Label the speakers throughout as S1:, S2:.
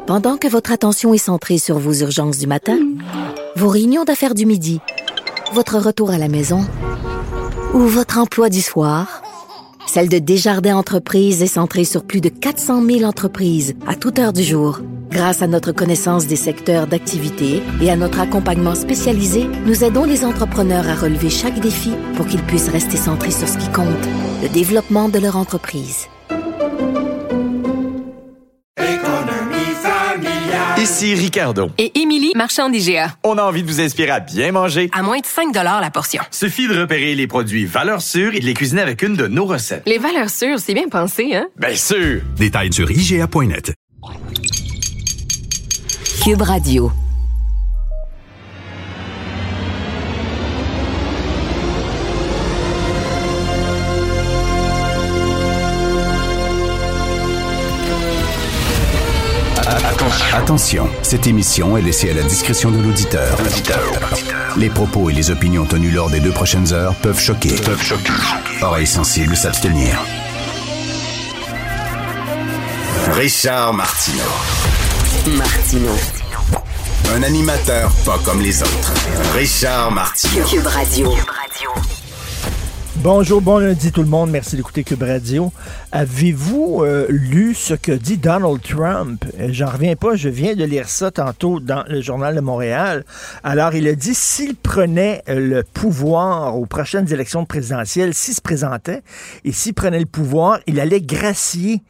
S1: Pendant que votre attention est centrée sur vos urgences du matin, vos réunions d'affaires du midi, votre retour à la maison ou votre emploi du soir, celle de Desjardins Entreprises est centrée sur plus de 400 000 entreprises à toute heure du jour. Grâce à notre connaissance des secteurs d'activité et à notre accompagnement spécialisé, nous aidons les entrepreneurs à relever chaque défi pour qu'ils puissent rester centrés sur ce qui compte, le développement de leur entreprise.
S2: Ici Ricardo.
S3: Et Émilie, marchand d'IGA.
S2: On a envie de vous inspirer à bien manger.
S3: À moins de 5 $ la portion.
S2: Suffit de repérer les produits valeurs sûres et de les cuisiner avec une de nos recettes.
S3: Les valeurs sûres, c'est bien pensé, hein?
S2: Bien sûr!
S4: Détails sur IGA.net.
S1: Cube Radio.
S4: Attention, cette émission est laissée à la discrétion de l'auditeur. Les propos et les opinions tenues lors des 2 prochaines heures peuvent choquer. Oreilles sensibles s'abstenir. Richard Martineau. Un animateur pas comme les autres. Richard Martineau.
S1: Cube Radio.
S5: Bonjour, bon lundi tout le monde. Merci d'écouter Cube Radio. Avez-vous lu ce que dit Donald Trump? J'en reviens pas, je viens de lire ça tantôt dans le Journal de Montréal. Alors, il a dit s'il prenait le pouvoir aux prochaines élections présidentielles, s'il se présentait et s'il prenait le pouvoir, il allait gracier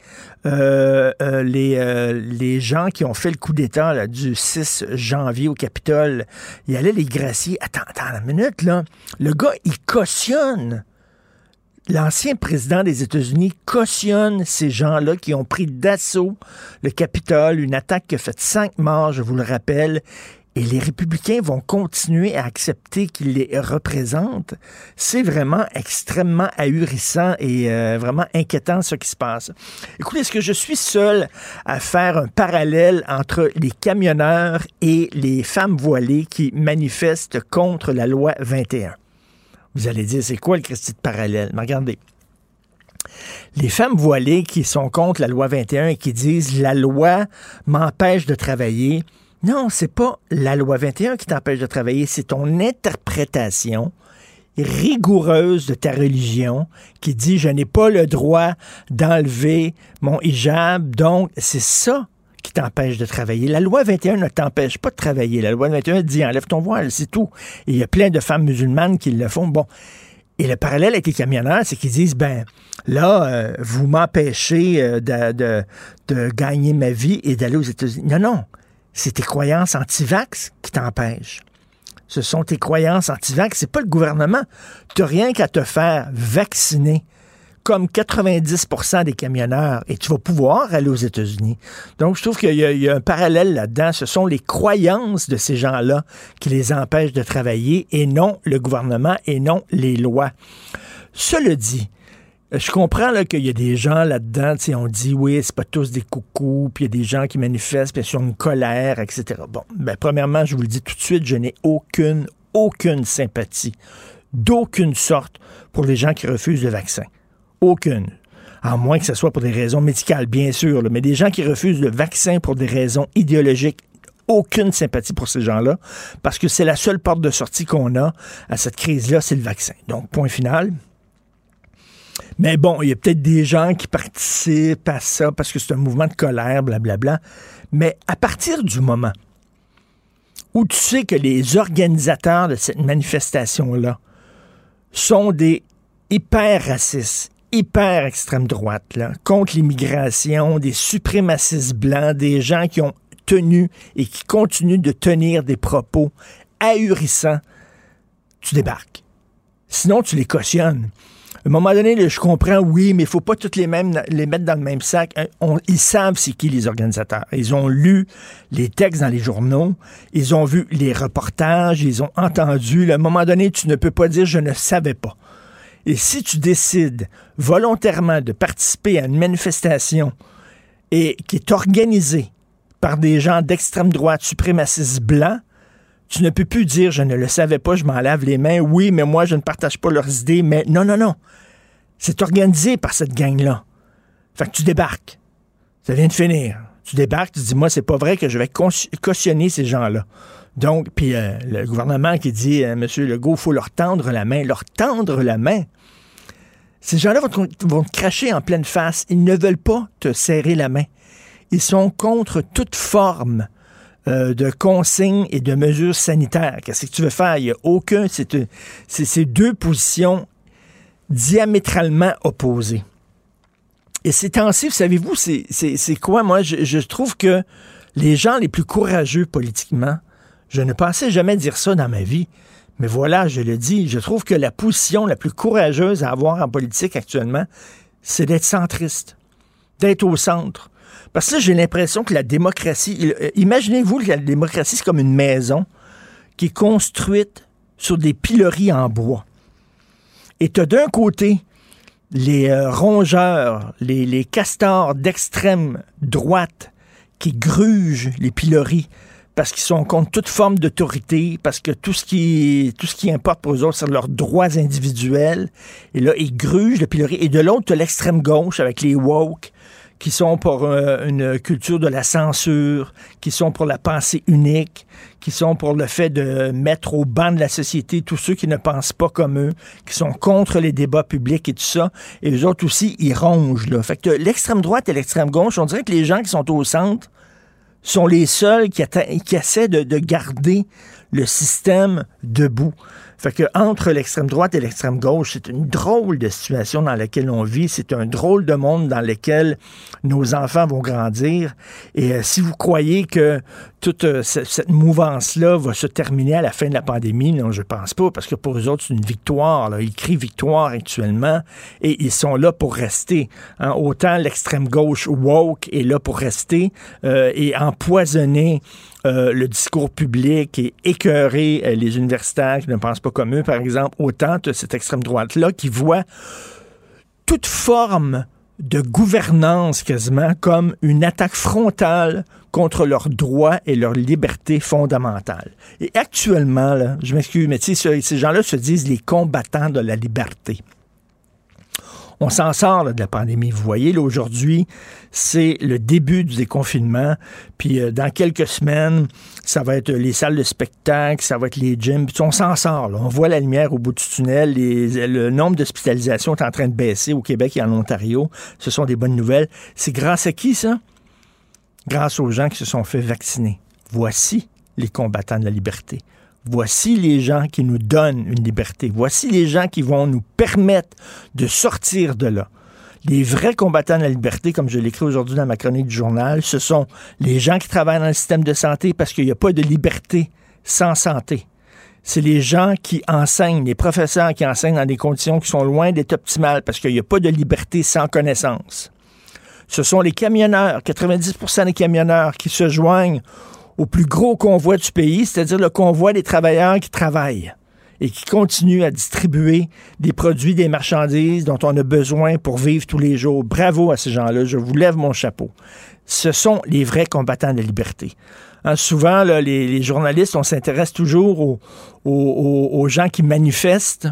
S5: les gens qui ont fait le coup d'État là, du 6 janvier au Capitole. Il allait les gracier. Attends une minute, là. Le gars, il cautionne. L'ancien président des États-Unis cautionne ces gens-là qui ont pris d'assaut le Capitole, une attaque qui a fait 5 morts, je vous le rappelle, et les républicains vont continuer à accepter qu'ils les représentent. C'est vraiment extrêmement ahurissant et vraiment inquiétant ce qui se passe. Écoutez, est-ce que je suis seul à faire un parallèle entre les camionneurs et les femmes voilées qui manifestent contre la loi 21? Vous allez dire, c'est quoi le Christi de parallèle? Mais regardez, les femmes voilées qui sont contre la loi 21 et qui disent « la loi m'empêche de travailler », non, c'est pas la loi 21 qui t'empêche de travailler, c'est ton interprétation rigoureuse de ta religion qui dit « je n'ai pas le droit d'enlever mon hijab », donc c'est ça qui t'empêche de travailler. La loi 21 ne t'empêche pas de travailler. La loi 21 dit enlève ton voile, c'est tout. Et il y a plein de femmes musulmanes qui le font. Bon. Et le parallèle avec les camionneurs, c'est qu'ils disent vous m'empêchez de gagner ma vie et d'aller aux États-Unis. Non, c'est tes croyances anti-vax qui t'empêchent. Ce sont tes croyances anti-vax, c'est pas le gouvernement. Tu n'as rien qu'à te faire vacciner comme 90% des camionneurs, et tu vas pouvoir aller aux États-Unis. Donc, je trouve qu'il y a un parallèle là-dedans. Ce sont les croyances de ces gens-là qui les empêchent de travailler, et non le gouvernement, et non les lois. Cela dit, je comprends là, qu'il y a des gens là-dedans, on dit, oui, c'est pas tous des coucous, puis il y a des gens qui manifestent, puis ils ont une colère, etc. Bon, premièrement, je vous le dis tout de suite, je n'ai aucune sympathie, d'aucune sorte, pour les gens qui refusent le vaccin. Aucune. À moins que ce soit pour des raisons médicales, bien sûr. Là, mais des gens qui refusent le vaccin pour des raisons idéologiques, aucune sympathie pour ces gens-là, parce que c'est la seule porte de sortie qu'on a à cette crise-là, c'est le vaccin. Donc, point final. Mais bon, il y a peut-être des gens qui participent à ça parce que c'est un mouvement de colère, blablabla. Mais à partir du moment où tu sais que les organisateurs de cette manifestation-là sont des hyper racistes, hyper extrême droite, là, contre l'immigration, des suprémacistes blancs, des gens qui ont tenu et qui continuent de tenir des propos ahurissants, tu débarques. Sinon, tu les cautionnes. À un moment donné, là, je comprends, oui, mais il ne faut pas toutes les mettre dans le même sac. Ils savent c'est qui les organisateurs. Ils ont lu les textes dans les journaux, ils ont vu les reportages, ils ont entendu. Là, à un moment donné, tu ne peux pas dire « je ne savais pas ». Et si tu décides volontairement de participer à une manifestation et qui est organisée par des gens d'extrême droite, suprémacistes blancs, tu ne peux plus dire « je ne le savais pas, je m'en lave les mains, oui, mais moi, je ne partage pas leurs idées », mais non. C'est organisé par cette gang-là. Fait que tu débarques. Ça vient de finir. Tu débarques, tu dis, moi, c'est pas vrai que je vais cautionner ces gens-là. Donc, puis le gouvernement qui dit, Monsieur Legault, il faut leur tendre la main. Leur tendre la main. Ces gens-là vont te cracher en pleine face. Ils ne veulent pas te serrer la main. Ils sont contre toute forme de consignes et de mesures sanitaires. Qu'est-ce que tu veux faire? Il n'y a aucun... C'est deux positions diamétralement opposées. Et ces temps-ci, savez-vous, c'est quoi? Moi, je trouve que les gens les plus courageux politiquement, je ne pensais jamais dire ça dans ma vie, mais voilà, je le dis, je trouve que la position la plus courageuse à avoir en politique actuellement, c'est d'être centriste, d'être au centre. Parce que là, j'ai l'impression que la démocratie... Imaginez-vous que la démocratie, c'est comme une maison qui est construite sur des piloris en bois. Et tu as d'un côté les rongeurs, les castors d'extrême droite qui grugent les piloris parce qu'ils sont contre toute forme d'autorité, parce que tout ce qui importe pour eux autres, c'est leurs droits individuels. Et là, ils grugent le pilori. Et de l'autre, tu as l'extrême gauche avec les woke, qui sont pour une culture de la censure, qui sont pour la pensée unique, qui sont pour le fait de mettre au banc de la société tous ceux qui ne pensent pas comme eux, qui sont contre les débats publics et tout ça. Et eux autres aussi, ils rongent, là. Fait que l'extrême droite et l'extrême gauche, on dirait que les gens qui sont au centre sont les seuls qui essaient de garder le système debout. Fait que entre l'extrême droite et l'extrême gauche, c'est une drôle de situation dans laquelle on vit. C'est un drôle de monde dans lequel nos enfants vont grandir. Et si vous croyez que toute cette mouvance-là va se terminer à la fin de la pandémie, non, je pense pas, parce que pour eux autres, c'est une victoire, là. Ils crient victoire actuellement et ils sont là pour rester. Hein. Autant l'extrême gauche woke est là pour rester et empoisonner le discours public et écœurer les universitaires qui ne pensent pas comme eux, par exemple, autant de cette extrême droite-là qui voit toute forme de gouvernance quasiment comme une attaque frontale contre leurs droits et leurs libertés fondamentales. Et actuellement, là, je m'excuse, mais tu sais, ces gens-là se disent les combattants de la liberté. On s'en sort là, de la pandémie. Vous voyez, là, aujourd'hui, c'est le début du déconfinement. Puis dans quelques semaines, ça va être les salles de spectacle, ça va être les gyms. Puis on s'en sort. Là. On voit la lumière au bout du tunnel. Le nombre d'hospitalisations est en train de baisser au Québec et en Ontario. Ce sont des bonnes nouvelles. C'est grâce à qui, ça? Grâce aux gens qui se sont fait vacciner. Voici les combattants de la liberté. Voici les gens qui nous donnent une liberté. Voici les gens qui vont nous permettre de sortir de là. Les vrais combattants de la liberté, comme je l'écris aujourd'hui dans ma chronique du journal, ce sont les gens qui travaillent dans le système de santé parce qu'il n'y a pas de liberté sans santé. C'est les gens qui enseignent, les professeurs qui enseignent dans des conditions qui sont loin d'être optimales parce qu'il n'y a pas de liberté sans connaissance. Ce sont les camionneurs, 90% des camionneurs qui se joignent au plus gros convoi du pays, c'est-à-dire le convoi des travailleurs qui travaillent et qui continuent à distribuer des produits, des marchandises dont on a besoin pour vivre tous les jours. Bravo à ces gens-là, je vous lève mon chapeau. Ce sont les vrais combattants de la liberté. Hein, souvent, là, les journalistes, on s'intéresse toujours aux gens qui manifestent,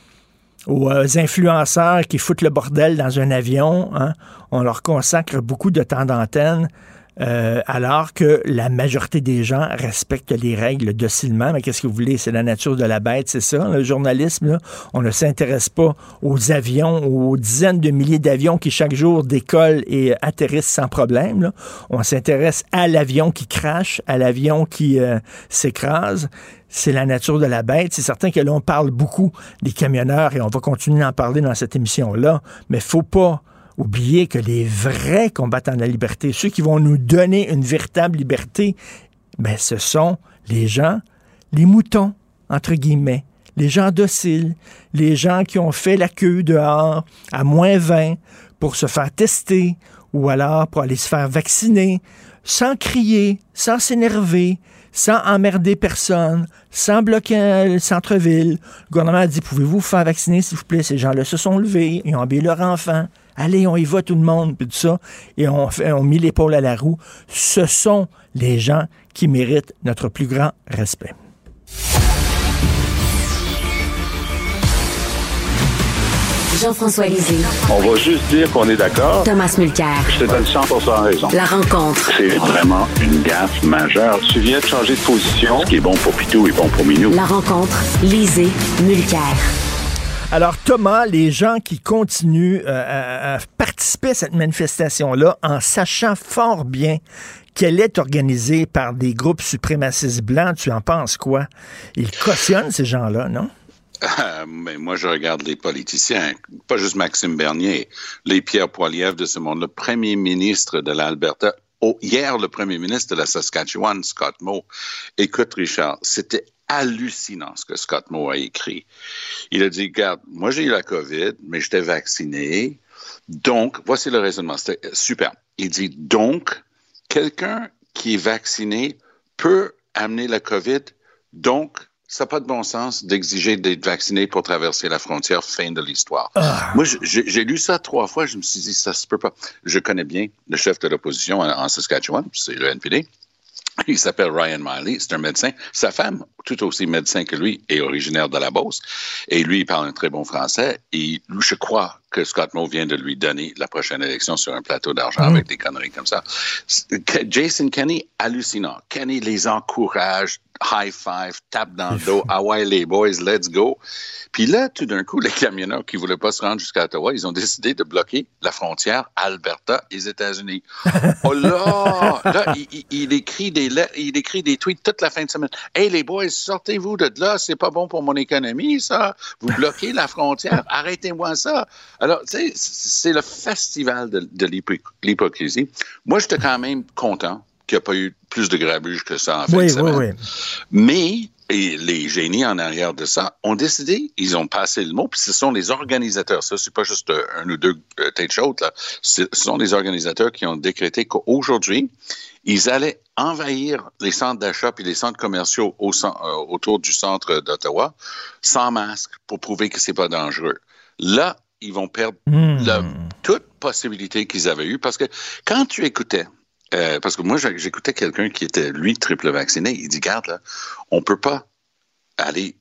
S5: aux influenceurs qui foutent le bordel dans un avion. Hein. On leur consacre beaucoup de temps d'antenne. Alors que la majorité des gens respectent les règles docilement. Mais qu'est-ce que vous voulez? C'est la nature de la bête, c'est ça. Le journalisme, là, on ne s'intéresse pas aux avions, aux dizaines de milliers d'avions qui chaque jour décollent et atterrissent sans problème. Là. On s'intéresse à l'avion qui crache, à l'avion qui s'écrase. C'est la nature de la bête. C'est certain que là, on parle beaucoup des camionneurs et on va continuer d'en parler dans cette émission-là. Mais il ne faut pas oubliez que les vrais combattants de la liberté, ceux qui vont nous donner une véritable liberté, ben ce sont les gens, les moutons, entre guillemets, les gens dociles, les gens qui ont fait la queue dehors à -20 pour se faire tester ou alors pour aller se faire vacciner, sans crier, sans s'énerver, sans emmerder personne, sans bloquer le centre-ville. Le gouvernement a dit, pouvez-vous vous faire vacciner, s'il vous plaît? Ces gens-là se sont levés, ils ont habillé leur enfant. Allez, on y va tout le monde, puis tout ça. Et on mis l'épaule à la roue. Ce sont les gens qui méritent notre plus grand respect.
S1: Jean-François Lisée.
S6: On va juste dire qu'on est d'accord.
S1: Thomas Mulcair.
S6: Je te donne 100% raison.
S1: La rencontre.
S6: C'est vraiment une gaffe majeure. Tu viens de changer de position. Ce qui est bon pour Pitou est bon pour Minou.
S1: La rencontre. Lisée. Mulcair.
S5: Alors, Thomas, les gens qui continuent à participer à cette manifestation-là en sachant fort bien qu'elle est organisée par des groupes suprémacistes blancs, tu en penses quoi? Ils cautionnent ces gens-là, non?
S7: Mais moi, je regarde les politiciens, pas juste Maxime Bernier, les Pierre Poilievre de ce monde, le premier ministre de l'Alberta, hier, le premier ministre de la Saskatchewan, Scott Moe. Écoute, Richard, c'était hallucinant ce que Scott Moe a écrit. Il a dit, regarde, moi j'ai eu la COVID, mais j'étais vacciné, donc, voici le raisonnement, c'était super. Il dit, donc, quelqu'un qui est vacciné peut amener la COVID, donc, ça n'a pas de bon sens d'exiger d'être vacciné pour traverser la frontière, fin de l'histoire. Moi, j'ai lu ça 3 fois, je me suis dit, ça se peut pas. Je connais bien le chef de l'opposition en Saskatchewan, c'est le NPD. Il s'appelle Ryan Miley, c'est un médecin. Sa femme, tout aussi médecin que lui, est originaire de la Beauce. Et lui, il parle un très bon français. Et je crois que Scott Moe vient de lui donner la prochaine élection sur un plateau d'argent avec des conneries comme ça. Jason Kenney, hallucinant. Kenney les encourage, high five, tape dans le dos, ah ouais les boys, let's go. Puis là, tout d'un coup, les camionneurs qui voulaient pas se rendre jusqu'à Ottawa, ils ont décidé de bloquer la frontière Alberta et États-Unis. Oh là, il écrit des tweets toute la fin de semaine. Hey les boys, sortez-vous de là, c'est pas bon pour mon économie ça. Vous bloquez la frontière, arrêtez-moi ça. Alors, tu sais, c'est le festival de l'hypocrisie. Moi, j'étais quand même content qu'il n'y a pas eu plus de grabuge que ça en fin de semaine. Oui. Mais les génies en arrière de ça ont décidé, ils ont passé le mot, puis ce sont les organisateurs, ça, c'est pas juste un ou deux têtes chaudes, là. Ce sont les organisateurs qui ont décrété qu'aujourd'hui, ils allaient envahir les centres d'achat puis les centres commerciaux autour du centre d'Ottawa sans masque pour prouver que c'est pas dangereux. Là, ils vont perdre toute possibilité qu'ils avaient eue parce que quand tu écoutais parce que moi, j'écoutais quelqu'un qui était, lui, triple vacciné. Il dit, regarde, là, on peut pas aller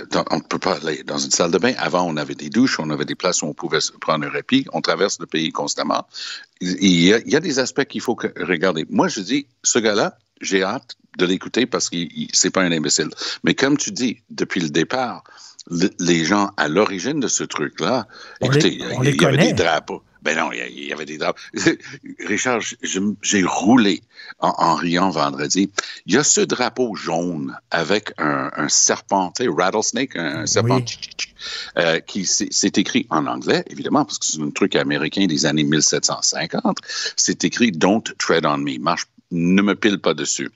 S7: dans une salle de bain. Avant, on avait des douches, on avait des places où on pouvait prendre un répit. On traverse le pays constamment. Il y a des aspects qu'il faut regarder. Moi, je dis, ce gars-là, j'ai hâte de l'écouter parce qu'il c'est pas un imbécile. Mais comme tu dis, depuis le départ, les gens à l'origine de ce truc-là, écoutez, il y avait des drapeaux. Ben non, il y avait des drapeaux. Richard, j'ai roulé en riant vendredi. Il y a ce drapeau jaune avec un serpent, tu sais, rattlesnake, un serpent qui c'est écrit en anglais, évidemment, parce que c'est un truc américain des années 1750. C'est écrit « Don't tread on me ». Ne me pile pas dessus.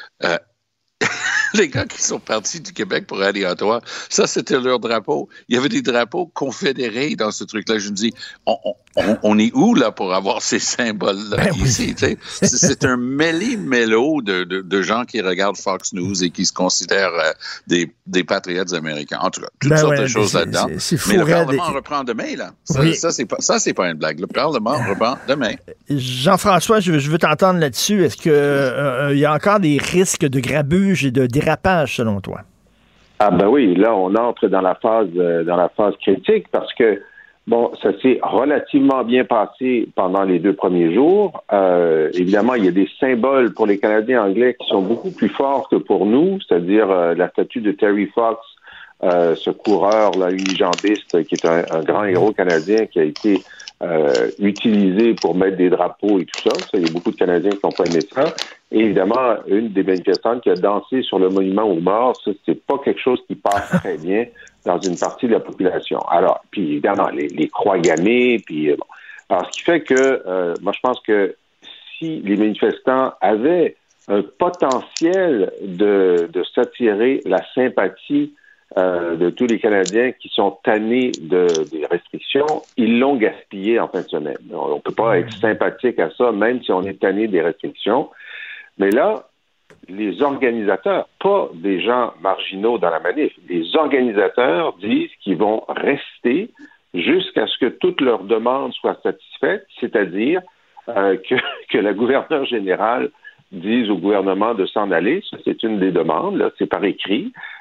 S7: Les gars qui sont partis du Québec pour aller à Ottawa, ça, c'était leur drapeau. Il y avait des drapeaux confédérés dans ce truc-là. Je me dis, on est où, là, pour avoir ces symboles-là ici? Oui. C'est un mêlé-mélo de gens qui regardent Fox News et qui se considèrent des patriotes américains. En tout cas, toutes sortes de choses là-dedans. Mais le Parlement reprend demain, là. Ça, c'est pas une blague. Le Parlement reprend demain.
S5: Jean-François, je veux t'entendre là-dessus. Est-ce qu'il y a encore des risques de grabuge et de dérapage, selon toi?
S8: Ah ben oui, là, on entre dans la phase critique parce que, bon, ça s'est relativement bien passé pendant les 2 premiers jours. Évidemment, il y a des symboles pour les Canadiens anglais qui sont beaucoup plus forts que pour nous, c'est-à-dire la statue de Terry Fox, ce coureur là, unijambiste qui est un grand héros canadien qui a été utilisé pour mettre des drapeaux et tout ça. Il y a beaucoup de Canadiens qui n'ont pas aimé ça. Et évidemment, une des manifestantes qui a dansé sur le monument aux morts, ça, c'est pas quelque chose qui passe très bien dans une partie de la population. Alors, puis évidemment, les croix gammées, puis bon. Alors, ce qui fait que, moi, je pense que si les manifestants avaient un potentiel de s'attirer la sympathie de tous les Canadiens qui sont tannés des restrictions, ils l'ont gaspillé en fin de semaine. On ne peut pas être sympathique à ça, même si on est tanné des restrictions. Mais là, les organisateurs, pas des gens marginaux dans la manif, les organisateurs disent qu'ils vont rester jusqu'à ce que toutes leurs demandes soient satisfaites, c'est-à-dire que la gouverneure générale dise au gouvernement de s'en aller. Ça, c'est une des demandes, là, c'est par écrit.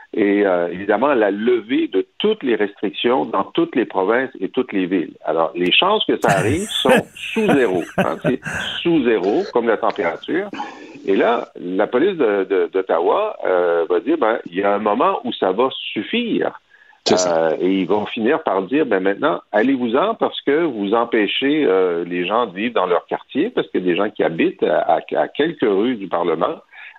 S8: et évidemment la levée de toutes les restrictions dans toutes les provinces et toutes les villes. Alors, les chances que ça arrive sont sous zéro. Hein, c'est sous zéro, comme la température. Et là, la police d'Ottawa va dire, il y a un moment où ça va suffire. Et ils vont finir par dire, maintenant, allez-vous-en parce que vous empêchez les gens de vivre dans leur quartier, parce qu'il y a des gens qui habitent à quelques rues du Parlement.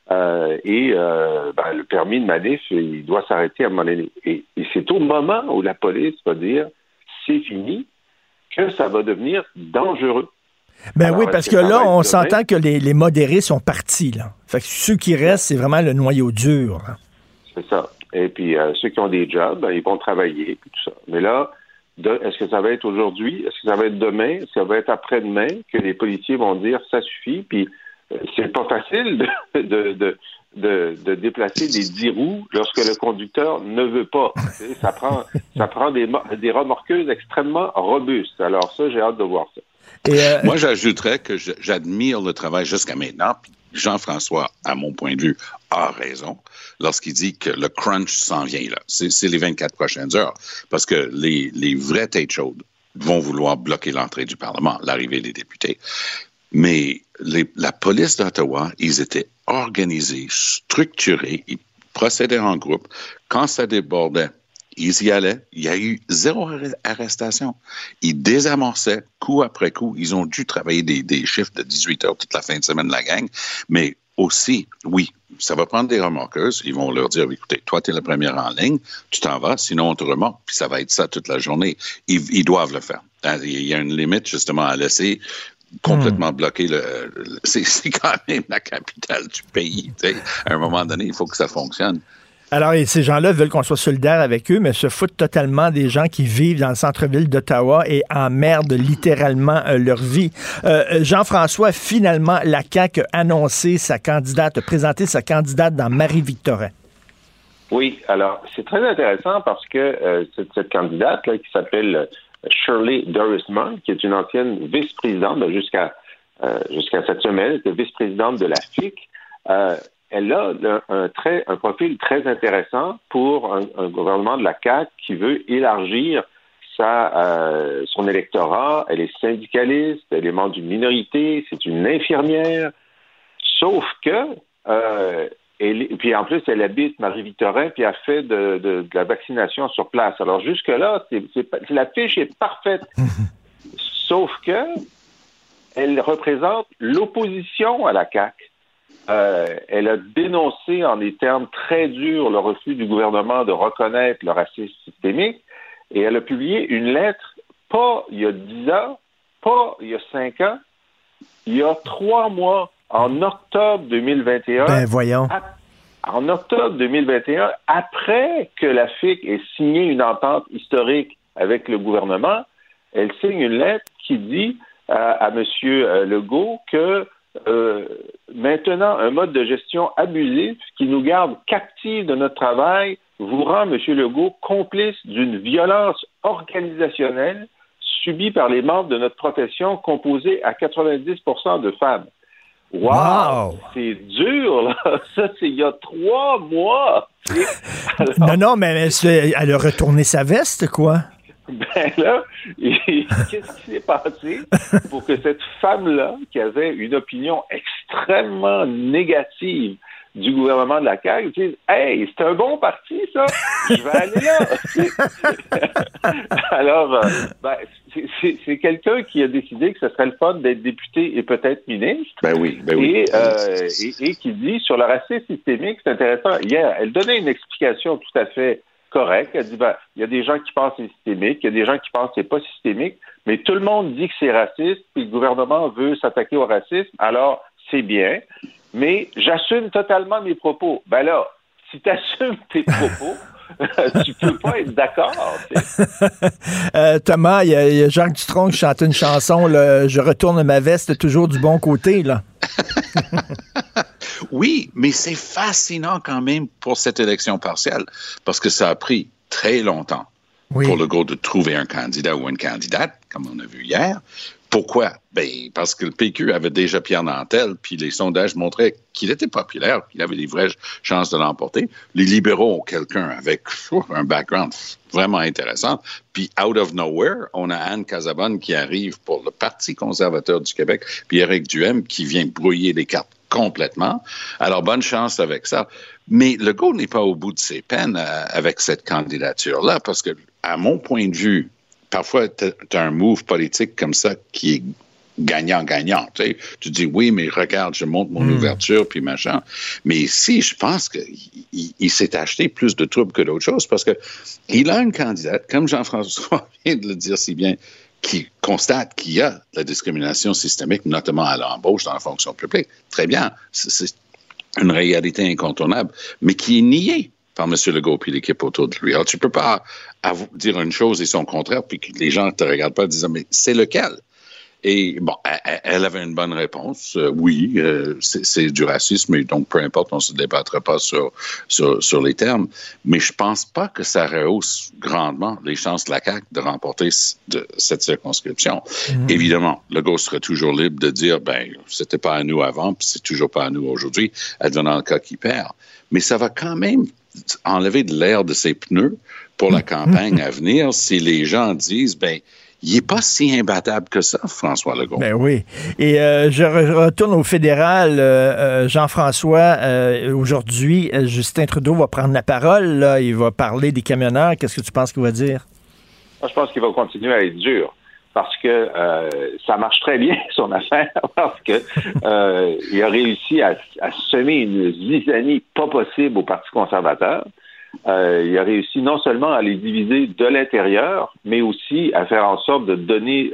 S8: Le permis de manif, il doit s'arrêter à un moment donné. Et c'est au moment où la police va dire c'est fini que ça va devenir dangereux. Alors,
S5: oui, parce que là, on s'entend que les modérés sont partis, là. Fait que ceux qui restent, c'est vraiment le noyau dur, là.
S8: C'est ça. Et puis, ceux qui ont des jobs, ils vont travailler, puis tout ça. Mais là, est-ce que ça va être aujourd'hui? Est-ce que ça va être demain? Est-ce que ça va être après-demain que les policiers vont dire ça suffit? Puis, c'est pas facile de déplacer des 10 roues lorsque le conducteur ne veut pas. Ça prend des remorqueuses extrêmement robustes. Alors ça, j'ai hâte de voir ça.
S7: Moi, j'ajouterais que j'admire le travail jusqu'à maintenant. Jean-François, à mon point de vue, a raison lorsqu'il dit que le crunch s'en vient là. C'est les 24 prochaines heures. Parce que les vraies têtes chaudes vont vouloir bloquer l'entrée du Parlement, l'arrivée des députés. Mais la police d'Ottawa, ils étaient organisés, structurés, ils procédaient en groupe. Quand ça débordait, ils y allaient. Il y a eu 0 arrestation. Ils désamorçaient coup après coup. Ils ont dû travailler des chiffres de 18 heures toute la fin de semaine de la gang. Mais aussi, oui, ça va prendre des remorqueuses. Ils vont leur dire, écoutez, toi, tu es la première en ligne, tu t'en vas, sinon on te remorque. Puis ça va être ça toute la journée. Ils doivent le faire. Il y a une limite, justement, à laisser complètement bloquer c'est quand même la capitale du pays. T'sais. À un moment donné, il faut que ça fonctionne.
S5: Alors, et ces gens-là veulent qu'on soit solidaire avec eux, mais se foutent totalement des gens qui vivent dans le centre-ville d'Ottawa et emmerdent littéralement leur vie. Jean-François, finalement, la CAQ a annoncé a présenté sa candidate dans Marie-Victorin.
S8: Oui, alors, c'est très intéressant parce que cette candidate là, qui s'appelle Shirley Dorismond, qui est une ancienne vice-présidente jusqu'à cette semaine, elle était vice-présidente de la FIC. Elle a un profil très intéressant pour un gouvernement de la CAQ qui veut élargir son électorat. Elle est syndicaliste, elle est membre d'une minorité, c'est une infirmière. Sauf que, puis en plus, elle habite Marie-Victorin, puis elle fait de la vaccination sur place. Alors jusque-là, la fiche est parfaite. Sauf que elle représente l'opposition à la CAQ. Elle a dénoncé en des termes très durs le refus du gouvernement de reconnaître le racisme systémique et elle a publié une lettre, pas il y a 10 ans, pas il y a 5 ans, il y a 3 mois, en octobre 2021.
S5: Ben voyons.
S8: En octobre 2021, après que la FIC ait signé une entente historique avec le gouvernement, elle signe une lettre qui dit à M. Legault que maintenant, un mode de gestion abusif qui nous garde captifs de notre travail vous rend, M. Legault, complice d'une violence organisationnelle subie par les membres de notre profession composée à 90% de femmes. Wow! C'est dur, là! Ça, c'est il y a 3 mois! Alors,
S5: non, mais elle a retourné sa veste, quoi?
S8: Ben là, qu'est-ce qui s'est passé pour que cette femme-là, qui avait une opinion extrêmement négative du gouvernement de la CAQ, dise « Hey, c'est un bon parti, ça! Je vais aller là! » Alors, c'est quelqu'un qui a décidé que ce serait le fun d'être député et peut-être ministre.
S7: Ben oui.
S8: Et qui dit, sur le racisme systémique, c'est intéressant, hier, elle donnait une explication tout à fait correct. Elle dit, il y a des gens qui pensent que c'est systémique, il y a des gens qui pensent que c'est pas systémique, mais tout le monde dit que c'est raciste, puis le gouvernement veut s'attaquer au racisme, alors c'est bien, mais j'assume totalement mes propos. Ben là, si tu assumes tes propos, tu peux pas être d'accord.
S5: Thomas, il y a Jacques Dutronc qui chantait une chanson, là, « Je retourne ma veste toujours du bon côté », là.
S7: Oui, mais c'est fascinant quand même pour cette élection partielle, parce que ça a pris très longtemps pour Legault de trouver un candidat ou une candidate, comme on a vu hier. Pourquoi? Parce que le PQ avait déjà Pierre Nantel, puis les sondages montraient qu'il était populaire, qu'il avait des vraies chances de l'emporter. Les libéraux ont quelqu'un avec un background vraiment intéressant. Puis, out of nowhere, on a Anne Casabonne qui arrive pour le Parti conservateur du Québec, puis Éric Duhem qui vient brouiller les cartes complètement. Alors, bonne chance avec ça. Mais Legault n'est pas au bout de ses peines avec cette candidature-là, parce que, à mon point de vue, parfois, tu as un move politique comme ça qui est gagnant-gagnant. Tu dis, oui, mais regarde, je monte mon ouverture, puis machin. Mais ici, je pense qu'il s'est acheté plus de troubles que d'autres choses, parce que il a une candidate, comme Jean-François vient de le dire si bien, qui constate qu'il y a de la discrimination systémique, notamment à l'embauche dans la fonction publique. Très bien, c'est une réalité incontournable, mais qui est niée par M. Legault et l'équipe autour de lui. Alors, tu ne peux pas dire une chose et son contraire, puis que les gens ne te regardent pas en disant, mais c'est lequel? Et bon, elle avait une bonne réponse. Oui, c'est du racisme, et donc peu importe, on ne se débattra pas sur les termes. Mais je ne pense pas que ça rehausse grandement les chances de la CAQ de remporter cette circonscription. Évidemment, Legault serait toujours libre de dire, c'était pas à nous avant, puis c'est toujours pas à nous aujourd'hui, advenant le cas qu'il perd. Mais ça va quand même enlever de l'air de ses pneus pour la campagne à venir si les gens disent, il n'est pas si imbattable que ça, François Legault.
S5: Ben oui. Et je retourne au fédéral. Jean-François, aujourd'hui, Justin Trudeau va prendre la parole. Là. Il va parler des camionneurs. Qu'est-ce que tu penses qu'il va dire?
S8: Moi, je pense qu'il va continuer à être dur. Parce que ça marche très bien, son affaire, parce que il a réussi à semer une zizanie pas possible au Parti conservateur. Il a réussi non seulement à les diviser de l'intérieur, mais aussi à faire en sorte de donner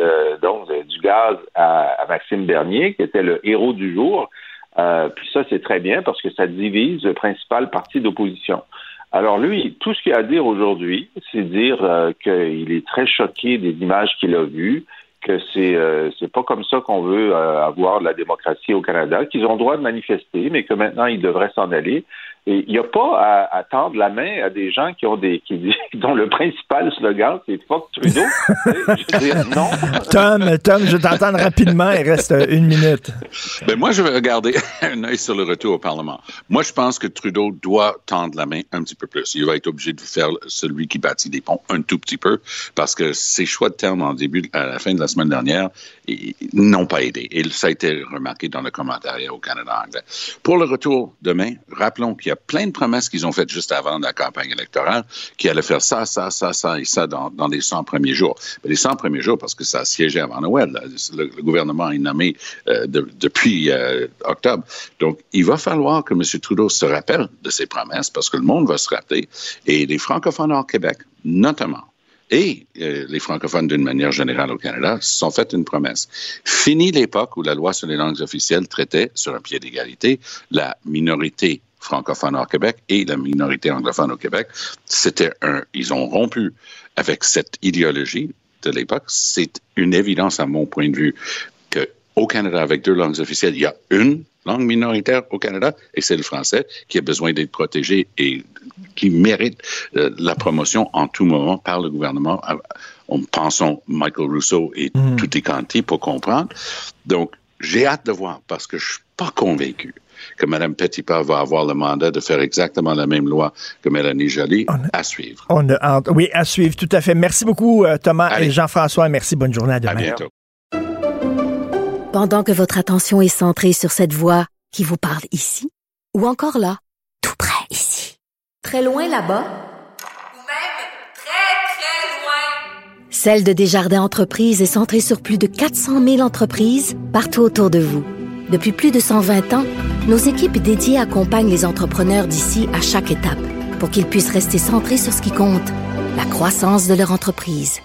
S8: du gaz à Maxime Bernier, qui était le héros du jour. Puis ça, c'est très bien parce que ça divise le principal parti d'opposition. Alors lui, tout ce qu'il a à dire aujourd'hui, c'est dire qu'il est très choqué des images qu'il a vues, que c'est pas comme ça qu'on veut avoir de la démocratie au Canada, qu'ils ont le droit de manifester, mais que maintenant ils devraient s'en aller. Et il n'y a pas à tendre la main à des gens dont le principal slogan, c'est « Fuck Trudeau ». Je veux dire, non.
S5: Tom, je t'entends rapidement, il reste 1 minute.
S7: Moi, je vais regarder un œil sur le retour au Parlement. Moi, je pense que Trudeau doit tendre la main un petit peu plus. Il va être obligé de faire celui qui bâtit des ponts un tout petit peu, parce que ses choix de termes à la fin de la semaine dernière n'ont pas aidé. Et ça a été remarqué dans le commentariat au Canada anglais. Pour le retour demain, rappelons qu'il y a plein de promesses qu'ils ont faites juste avant la campagne électorale, qui allaient faire ça et ça dans les 100 premiers jours. Mais les 100 premiers jours, parce que ça a siégé avant Noël. Le gouvernement est nommé depuis octobre. Donc, il va falloir que M. Trudeau se rappelle de ses promesses, parce que le monde va se rappeler. Et les francophones hors Québec, notamment, et les francophones d'une manière générale au Canada, se sont fait une promesse. Fini l'époque où la loi sur les langues officielles traitait, sur un pied d'égalité, la minorité francophone hors Québec et la minorité anglophone au Québec. Ils ont rompu avec cette idéologie de l'époque. C'est une évidence à mon point de vue qu'au Canada, avec 2 langues officielles, il y a une langue minoritaire au Canada, et c'est le français, qui a besoin d'être protégé et qui mérite la promotion en tout moment par le gouvernement. Pensons Michael Rousseau et Tutti Quanti pour comprendre. Donc, j'ai hâte de voir, parce que je ne suis pas convaincu que Mme Petitpas va avoir le mandat de faire exactement la même loi que Mélanie Joly. À suivre.
S5: Oui, à suivre, tout à fait. Merci beaucoup, Thomas et Jean-François. Merci, bonne journée, à demain.
S7: À bientôt.
S1: Pendant que votre attention est centrée sur cette voix qui vous parle ici, ou encore là, tout près ici, très loin là-bas,
S3: Ou même très, très loin.
S1: Celle de Desjardins Entreprises est centrée sur plus de 400 000 entreprises partout autour de vous. Depuis plus de 120 ans, nos équipes dédiées accompagnent les entrepreneurs d'ici à chaque étape pour qu'ils puissent rester centrés sur ce qui compte, la croissance de leur entreprise.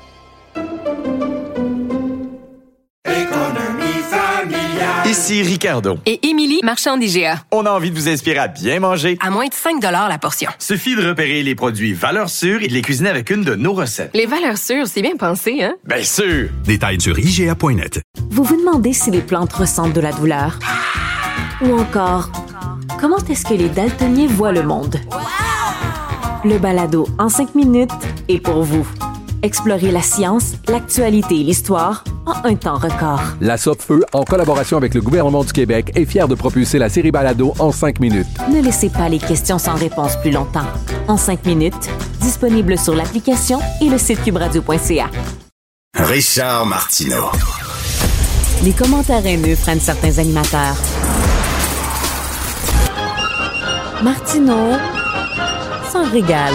S2: Ici Ricardo.
S3: Et Émilie, marchand d'IGA.
S2: On a envie de vous inspirer à bien manger.
S3: À moins de 5 $ la portion.
S2: Suffit de repérer les produits valeurs sûres et de les cuisiner avec une de nos recettes.
S3: Les valeurs sûres, c'est bien pensé, hein?
S2: Bien sûr!
S4: Détails sur IGA.net.
S9: Vous vous demandez si les plantes ressentent de la douleur? Ou encore, comment est-ce que les daltoniens voient le monde? Le balado en 5 minutes est pour vous. Explorez la science, l'actualité et l'histoire en un temps record.
S10: La Sopfeu, en collaboration avec le gouvernement du Québec, est fière de propulser la série Balado en 5 minutes.
S9: Ne laissez pas les questions sans réponse plus longtemps. En 5 minutes, disponible sur l'application et le site cubradio.ca.
S4: Richard Martineau.
S9: Les commentaires haineux freinent certains animateurs. Martineau s'en régale.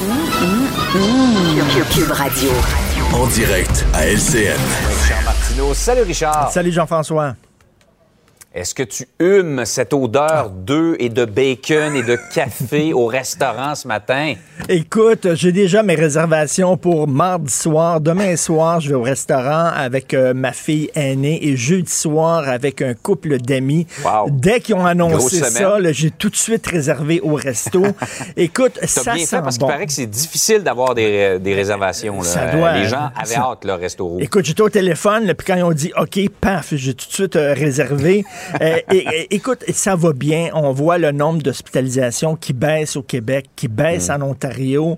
S1: Cube Radio.
S4: En direct à LCN.
S11: Richard Martineau. Salut Richard.
S5: Salut Jean-François.
S11: Est-ce que tu humes cette odeur d'œufs et de bacon et de café au restaurant ce matin?
S5: Écoute, j'ai déjà mes réservations pour mardi soir. Demain soir, je vais au restaurant avec ma fille aînée et jeudi soir avec un couple d'amis.
S11: Wow.
S5: Dès qu'ils ont annoncé ça, là, j'ai tout de suite réservé au resto. Écoute, ça
S11: T'as bien
S5: sent
S11: fait parce
S5: bon.
S11: qu'il paraît que c'est difficile d'avoir des réservations. Là.
S5: Ça doit,
S11: les gens avaient hâte, le resto rouge.
S5: Écoute, j'étais au téléphone, là, puis quand ils ont dit OK, paf, j'ai tout de suite réservé. Écoute, ça va bien. On voit le nombre d'hospitalisations qui baisse au Québec, qui baisse en Ontario.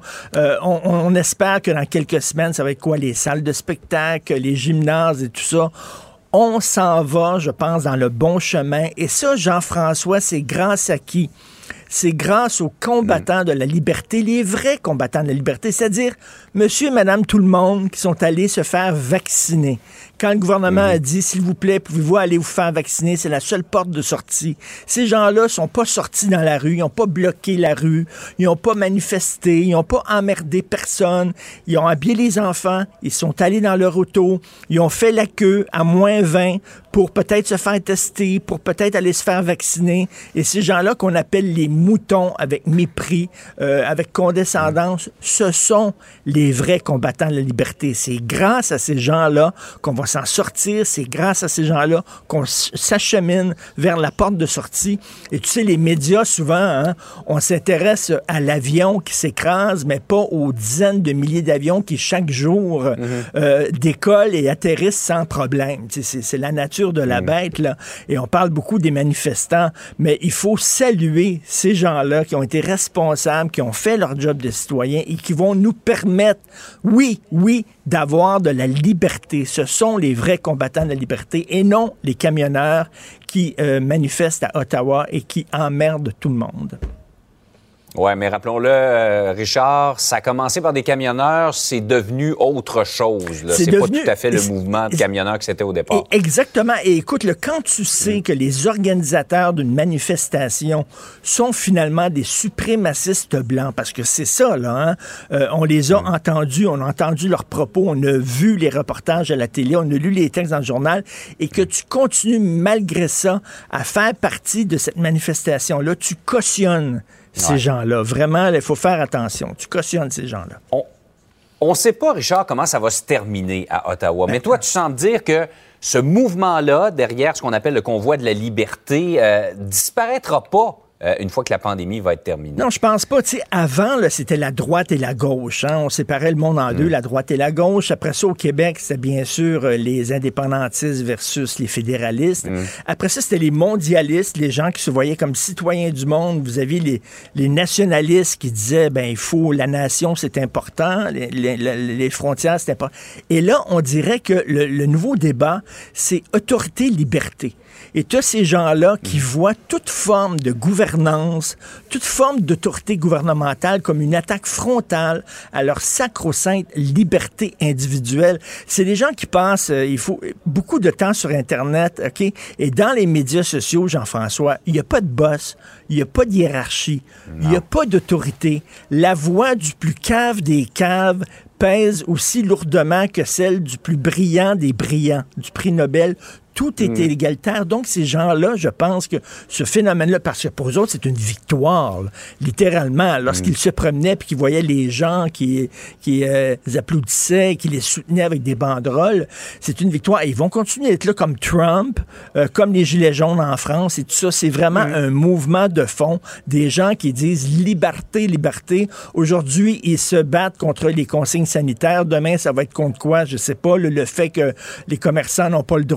S5: On espère que dans quelques semaines, ça va être quoi? Les salles de spectacle, les gymnases et tout ça. On s'en va, je pense, dans le bon chemin. Et ça, Jean-François, c'est grâce à qui? C'est grâce aux combattants de la liberté, les vrais combattants de la liberté, c'est-à-dire monsieur et madame tout le monde qui sont allés se faire vacciner. Quand le gouvernement a dit, s'il vous plaît, pouvez-vous aller vous faire vacciner, c'est la seule porte de sortie. Ces gens-là sont pas sortis dans la rue, ils n'ont pas bloqué la rue, ils n'ont pas manifesté, ils n'ont pas emmerdé personne, ils ont habillé les enfants, ils sont allés dans leur auto, ils ont fait la queue à -20 pour peut-être se faire tester, pour peut-être aller se faire vacciner. Et ces gens-là qu'on appelle les moutons avec mépris, avec condescendance, ce sont les vrais combattants de la liberté. C'est grâce à ces gens-là qu'on va s'en sortir. C'est grâce à ces gens-là qu'on s'achemine vers la porte de sortie. Et tu sais, les médias, souvent, hein, on s'intéresse à l'avion qui s'écrase, mais pas aux dizaines de milliers d'avions qui, chaque jour, décollent et atterrissent sans problème. Tu sais, c'est la nature de la bête, là. Et on parle beaucoup des manifestants, mais il faut saluer ces gens-là qui ont été responsables, qui ont fait leur job de citoyens et qui vont nous permettre, oui, d'avoir de la liberté. Ce sont les vrais combattants de la liberté et non les camionneurs qui manifestent à Ottawa et qui emmerdent tout le monde.
S11: Oui, mais rappelons-le, Richard, ça a commencé par des camionneurs, c'est devenu autre chose. Là. C'est pas tout à fait le mouvement de camionneurs que c'était au départ.
S5: Exactement. Et écoute, quand tu sais que les organisateurs d'une manifestation sont finalement des suprémacistes blancs, parce que c'est ça, là, hein? On les a entendus, on a entendu leurs propos, on a vu les reportages à la télé, on a lu les textes dans le journal, et que tu continues malgré ça à faire partie de cette manifestation-là, tu cautionnes ces gens-là. Vraiment, il faut faire attention. Tu cautionnes ces gens-là.
S11: On ne sait pas, Richard, comment ça va se terminer à Ottawa. Mais toi, tu sens dire que ce mouvement-là, derrière ce qu'on appelle le convoi de la liberté, disparaîtra pas une fois que la pandémie va être terminée.
S5: Non, je pense pas. Tu sais, avant, là, c'était la droite et la gauche. Hein? On séparait le monde en deux, la droite et la gauche. Après ça, au Québec, c'était bien sûr les indépendantistes versus les fédéralistes. Après ça, c'était les mondialistes, les gens qui se voyaient comme citoyens du monde. Vous aviez les nationalistes qui disaient, il faut, la nation, c'est important, les frontières, c'est important. Et là, on dirait que le nouveau débat, c'est autorité-liberté. Et tu as ces gens-là qui voient toute forme de gouvernance, toute forme d'autorité gouvernementale comme une attaque frontale à leur sacro-sainte liberté individuelle. C'est des gens qui passent, il faut beaucoup de temps sur Internet, OK? Et dans les médias sociaux, Jean-François, il n'y a pas de boss, il n'y a pas de hiérarchie, il n'y a pas d'autorité. La voix du plus cave des caves pèse aussi lourdement que celle du plus brillant des brillants, du prix Nobel. Tout est égalitaire. Donc, ces gens-là, je pense que ce phénomène-là, parce que pour eux autres, c'est une victoire, là, littéralement. Lorsqu'ils se promenaient puis qu'ils voyaient les gens qui applaudissaient, qui les soutenaient avec des banderoles, c'est une victoire. Et ils vont continuer d'être là comme Trump, comme les Gilets jaunes en France et tout ça. C'est vraiment un mouvement de fond. Des gens qui disent liberté, liberté. Aujourd'hui, ils se battent contre les consignes sanitaires. Demain, ça va être contre quoi? Je sais pas. Le fait que les commerçants n'ont pas le droit d'ouvrir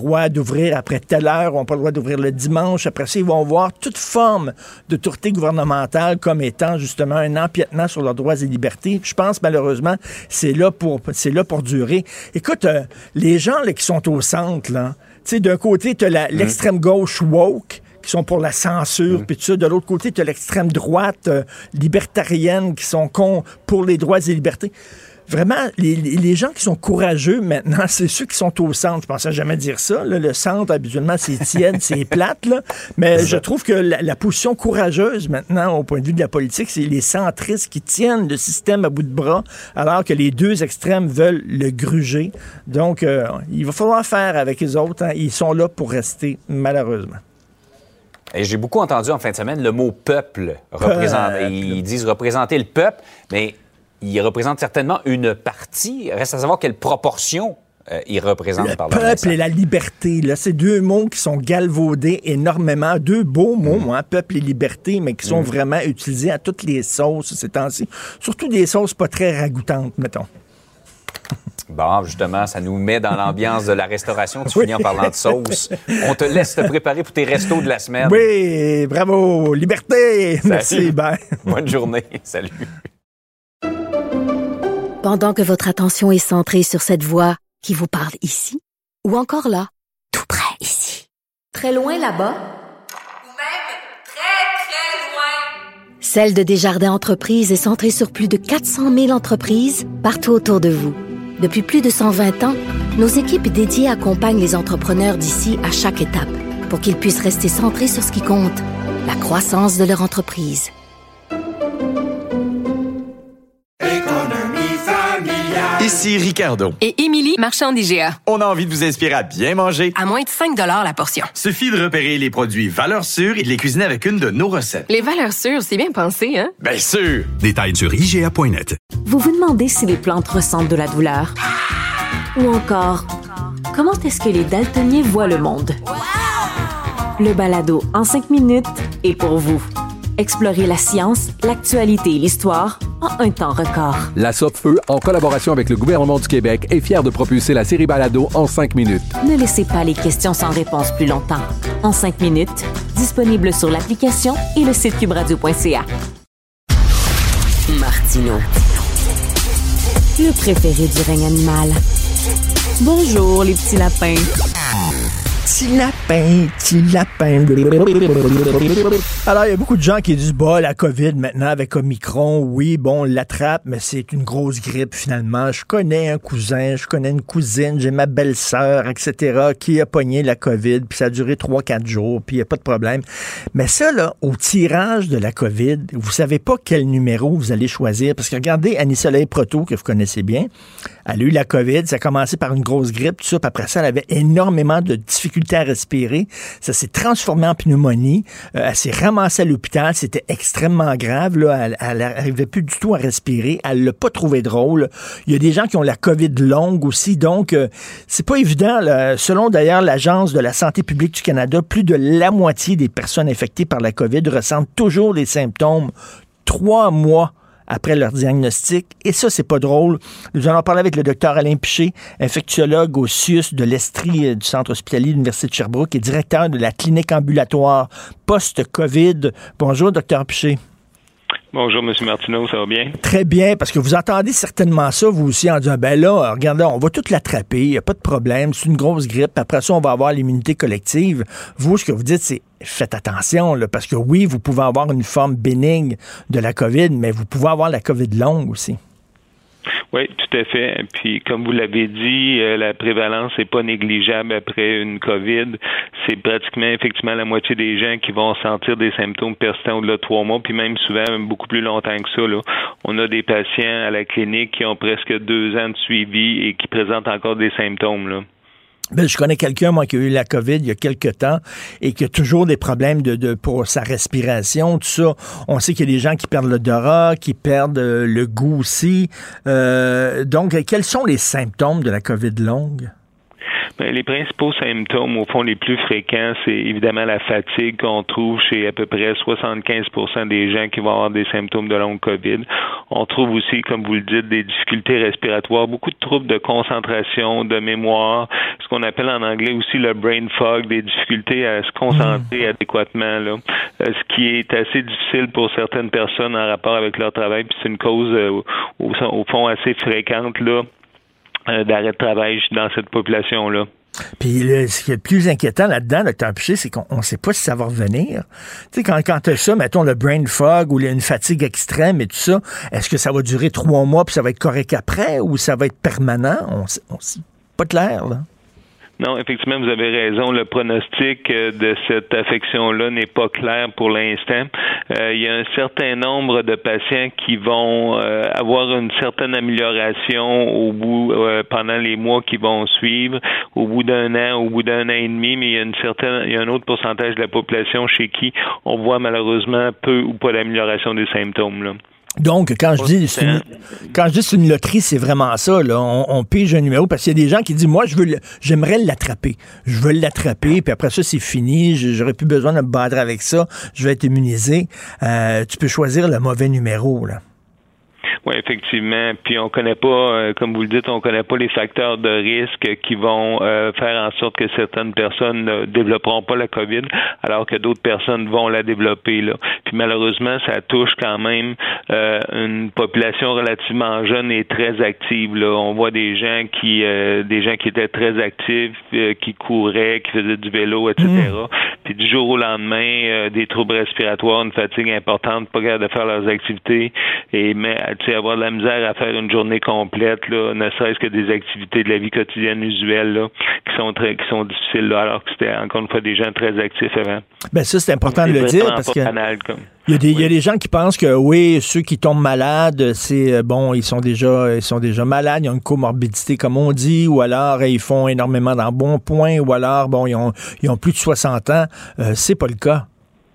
S5: d'ouvrir après telle heure, on n'a pas le droit d'ouvrir le dimanche. Après ça, ils vont voir toute forme d'autorité gouvernementale comme étant justement un empiètement sur leurs droits et libertés. Je pense, malheureusement, c'est là pour durer. Écoute, les gens là, qui sont au centre, là, tu sais, d'un côté, tu as l'extrême gauche woke, qui sont pour la censure, puis tout ça. De l'autre côté, tu as l'extrême droite libertarienne, qui sont pour les droits et libertés. Vraiment, les gens qui sont courageux maintenant, c'est ceux qui sont au centre. Je pensais jamais dire ça. Là. Le centre, habituellement, c'est tiède, c'est plate. Là. Mais je trouve que la position courageuse maintenant, au point de vue de la politique, c'est les centristes qui tiennent le système à bout de bras, alors que les deux extrêmes veulent le gruger. Donc, il va falloir faire avec les autres. Hein. Ils sont là pour rester, malheureusement.
S11: Et j'ai beaucoup entendu en fin de semaine le mot « peuple ». Ils disent représenter le peuple, mais il représente certainement une partie. Reste à savoir quelle proportion il représente par le
S5: peuple et la liberté. Là, c'est deux mots qui sont galvaudés énormément. Deux beaux mots, hein, peuple et liberté, mais qui sont vraiment utilisés à toutes les sauces ces temps-ci. Surtout des sauces pas très ragoûtantes, mettons.
S11: Bon, justement, ça nous met dans l'ambiance de la restauration. Tu finis en parlant de sauce. On te laisse te préparer pour tes restos de la semaine.
S5: Oui, bravo, liberté. Salut. Merci, bye.
S11: Bonne journée, salut.
S1: Pendant que votre attention est centrée sur cette voix qui vous parle ici, ou encore là, tout près ici, très loin là-bas,
S3: ou même très, très loin,
S1: Celle de Desjardins Entreprises est centrée sur plus de 400 000 entreprises partout autour de vous. Depuis plus de 120 ans, nos équipes dédiées accompagnent les entrepreneurs d'ici à chaque étape pour qu'ils puissent rester centrés sur ce qui compte, la croissance de leur entreprise.
S2: Ici Ricardo.
S3: Et Émilie, marchand d'IGA.
S2: On a envie de vous inspirer à bien manger.
S3: À moins de 5 $ la portion.
S2: Suffit de repérer les produits valeurs sûres et de les cuisiner avec une de nos recettes.
S3: Les valeurs sûres, c'est bien pensé, hein?
S2: Bien sûr!
S4: Détails sur IGA.net.
S9: Vous vous demandez si les plantes ressentent de la douleur? Ou encore, comment est-ce que les daltoniens voient le monde? Le balado en 5 minutes est pour vous. Explorez la science, l'actualité et l'histoire en un temps record.
S10: La Sopfeu, en collaboration avec le gouvernement du Québec, est fière de propulser la série Balado en 5 minutes.
S9: Ne laissez pas les questions sans réponse plus longtemps. En 5 minutes, disponible sur l'application et le site cubradio.ca.
S12: Martineau.
S9: Le préféré du règne animal. Bonjour, les petits lapins.
S5: Petit lapin. Alors, il y a beaucoup de gens qui disent, la COVID maintenant avec Omicron, oui, bon, on l'attrape, mais c'est une grosse grippe finalement. Je connais un cousin, je connais une cousine, j'ai ma belle-sœur, etc., qui a pogné la COVID, puis ça a duré 3-4 jours, puis il n'y a pas de problème. Mais ça, là, au tirage de la COVID, vous savez pas quel numéro vous allez choisir, parce que regardez Annie-Soleil Proto, que vous connaissez bien, elle a eu la COVID, ça a commencé par une grosse grippe, tout ça, puis après ça, elle avait énormément de difficultés à respirer. Ça s'est transformé en pneumonie. Elle s'est ramassée à l'hôpital. C'était extrêmement grave. Là. Elle n'arrivait plus du tout à respirer. Elle l'a pas trouvé drôle. Il y a des gens qui ont la COVID longue aussi. Donc, c'est pas évident. Là. Selon d'ailleurs l'Agence de la santé publique du Canada, plus de la moitié des personnes infectées par la COVID ressentent toujours les symptômes 3 mois après leur diagnostic. Et ça, c'est pas drôle. Nous allons parler avec le docteur Alain Piché, infectiologue au CIUS de l'Estrie du Centre hospitalier de l'Université de Sherbrooke et directeur de la clinique ambulatoire post-COVID. Bonjour, docteur Piché.
S13: Bonjour, M. Martineau, ça va bien?
S5: Très bien, parce que vous entendez certainement ça, vous aussi, en disant, là, regardez, on va tout l'attraper, il n'y a pas de problème, c'est une grosse grippe, après ça, on va avoir l'immunité collective. Vous, ce que vous dites, c'est, faites attention, là, parce que oui, vous pouvez avoir une forme bénigne de la COVID, mais vous pouvez avoir la COVID longue aussi.
S13: Oui, tout à fait. Puis, comme vous l'avez dit, la prévalence n'est pas négligeable après une COVID. C'est pratiquement, effectivement, la moitié des gens qui vont sentir des symptômes persistants au-delà de 3 mois, puis même souvent beaucoup plus longtemps que ça. Là. On a des patients à la clinique qui ont presque 2 ans de suivi et qui présentent encore des symptômes, là.
S5: Je connais quelqu'un, moi, qui a eu la COVID il y a quelques temps et qui a toujours des problèmes pour sa respiration, tout ça. On sait qu'il y a des gens qui perdent l'odorat, qui perdent le goût aussi. Donc, quels sont les symptômes de la COVID longue?
S13: Bien, les principaux symptômes, au fond, les plus fréquents, c'est évidemment la fatigue qu'on trouve chez à peu près 75% des gens qui vont avoir des symptômes de long COVID. On trouve aussi, comme vous le dites, des difficultés respiratoires, beaucoup de troubles de concentration, de mémoire, ce qu'on appelle en anglais aussi le brain fog, des difficultés à se concentrer adéquatement, là. Ce qui est assez difficile pour certaines personnes en rapport avec leur travail, puis c'est une cause au fond assez fréquente là d'arrêt de travail dans cette population-là.
S5: Puis ce qui est le plus inquiétant là-dedans, Dr. Piché, c'est qu'on ne sait pas si ça va revenir. Tu sais, quand tu as ça, mettons le brain fog ou une fatigue extrême et tout ça, est-ce que ça va durer 3 mois puis ça va être correct après ou ça va être permanent? On sait pas clair, là.
S13: Non, effectivement, vous avez raison. Le pronostic de cette affection-là n'est pas clair pour l'instant. Il y a un certain nombre de patients qui vont avoir une certaine amélioration au bout pendant les mois qui vont suivre, au bout d'un an, au bout d'un an et demi, mais il y a un autre pourcentage de la population chez qui on voit malheureusement peu ou pas d'amélioration des symptômes, là.
S5: Donc, quand je dis c'est une loterie, c'est vraiment ça, là. On pige un numéro parce qu'il y a des gens qui disent, moi, j'aimerais l'attraper. Je veux l'attraper, puis après ça, c'est fini. J'aurais plus besoin de me battre avec ça. Je vais être immunisé. Tu peux choisir le mauvais numéro, là.
S13: Oui, effectivement. Puis on connaît pas, comme vous le dites, on connaît pas les facteurs de risque qui vont faire en sorte que certaines personnes ne développeront pas la COVID, alors que d'autres personnes vont la développer, là. Puis malheureusement, ça touche quand même une population relativement jeune et très active, là. On voit des gens qui étaient très actifs, qui couraient, qui faisaient du vélo, etc. Puis du jour au lendemain, des troubles respiratoires, une fatigue importante, pas capable de faire leurs activités, avoir de la misère à faire une journée complète, là, ne serait-ce que des activités de la vie quotidienne usuelle, là, qui sont difficiles, là, alors que c'était encore une fois des gens très actifs avant.
S5: Ben ça, c'est important de le dire parce que il y a des gens qui pensent que oui, ceux qui tombent malades, c'est bon, ils sont déjà malades, ils ont une comorbidité comme on dit, ou alors ils font énormément d'embonpoint, ou alors bon, ils ont plus de 60 ans. C'est pas le cas.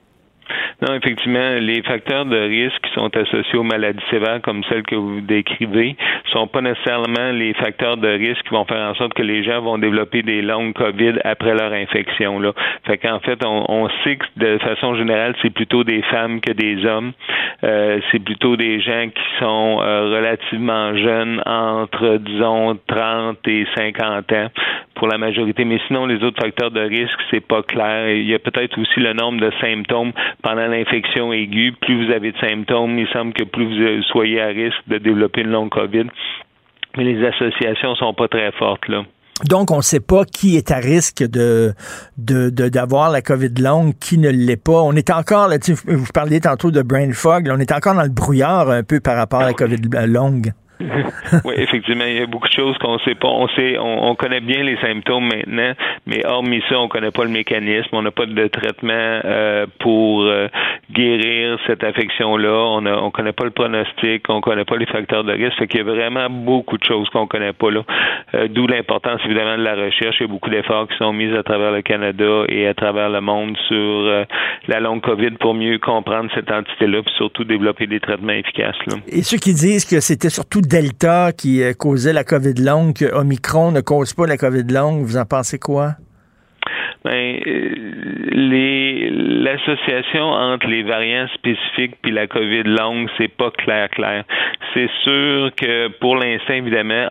S13: Non, effectivement, les facteurs de risque qui sont associés aux maladies sévères comme celles que vous décrivez sont pas nécessairement les facteurs de risque qui vont faire en sorte que les gens vont développer des longues COVID après leur infection, là. Fait qu'en fait, on sait que de façon générale, c'est plutôt des femmes que des hommes. C'est plutôt des gens qui sont relativement jeunes, entre, disons, 30 et 50 ans pour la majorité. Mais sinon, les autres facteurs de risque, c'est pas clair. Il y a peut-être aussi le nombre de symptômes pendant l'infection aiguë. Plus vous avez de symptômes, il semble que plus vous soyez à risque de développer une longue COVID. Mais les associations sont pas très fortes, là.
S5: Donc, on ne sait pas qui est à risque d'avoir la COVID longue, qui ne l'est pas. On est encore, là, vous parliez tantôt de brain fog, là, on est encore dans le brouillard un peu par rapport à la COVID longue.
S13: Oui, effectivement, il y a beaucoup de choses qu'on sait pas. On connaît bien les symptômes maintenant, mais hormis ça, on connaît pas le mécanisme. On n'a pas de traitement pour guérir cette affection-là. On connaît pas le pronostic, on connaît pas les facteurs de risque. Fait qu'il y a vraiment beaucoup de choses qu'on connaît pas là. D'où l'importance évidemment de la recherche. Il y a beaucoup d'efforts qui sont mis à travers le Canada et à travers le monde sur la longue COVID pour mieux comprendre cette entité-là, puis surtout développer des traitements efficaces, là.
S5: Et ceux qui disent que c'était surtout Delta qui causait la COVID longue, que Omicron ne cause pas la COVID longue, vous en pensez quoi?
S13: Ben, l'association entre les variants spécifiques puis la COVID longue, c'est pas clair. C'est sûr que pour l'instant, évidemment,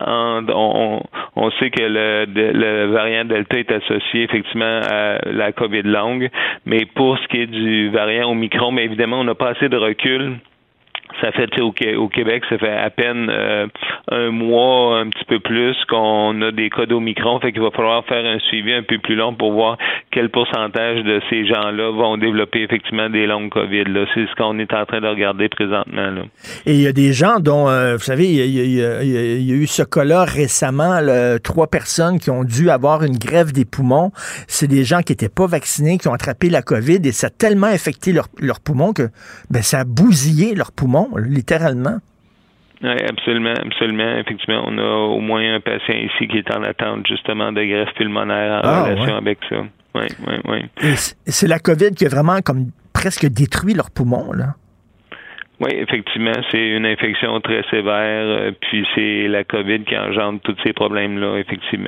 S13: on sait que le variant Delta est associé effectivement à la COVID longue, mais pour ce qui est du variant Omicron, bien évidemment, on n'a pas assez de recul. Ça fait, au Québec, ça fait à peine un mois, un petit peu plus, qu'on a des cas d'Omicron. Fait qu'il va falloir faire un suivi un peu plus long pour voir quel pourcentage de ces gens-là vont développer effectivement des longues COVID, là. C'est ce qu'on est en train de regarder présentement, là.
S5: Et il y a des gens dont, vous savez, il y a eu ce cas-là récemment, 3 personnes qui ont dû avoir une greffe des poumons. C'est des gens qui n'étaient pas vaccinés, qui ont attrapé la COVID et ça a tellement affecté leurs poumons que ça a bousillé leurs poumons, littéralement.
S13: Oui, absolument. Effectivement, on a au moins un patient ici qui est en attente justement de greffe pulmonaire en relation avec ça. Oui.
S5: Et c'est la COVID qui a vraiment comme presque détruit leurs poumons, là.
S13: Oui, effectivement, c'est une infection très sévère, puis c'est la COVID qui engendre tous ces problèmes-là, effectivement.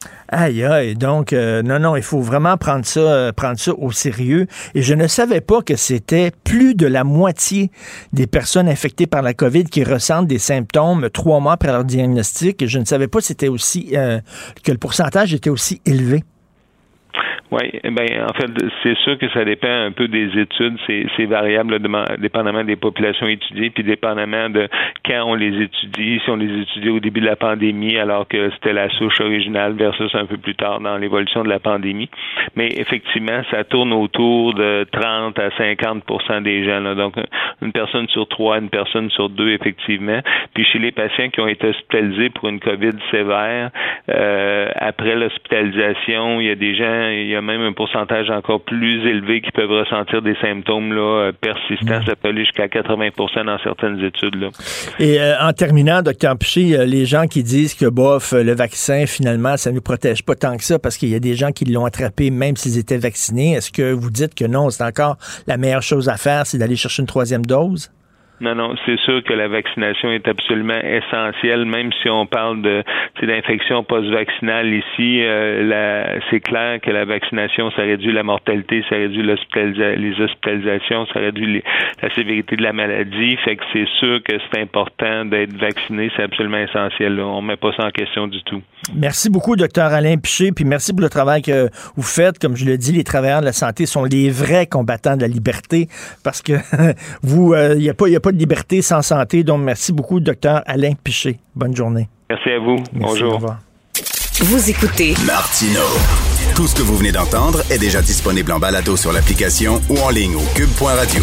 S5: Aïe, aïe. Donc, non, il faut vraiment prendre ça au sérieux. Et je ne savais pas que c'était plus de la moitié des personnes infectées par la COVID qui ressentent des symptômes 3 mois après leur diagnostic. Je ne savais pas que c'était aussi, que le pourcentage était aussi élevé.
S13: Oui, en fait, c'est sûr que ça dépend un peu des études. C'est variable dépendamment des populations étudiées, puis dépendamment de quand on les étudie. Si on les étudie au début de la pandémie, alors que c'était la souche originale, versus un peu plus tard dans l'évolution de la pandémie. Mais effectivement, ça tourne autour de 30 à 50% des gens. Là. Donc, une personne sur 3, une personne sur 2, effectivement. Puis chez les patients qui ont été hospitalisés pour une COVID sévère, après l'hospitalisation, il y a même un pourcentage encore plus élevé qui peuvent ressentir des symptômes là, persistants. Ça peut aller jusqu'à 80% dans certaines études. Là.
S5: Et en terminant, Dr. Piché, les gens qui disent que, bof, le vaccin, finalement, ça ne nous protège pas tant que ça parce qu'il y a des gens qui l'ont attrapé même s'ils étaient vaccinés. Est-ce que vous dites que non, c'est encore la meilleure chose à faire, c'est d'aller chercher une 3e dose?
S13: Non, c'est sûr que la vaccination est absolument essentielle, même si on parle d'infection post-vaccinale ici, c'est clair que la vaccination, ça réduit la mortalité, ça réduit les hospitalisations, ça réduit la sévérité de la maladie, fait que c'est sûr que c'est important d'être vacciné, c'est absolument essentiel, là. On met pas ça en question du tout. Merci
S5: beaucoup, Dr. Alain Piché, puis merci pour le travail que vous faites. Comme je le dis, les travailleurs de la santé sont les vrais combattants de la liberté, parce que vous, il n'y a pas de liberté sans santé. Donc, merci beaucoup, Dr. Alain Piché. Bonne journée.
S13: Merci à vous.
S5: Merci,
S13: bonjour.
S5: Au revoir.
S9: Vous écoutez
S4: Martino. Tout ce que vous venez d'entendre est déjà disponible en balado sur l'application ou en ligne au cube.radio.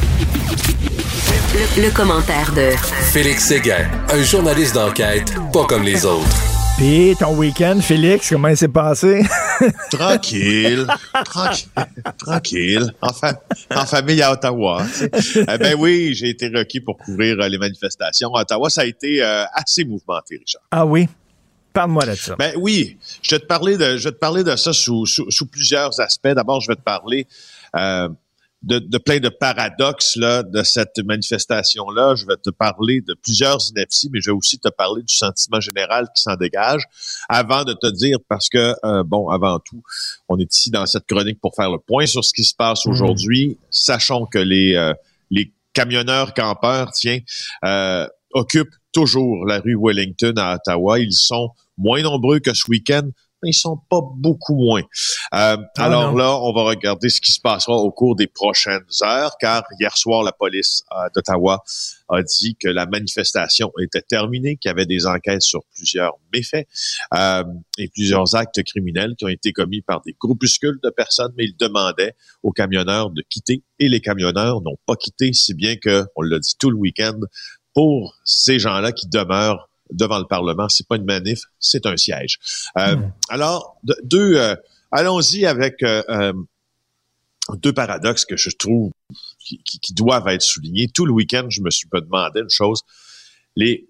S9: Le commentaire de
S12: Félix Séguin, un journaliste d'enquête pas comme les autres.
S5: Puis, ton week-end, Félix, comment il s'est passé?
S14: Tranquille. En famille à Ottawa. Ben oui, j'ai été requis pour couvrir les manifestations à Ottawa. Ça a été assez mouvementé, Richard.
S5: Ah oui? Parle-moi de ça.
S14: Ben oui, je vais te parler de ça sous plusieurs aspects. D'abord, je vais te parler de plein de paradoxes là, de cette manifestation-là. Je vais te parler de plusieurs inepties, mais je vais aussi te parler du sentiment général qui s'en dégage. Avant de te dire, parce que, avant tout, on est ici dans cette chronique pour faire le point sur ce qui se passe aujourd'hui. Sachons que les camionneurs campeurs, occupent toujours la rue Wellington à Ottawa. Ils sont moins nombreux que ce week-end, mais ils sont pas beaucoup moins. Alors là, on va regarder ce qui se passera au cours des prochaines heures, car hier soir, la police d'Ottawa a dit que la manifestation était terminée, qu'il y avait des enquêtes sur plusieurs méfaits et plusieurs actes criminels qui ont été commis par des groupuscules de personnes, mais ils demandaient aux camionneurs de quitter, et les camionneurs n'ont pas quitté, si bien que, on l'a dit tout le week-end, pour ces gens-là qui demeurent devant le Parlement, c'est pas une manif, c'est un siège. Alors, allons-y avec deux paradoxes que je trouve qui doivent être soulignés. Tout le week-end, je me suis pas demandé une chose. Les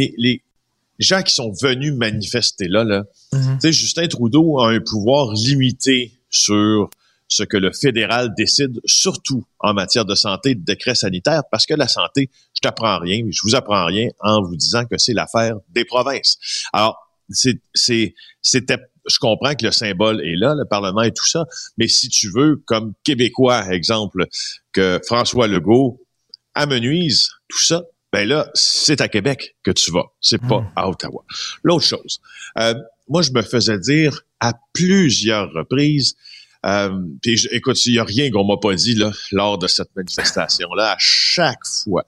S14: gens qui sont venus manifester là, tu sais, Justin Trudeau a un pouvoir limité sur ce que le fédéral décide, surtout en matière de santé, de décret sanitaire, parce que la santé, je t'apprends rien, mais je vous apprends rien en vous disant que c'est l'affaire des provinces. Alors, je comprends que le symbole est là, le Parlement et tout ça, mais si tu veux, comme Québécois, exemple, que François Legault amenuise tout ça, ben là, c'est à Québec que tu vas, c'est pas à Ottawa. L'autre chose, moi, je me faisais dire à plusieurs reprises, puis écoute, il y a rien qu'on m'a pas dit là lors de cette manifestation-là. À chaque fois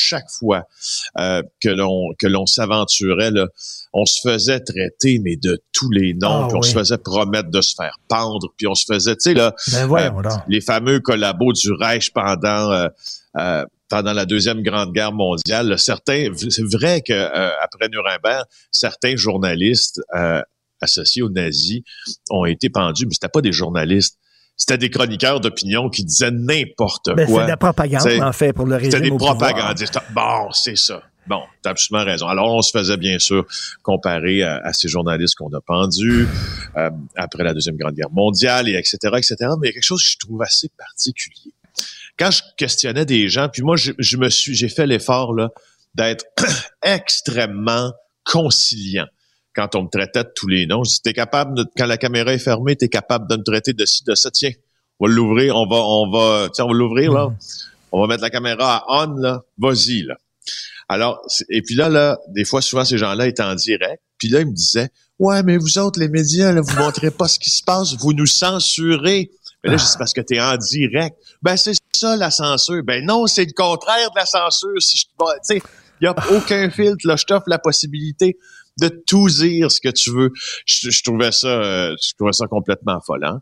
S14: que l'on s'aventurait là, on se faisait traiter mais de tous les noms, puis on se faisait promettre de se faire pendre, puis on se faisait, tu sais là, les fameux collabos du Reich pendant la Deuxième Grande Guerre mondiale. Là, c'est vrai que après Nuremberg, certains journalistes associés aux nazis ont été pendus, mais c'était pas des journalistes. C'était des chroniqueurs d'opinion qui disaient n'importe quoi.
S5: C'est de la propagande, en fait, pour le régime.
S14: C'était des propagandistes. Bon, c'est ça. Bon, t'as absolument raison. Alors, on se faisait bien sûr comparer à ces journalistes qu'on a pendus après la Deuxième Grande Guerre mondiale, et etc., etc. Mais il y a quelque chose que je trouve assez particulier. Quand je questionnais des gens, puis moi, j'ai fait l'effort là d'être extrêmement conciliant quand on me traitait de tous les noms. Je dis, quand la caméra est fermée, t'es capable de me traiter de ci, de ça. Tiens, on va l'ouvrir, on va l'ouvrir, là. On va mettre la caméra à on, là. Vas-y, là. Alors, et puis là, des fois, souvent, ces gens-là étaient en direct. Puis là, ils me disaient, ouais, mais vous autres, les médias, là, vous montrez pas ce qui se passe, vous nous censurez. Mais là, c'est parce que t'es en direct. Ben, c'est ça, la censure. Ben non, c'est le contraire de la censure. Si tu sais, il y a aucun filtre, là. Je t'offre la possibilité de tout dire ce que tu veux. Je trouvais ça complètement affolant.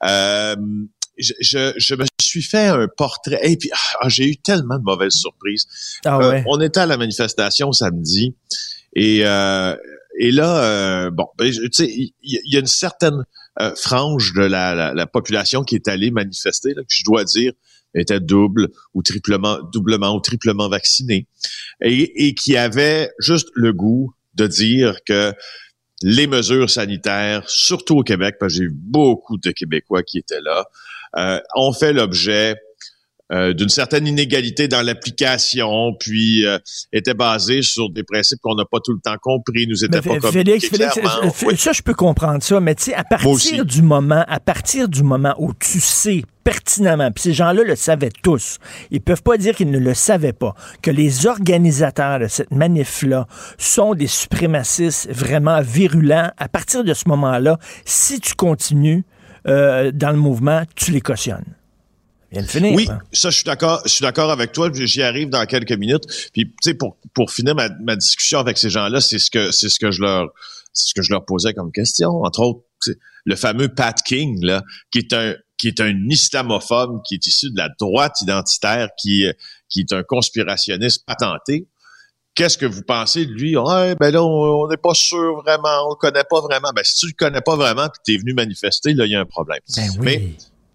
S14: Je me suis fait un portrait. Et puis, j'ai eu tellement de mauvaises surprises. On était à la manifestation samedi. Et là, tu sais, il y a une certaine frange de la population qui est allée manifester, là, que je dois dire, était doublement ou triplement vaccinée. Et qui avait juste le goût de dire que les mesures sanitaires, surtout au Québec, parce que j'ai eu beaucoup de Québécois qui étaient là, ont fait l'objet d'une certaine inégalité dans l'application, puis étaient basés sur des principes qu'on n'a pas tout le temps compris, nous étaient pas communiqués clairement.
S5: Félix, ça, je peux comprendre ça, mais tu sais, à partir du moment où tu sais pertinemment, puis ces gens-là le savaient tous, ils peuvent pas dire qu'ils ne le savaient pas, que les organisateurs de cette manif-là sont des suprémacistes vraiment virulents. À partir de ce moment-là, si tu continues dans le mouvement, tu les cautionnes.
S14: Oui, ça, je suis d'accord avec toi. J'y arrive dans quelques minutes. Puis, tu sais, pour finir ma discussion avec ces gens-là, c'est ce que je leur posais comme question. Entre autres, le fameux Pat King, là, qui est un islamophobe, qui est issu de la droite identitaire, qui est un conspirationniste patenté. Qu'est-ce que vous pensez de lui? Ben là, on n'est pas sûr vraiment, on le connaît pas vraiment. Ben, si tu le connais pas vraiment puis t'es venu manifester, là, il y a un problème.
S5: Ben oui.
S14: Mais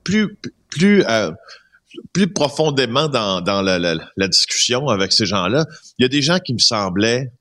S14: plus profondément dans la discussion avec ces gens-là, il y a des gens qui me semblaient,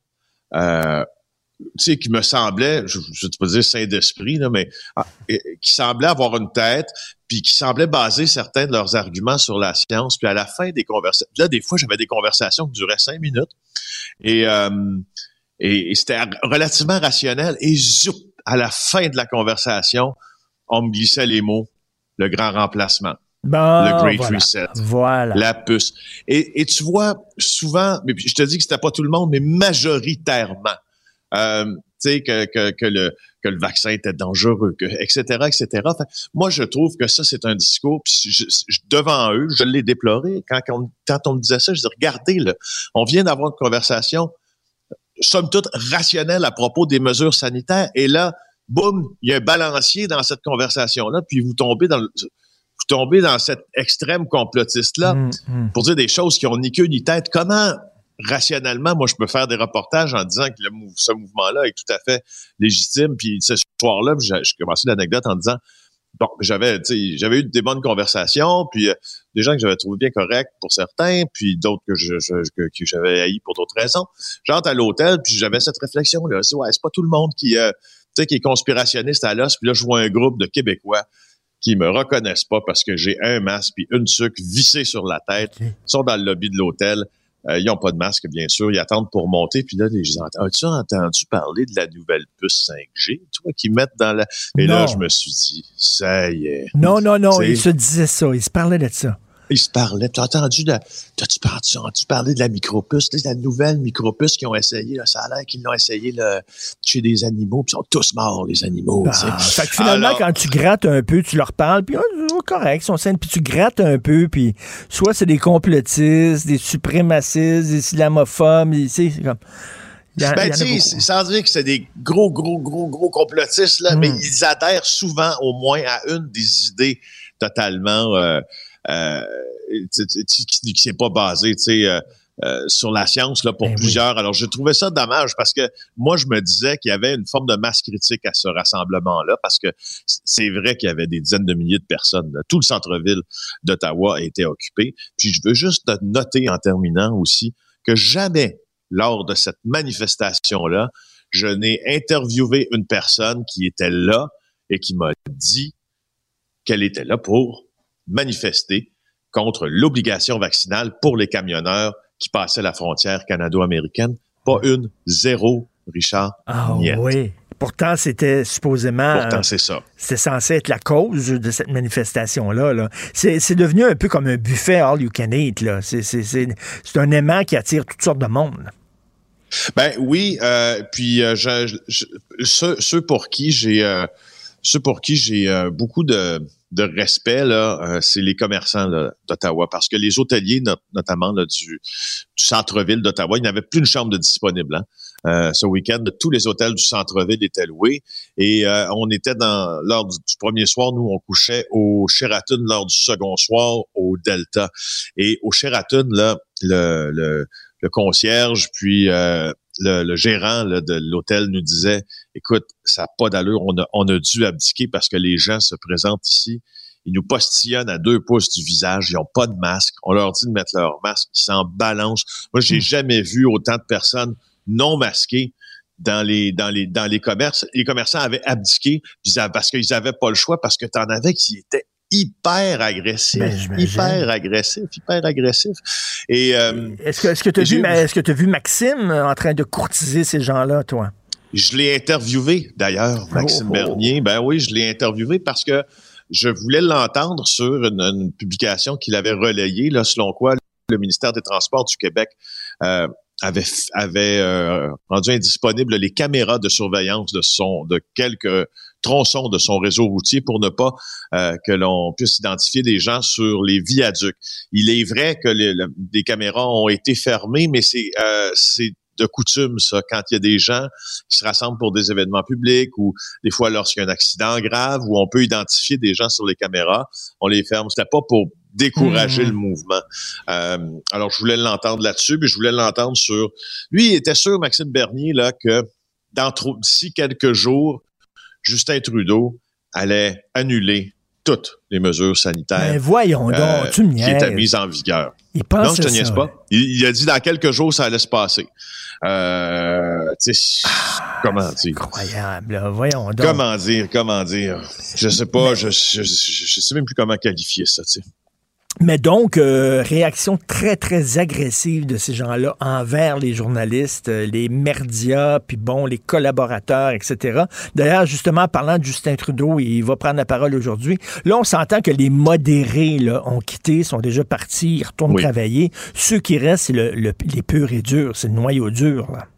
S14: je ne peux pas dire saint d'esprit, là, mais qui semblaient avoir une tête, puis qui semblaient baser certains de leurs arguments sur la science. Puis à la fin des conversations, là, des fois, j'avais des conversations qui duraient 5 minutes, et c'était relativement rationnel. Et à la fin de la conversation, on me glissait les mots « le grand remplacement ». Le Great Reset.
S5: Voilà.
S14: La puce. Et tu vois, souvent, mais je te dis que c'était pas tout le monde, mais majoritairement, tu sais, que le vaccin était dangereux, etc., etc. Enfin, moi, je trouve que ça, c'est un discours, puis devant eux, je l'ai déploré. Quand on me disait ça, je dis, regardez, là, on vient d'avoir une conversation, somme toute, rationnelle à propos des mesures sanitaires, et là, boum, il y a un balancier dans cette conversation-là, puis vous tombez dans cet extrême complotiste-là pour dire des choses qui ont ni queue ni tête. Comment, rationnellement, moi, je peux faire des reportages en disant que ce mouvement-là est tout à fait légitime. Puis ce soir-là, j'ai commencé l'anecdote en disant, bon, j'avais eu des bonnes conversations, puis des gens que j'avais trouvé bien corrects pour certains, puis d'autres que j'avais haïs pour d'autres raisons. J'entre à l'hôtel, puis j'avais cette réflexion-là. C'est pas tout le monde qui est conspirationniste à l'os. Puis là, je vois un groupe de Québécois qui me reconnaissent pas parce que j'ai un masque puis une sucre vissée sur la tête. Ils sont dans le lobby de l'hôtel. Ils n'ont pas de masque, bien sûr. Ils attendent pour monter. Puis là, as-tu entendu parler de la nouvelle puce 5G, toi, qu'ils mettent dans la... Et là, je me suis dit, ça y est.
S5: Non, ils se disaient ça. Ils se parlaient de ça.
S14: Ils se parlaient. T'as-tu parlé de la micropuce, de la nouvelle micropuce qu'ils ont essayé, là, ça a l'air qu'ils l'ont essayé là, chez des animaux, puis ils sont tous morts, les animaux.
S5: Fait que finalement, quand tu grattes un peu, tu leur parles, puis correct, ils sont sains, puis tu grattes un peu, puis soit c'est des complotistes, des suprémacistes, des islamophobes, c'est comme...
S14: sans dire que c'est des gros complotistes, là, mais ils adhèrent souvent, au moins, à une des idées totalement... qui s'est pas basé, sur la science là pour plusieurs. Alors, je trouvais ça dommage parce que moi, je me disais qu'il y avait une forme de masse critique à ce rassemblement-là parce que c'est vrai qu'il y avait des dizaines de milliers de personnes. Là. Tout le centre-ville d'Ottawa a été occupé. Puis, je veux juste noter en terminant aussi que jamais, lors de cette manifestation-là, je n'ai interviewé une personne qui était là et qui m'a dit qu'elle était là pour manifester contre l'obligation vaccinale pour les camionneurs qui passaient la frontière canado-américaine. Pas une, zéro, Richard.
S5: Oui. Pourtant, c'était supposément...
S14: Pourtant, c'est ça.
S5: C'était censé être la cause de cette manifestation-là. Là. C'est devenu un peu comme un buffet all you can eat. Là. C'est un aimant qui attire toutes sortes de monde.
S14: Ben oui, puis ceux pour qui j'ai beaucoup de respect là, c'est les commerçants là, d'Ottawa, parce que les hôteliers notamment là, du centre-ville d'Ottawa, il n'y avait plus une chambre de disponible. Ce week-end, tous les hôtels du centre-ville étaient loués et on était lors du premier soir, nous on couchait au Sheraton, lors du second soir au Delta. Et au Sheraton là, le concierge, puis le gérant là, de l'hôtel nous disait, écoute, ça n'a pas d'allure, on a dû abdiquer parce que les gens se présentent ici, ils nous postillonnent à 2 pouces du visage, ils n'ont pas de masque, on leur dit de mettre leur masque, ils s'en balancent. Moi, j'ai jamais vu autant de personnes non masquées dans les commerces. Les commerçants avaient abdiqué parce qu'ils n'avaient pas le choix, parce que tu en avais qui étaient hyper agressif. Et
S5: est-ce que tu as vu Maxime en train de courtiser ces gens-là, toi?
S14: Je l'ai interviewé d'ailleurs, Maxime Bernier. Ben oui, je l'ai interviewé parce que je voulais l'entendre sur une publication qu'il avait relayée, là, selon quoi le ministère des Transports du Québec avait rendu indisponible les caméras de surveillance de quelques tronçons de son réseau routier pour ne pas que l'on puisse identifier des gens sur les viaducs. Il est vrai que les caméras ont été fermées, mais c'est de coutume, ça, quand il y a des gens qui se rassemblent pour des événements publics ou des fois lorsqu'il y a un accident grave où on peut identifier des gens sur les caméras, on les ferme. C'était pas pour décourager le mouvement. Alors, je voulais l'entendre là-dessus, puis je voulais l'entendre sur... Lui, il était sûr, Maxime Bernier, là, que d'ici quelques jours, Justin Trudeau allait annuler toutes les mesures sanitaires.
S5: Mais voyons donc, tu me niaises.
S14: Qui étaient mises en vigueur.
S5: Il pense
S14: non, je te niaise pas. Il a dit dans quelques jours, ça allait se passer. Comment dire?
S5: Incroyable, là. Voyons donc.
S14: Comment dire? Je sais pas, je sais même plus comment qualifier ça, tu sais.
S5: Mais donc, réaction très, très agressive de ces gens-là envers les journalistes, les médias, puis bon, les collaborateurs, etc. D'ailleurs, justement, parlant de Justin Trudeau, il va prendre la parole aujourd'hui. Là, on s'entend que les modérés là, ont quitté, sont déjà partis, ils retournent travailler. Ceux qui restent, c'est les purs et durs, c'est le noyau dur, là.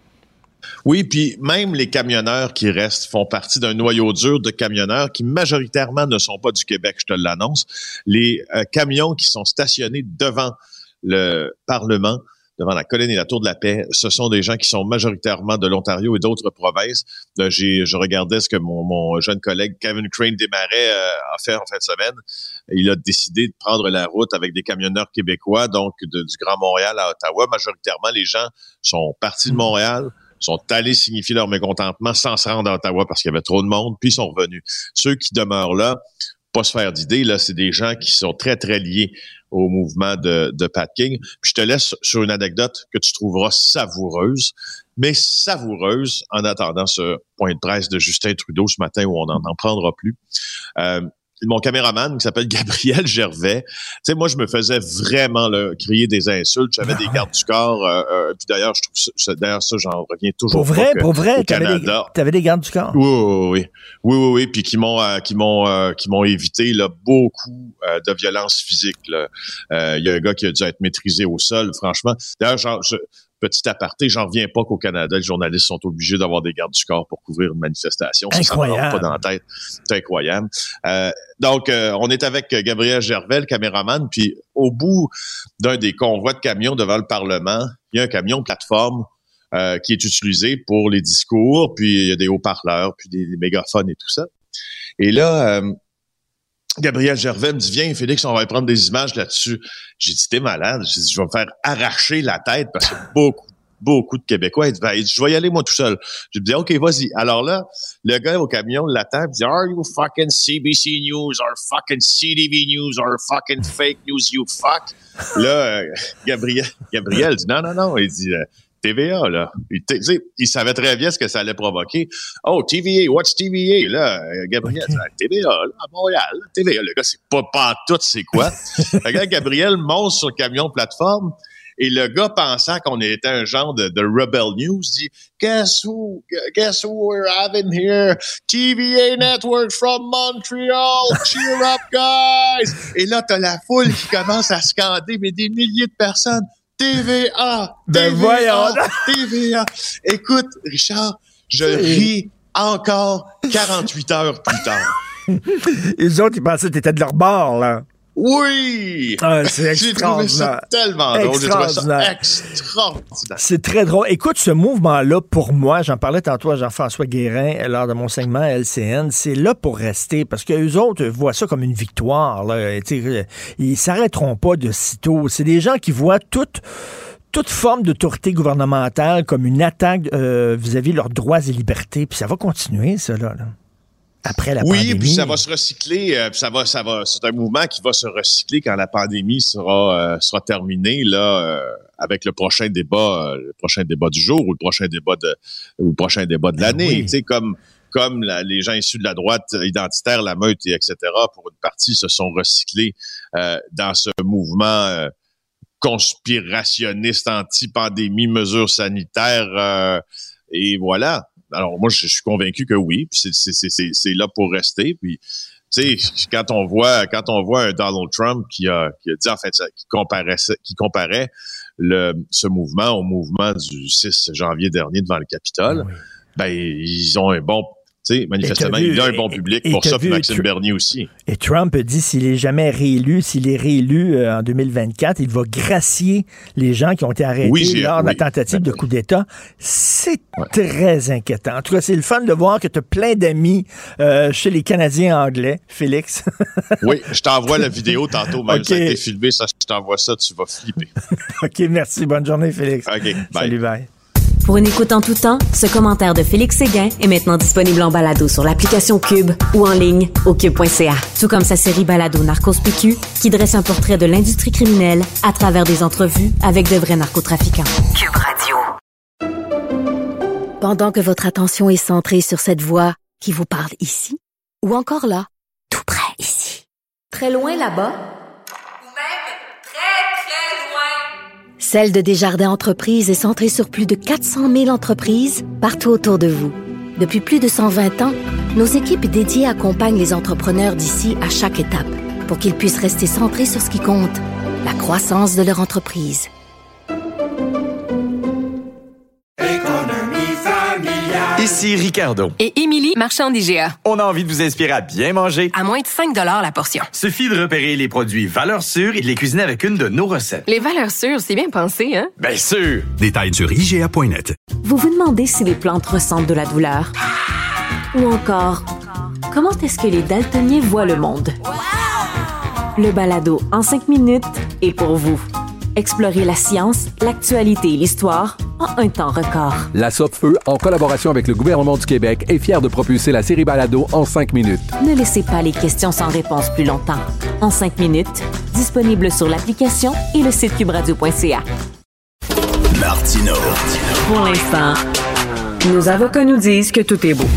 S14: Oui, puis même les camionneurs qui restent font partie d'un noyau dur de camionneurs qui majoritairement ne sont pas du Québec, je te l'annonce. Les camions qui sont stationnés devant le Parlement, devant la colline et la Tour de la Paix, ce sont des gens qui sont majoritairement de l'Ontario et d'autres provinces. Je regardais ce que mon jeune collègue Kevin Crane Desmarais a fait en fin de semaine. Il a décidé de prendre la route avec des camionneurs québécois, donc du Grand Montréal à Ottawa. Majoritairement, les gens sont partis de Montréal, sont allés signifier leur mécontentement sans se rendre à Ottawa parce qu'il y avait trop de monde, puis ils sont revenus. Ceux qui demeurent là, pas se faire d'idée, là, c'est des gens qui sont très, très liés au mouvement de Pat King. Puis je te laisse sur une anecdote que tu trouveras savoureuse, mais savoureuse en attendant ce point de presse de Justin Trudeau ce matin où on n'en prendra plus. Mon caméraman qui s'appelle Gabriel Gervais, tu sais, moi, je me faisais vraiment crier des insultes. J'avais des gardes du corps. Puis d'ailleurs, je trouve ça, j'en reviens toujours.
S5: Pour vrai,
S14: t'avais
S5: des gardes du corps.
S14: Oui. Puis qui m'ont évité là, beaucoup de violence physique. Il y a un gars qui a dû être maîtrisé au sol, franchement. D'ailleurs, petit aparté, j'en reviens pas qu'au Canada, les journalistes sont obligés d'avoir des gardes du corps pour couvrir une manifestation. Ça me rentre pas dans la tête. C'est incroyable. Donc, on est avec Gabriel Gervais, le caméraman, puis au bout d'un des convois de camions devant le Parlement, il y a un camion plateforme qui est utilisé pour les discours, puis il y a des haut-parleurs, puis des mégaphones et tout ça. Et là... Gabriel Gervais me dit, viens, Félix, on va prendre des images là-dessus. J'ai dit, t'es malade. J'ai dit, je vais me faire arracher la tête parce que beaucoup de Québécois, il dit, je vais y aller moi tout seul. J'ai dit, OK, vas-y. Alors là, le gars au camion l'attend, il dit, are you fucking CBC News or fucking CTV News or fucking fake news, you fuck? Là, Gabriel dit, non. Il dit, TVA, là. Il savait très bien ce que ça allait provoquer. Oh, TVA, what's TVA? Là, Gabriel, TVA, là, à Montréal, TVA. Le gars, c'est pas tout, c'est quoi? Le gars, Gabriel monte sur le camion plateforme Et le gars, pensant qu'on était un genre de Rebel News, dit « Guess who we're having here? TVA Network from Montreal! Cheer up, guys! » Et là, t'as la foule qui commence à scander, mais des milliers de personnes. TVA!
S5: Ben
S14: TVA!
S5: voyons!
S14: TVA! Écoute, Richard, je ris encore 48 heures plus tard.
S5: Les autres, ils pensaient que t'étais de leur bord, là.
S14: Oui!
S5: Ah, c'est
S14: J'ai trouvé ça tellement drôle. J'ai trouvé ça extraordinaire.
S5: C'est très drôle. Écoute, ce mouvement-là, pour moi, j'en parlais tantôt à Jean-François Guérin lors de mon segment à LCN, c'est là pour rester, parce que eux autres voient ça comme une victoire. Là. Ils s'arrêteront pas de sitôt. C'est des gens qui voient toute forme d'autorité gouvernementale comme une attaque vis-à-vis de leurs droits et libertés. Puis ça va continuer, ça, là. Après la pandémie.
S14: Oui, puis ça va se recycler. C'est un mouvement qui va se recycler quand la pandémie sera terminée là, avec le prochain débat du jour ou le prochain débat de l'année.
S5: Oui.
S14: Tu sais, comme les gens issus de la droite identitaire, la meute, et etc. Pour une partie, se sont recyclés dans ce mouvement conspirationniste anti-pandémie, mesures sanitaires, et voilà. Alors moi, je suis convaincu que oui, puis c'est là pour rester. Puis tu sais, quand on voit un Donald Trump qui a dit en fait qui comparait ce mouvement au mouvement du 6 janvier dernier devant le Capitole, ben ils ont un bon, tu sais, manifestement, il y a un bon public pour ça, puis Maxime Bernier aussi.
S5: Et Trump a dit s'il est réélu en 2024, il va gracier les gens qui ont été arrêtés lors de la tentative de coup d'État. C'est très inquiétant. En tout cas, c'est le fun de voir que tu as plein d'amis chez les Canadiens anglais, Félix.
S14: Oui, je t'envoie la vidéo tantôt, même ça a été filmé, ça, je t'envoie ça, tu vas flipper.
S5: OK, merci. Bonne journée, Félix.
S14: OK, bye.
S5: Salut, bye.
S9: Pour une écoute en tout temps, ce commentaire de Félix Séguin est maintenant disponible en balado sur l'application Cube ou en ligne au cube.ca. Tout comme sa série balado Narcos PQ, qui dresse un portrait de l'industrie criminelle à travers des entrevues avec de vrais narcotrafiquants.
S1: Cube Radio. Pendant que votre attention est centrée sur cette voix qui vous parle ici, ou encore là, tout près ici, très loin là-bas, Celle de Desjardins Entreprises est centrée sur plus de 400 000 entreprises partout autour de vous. Depuis plus de 120 ans, nos équipes dédiées accompagnent les entrepreneurs d'ici à chaque étape pour qu'ils puissent rester centrés sur ce qui compte, la croissance de leur entreprise.
S2: Ici Ricardo.
S3: Et Émilie, marchand d'IGA.
S2: On a envie de vous inspirer à bien manger.
S3: À moins de 5 $ la portion.
S2: Suffit de repérer les produits valeurs sûres et de les cuisiner avec une de nos recettes.
S3: Les valeurs sûres, c'est bien pensé, hein?
S2: Bien sûr!
S4: Détails sur IGA.net.
S9: Vous vous demandez si les plantes ressentent de la douleur? Ou encore, comment est-ce que les daltoniens voient le monde? Le balado en 5 minutes est pour vous. Explorez la science, l'actualité et l'histoire en un temps record.
S10: La Sopfeu, en collaboration avec le gouvernement du Québec, est fière de propulser la série Balado en 5 minutes.
S9: Ne laissez pas les questions sans réponse plus longtemps. En 5 minutes, disponible sur l'application et le site cubradio.ca.
S4: Martino.
S9: Pour l'instant, nos avocats nous disent que tout est beau.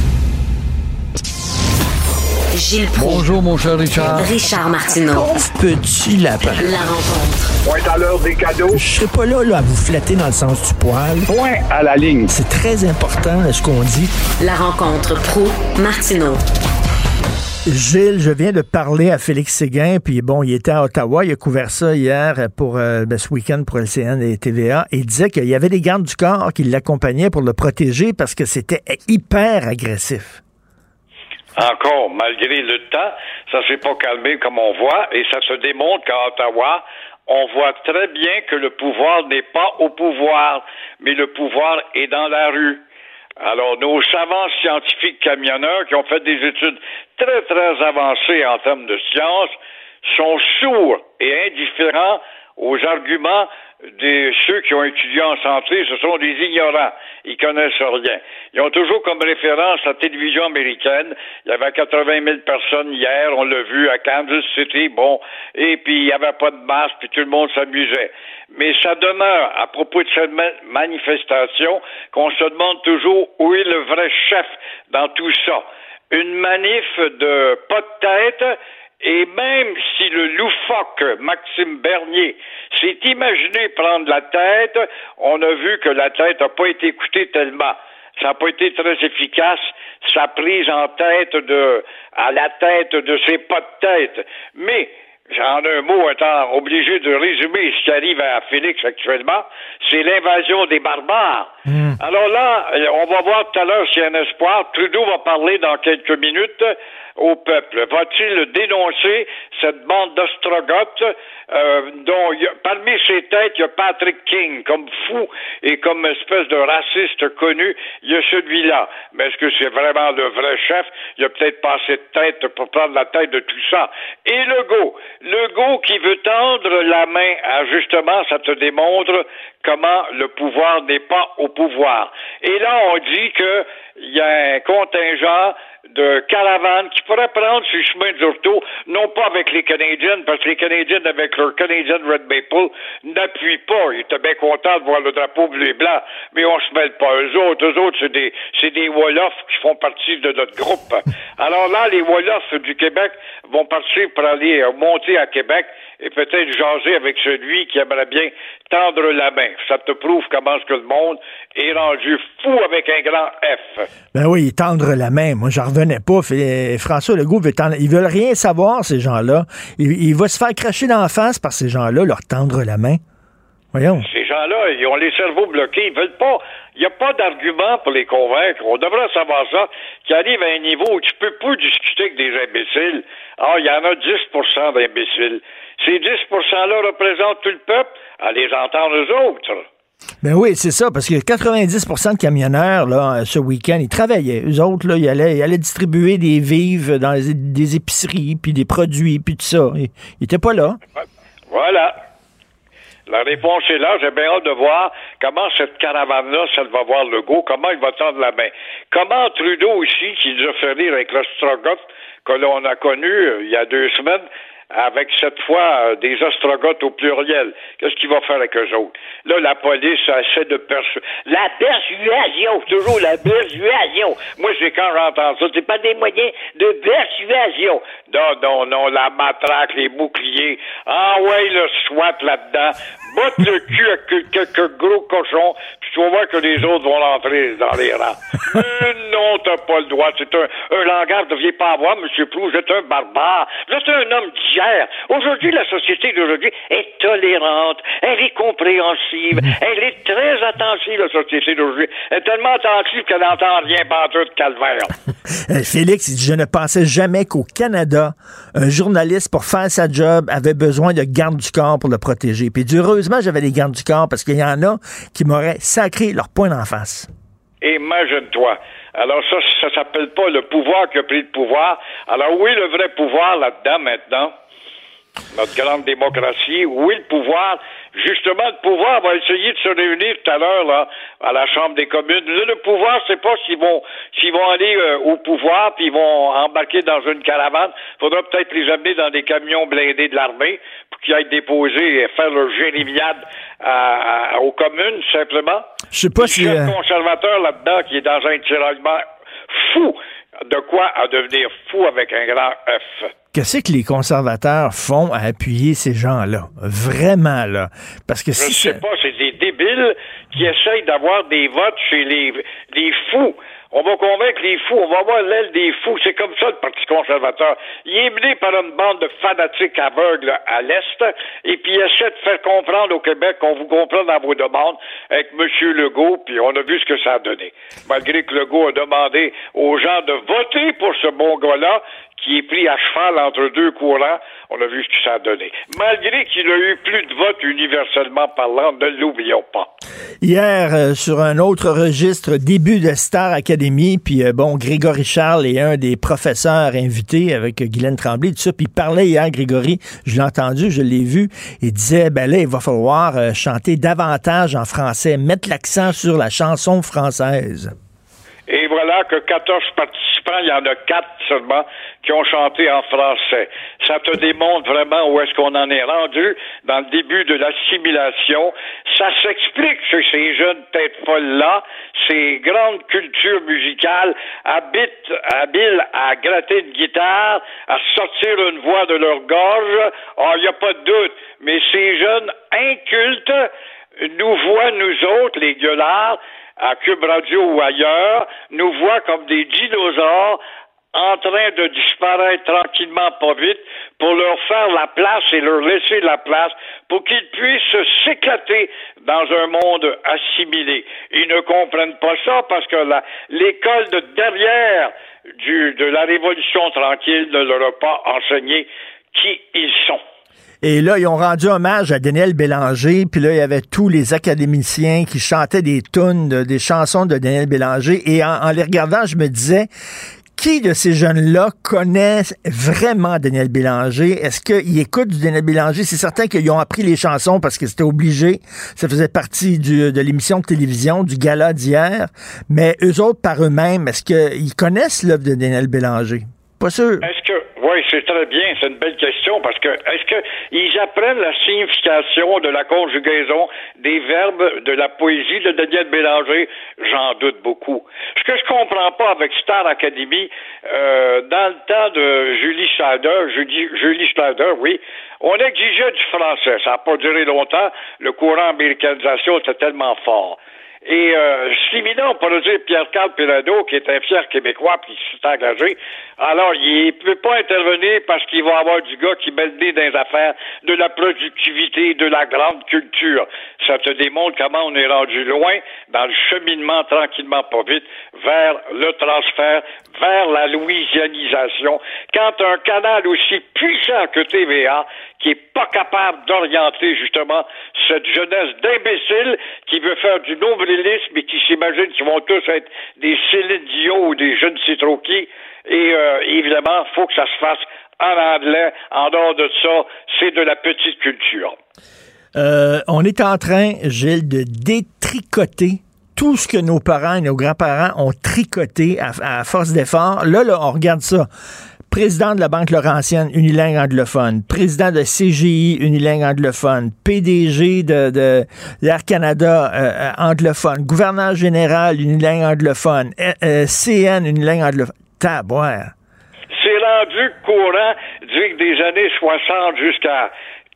S15: Gilles Proulx.
S16: Bonjour, mon cher Richard.
S15: Richard Martineau.
S5: Petit lapin.
S15: La rencontre.
S17: Point à l'heure des cadeaux.
S5: Je serai pas là à vous flatter dans le sens du poil.
S17: Point à la ligne.
S5: C'est très important ce qu'on dit.
S15: La rencontre Proulx-Martineau.
S5: Gilles, je viens de parler à Félix Séguin, puis bon, il était à Ottawa, il a couvert ça hier pour ce week-end pour LCN et TVA, et il disait qu'il y avait des gardes du corps qui l'accompagnaient pour le protéger parce que c'était hyper agressif.
S17: Encore, malgré le temps, ça s'est pas calmé comme on voit, et ça se démontre qu'à Ottawa, on voit très bien que le pouvoir n'est pas au pouvoir, mais le pouvoir est dans la rue. Alors, nos savants scientifiques camionneurs qui ont fait des études très, très avancées en termes de science sont sourds et indifférents aux arguments de ceux qui ont étudié en santé. Ce sont des ignorants. Ils connaissent rien. Ils ont toujours comme référence la télévision américaine. Il y avait 80 000 personnes hier, on l'a vu à Kansas City, bon, et puis il n'y avait pas de masque, puis tout le monde s'amusait. Mais ça demeure, à propos de cette manifestation, qu'on se demande toujours où est le vrai chef dans tout ça. Une manif de pas de tête Et même si le loufoque Maxime Bernier s'est imaginé prendre la tête, on a vu que la tête n'a pas été écoutée tellement. Ça n'a pas été très efficace, sa prise en tête à la tête de ses pas de tête. Mais, en un mot, étant obligé de résumer ce qui arrive à Félix actuellement, c'est l'invasion des barbares. Alors là, on va voir tout à l'heure s'il y a un espoir. Trudeau va parler dans quelques minutes au peuple. Va-t-il dénoncer cette bande d'ostrogoths dont parmi ses têtes, il y a Patrick King, comme fou et comme espèce de raciste connu, il y a celui-là. Mais est-ce que c'est vraiment le vrai chef? Il a peut-être pas assez de tête pour prendre la tête de tout ça. Et Legault qui veut tendre la main à justement, ça te démontre comment le pouvoir n'est pas au pouvoir. Et là, on dit que il y a un contingent de caravanes qui pourraient prendre ce chemin d'Urto, non pas avec les Canadiens, parce que les Canadiens, avec leur Canadian Red Maple, n'appuient pas. Ils étaient bien contents de voir le drapeau bleu et blanc, mais on se mêle pas. Eux autres, c'est des Wolofs qui font partie de notre groupe. Alors là, les Wolofs du Québec vont partir pour aller monter à Québec et peut-être jaser avec celui qui aimerait bien tendre la main. Ça te prouve comment est-ce que le monde est rendu fou avec un grand F.
S5: Ben oui, tendre la main. Moi, j'en revenais pas. François Legault ils veulent rien savoir, ces gens-là. Il va se faire cracher d'en face par ces gens-là, leur tendre la main. Voyons.
S17: Ces gens-là, ils ont les cerveaux bloqués. Ils veulent pas. Il n'y a pas d'argument pour les convaincre. On devrait savoir ça, qu'ils arrivent à un niveau où tu peux plus discuter avec des imbéciles. Ah, il y en a 10% d'imbéciles. Ces 10%-là représentent tout le peuple. À les entendre eux autres.
S5: Ben oui, c'est ça, parce que 90% de camionneurs, là, ce week-end, ils travaillaient. Eux autres, là, ils allaient distribuer des vivres dans des épiceries, puis des produits, puis tout ça. Ils n'étaient pas là.
S17: Voilà. La réponse est là. J'ai bien hâte de voir comment cette caravane-là, ça va voir Legault, comment il va tendre la main. Comment Trudeau aussi, qui nous a fait rire avec l'ostrogoth que l'on a connu il y a 2 semaines, avec cette fois des ostrogoths au pluriel. Qu'est-ce qu'il va faire avec eux autres? Là, la police essaie de la persuasion, toujours la persuasion. Moi, c'est quand j'entends ça, c'est pas des moyens de persuasion. Non, la matraque, les boucliers. Ah ouais, le SWAT là-dedans. Botte le cul avec quelques gros cochons, puis tu vas voir que les autres vont rentrer dans les rangs. Non, t'as pas le droit. C'est un langage, vous ne deviez pas avoir, M. Proulx, vous êtes un barbare. Vous êtes un homme d'hier. Aujourd'hui, la société d'aujourd'hui est tolérante, elle est compréhensive, elle est très attentive, la société d'aujourd'hui. Elle est tellement attentive qu'elle n'entend rien partout de calvaire.
S5: Félix, il dit, je ne pensais jamais qu'au Canada, un journaliste, pour faire sa job, avait besoin de garde du corps pour le protéger. Puis heureusement, j'avais des gardes du corps parce qu'il y en a qui m'auraient sacré leur poing d'en face.
S17: Imagine-toi. Alors ça s'appelle pas le pouvoir qui a pris le pouvoir. Alors oui, le vrai pouvoir là-dedans maintenant, notre grande démocratie, oui, le pouvoir, justement, le pouvoir va essayer de se réunir tout à l'heure là à la Chambre des communes. Là, le pouvoir, c'est pas s'ils vont aller au pouvoir puis ils vont embarquer dans une caravane. Faudra peut-être les amener dans des camions blindés de l'armée pour qu'ils aillent déposer et faire leur jérémiade aux communes, simplement.
S5: Je sais pas si
S17: le chef conservateur là-dedans qui est dans un tiraillement fou, de quoi à devenir fou avec un grand F.
S5: Qu'est-ce que les conservateurs font à appuyer ces gens-là? Vraiment, là. Parce que
S17: je ne sais pas, c'est des débiles qui essayent d'avoir des votes chez les fous. On va convaincre les fous, on va avoir l'aile des fous. C'est comme ça, le Parti conservateur. Il est mené par une bande de fanatiques aveugles à l'Est, et puis il essaie de faire comprendre au Québec qu'on vous comprend dans vos demandes avec M. Legault, puis on a vu ce que ça a donné. Malgré que Legault a demandé aux gens de voter pour ce bon gars-là, qui est pris à cheval entre deux courants, on a vu ce que ça a donné. Malgré qu'il a eu plus de votes universellement parlant, ne l'oublions pas.
S5: Hier, sur un autre registre, début de Star Academy, puis Grégory Charles est un des professeurs invités avec Guylaine Tremblay, tout ça, puis il parlait hier, Grégory, je l'ai entendu, je l'ai vu, il disait, là, il va falloir chanter davantage en français, mettre l'accent sur la chanson française.
S17: Et voilà que 14 participants participants, il y en a 4 seulement qui ont chanté en français. Ça te démontre vraiment où est-ce qu'on en est rendu dans le début de l'assimilation. Ça s'explique chez ces jeunes têtes folles-là, ces grandes cultures musicales habiles à gratter une guitare, à sortir une voix de leur gorge. Il n'y a pas de doute. Mais ces jeunes incultes nous voient, nous autres, les gueulards, à Cube Radio ou ailleurs, nous voient comme des dinosaures en train de disparaître tranquillement, pas vite, pour leur faire la place et leur laisser la place pour qu'ils puissent s'éclater dans un monde assimilé. Ils ne comprennent pas ça parce que l'école de derrière de la Révolution tranquille ne leur a pas enseigné qui ils sont.
S5: Et là, ils ont rendu hommage à Daniel Bélanger, puis là, il y avait tous les académiciens qui chantaient des tunes, des chansons de Daniel Bélanger, et en les regardant, je me disais, qui de ces jeunes-là connaissent vraiment Daniel Bélanger? Est-ce qu'ils écoutent du Daniel Bélanger? C'est certain qu'ils ont appris les chansons parce que c'était obligé, ça faisait partie de l'émission de télévision, du gala d'hier, mais eux autres, par eux-mêmes, est-ce qu'ils connaissent l'œuvre de Daniel Bélanger? Pas sûr.
S17: Oui, c'est très bien, c'est une belle question, parce que est-ce qu'ils apprennent la signification de la conjugaison des verbes de la poésie de Daniel Bélanger? J'en doute beaucoup. Ce que je comprends pas avec Star Academy, dans le temps de Julie Schneider, oui, on exigeait du français. Ça n'a pas duré longtemps. Le courant américanisation était tellement fort. Et Slimina, on pourrait dire Pierre-Carl Pirado, qui est un fier Québécois puis qui s'est engagé, alors il peut pas intervenir parce qu'il va avoir du gars qui met le nez dans les affaires de la productivité, de la grande culture. Ça te démontre comment on est rendu loin dans le cheminement, tranquillement, pas vite, vers le transfert, vers la louisianisation. Quand un canal aussi puissant que TVA, qui est pas capable d'orienter justement cette jeunesse d'imbéciles qui veut faire du nombrilisme et qui s'imagine qu'ils vont tous être des Céline Dion ou des je ne sais trop qui. Et évidemment, il faut que ça se fasse en anglais. En dehors de ça, c'est de la petite culture.
S5: On est en train, Gilles, de détricoter tout ce que nos parents et nos grands-parents ont tricoté à force d'effort. Là, on regarde ça. Président de la Banque Laurentienne, unilingue anglophone. Président de CGI, unilingue anglophone. PDG de l'Air Canada, anglophone. Gouverneur général, unilingue anglophone. CN, unilingue anglophone. Taboire.
S17: C'est rendu courant des années 60 jusqu'à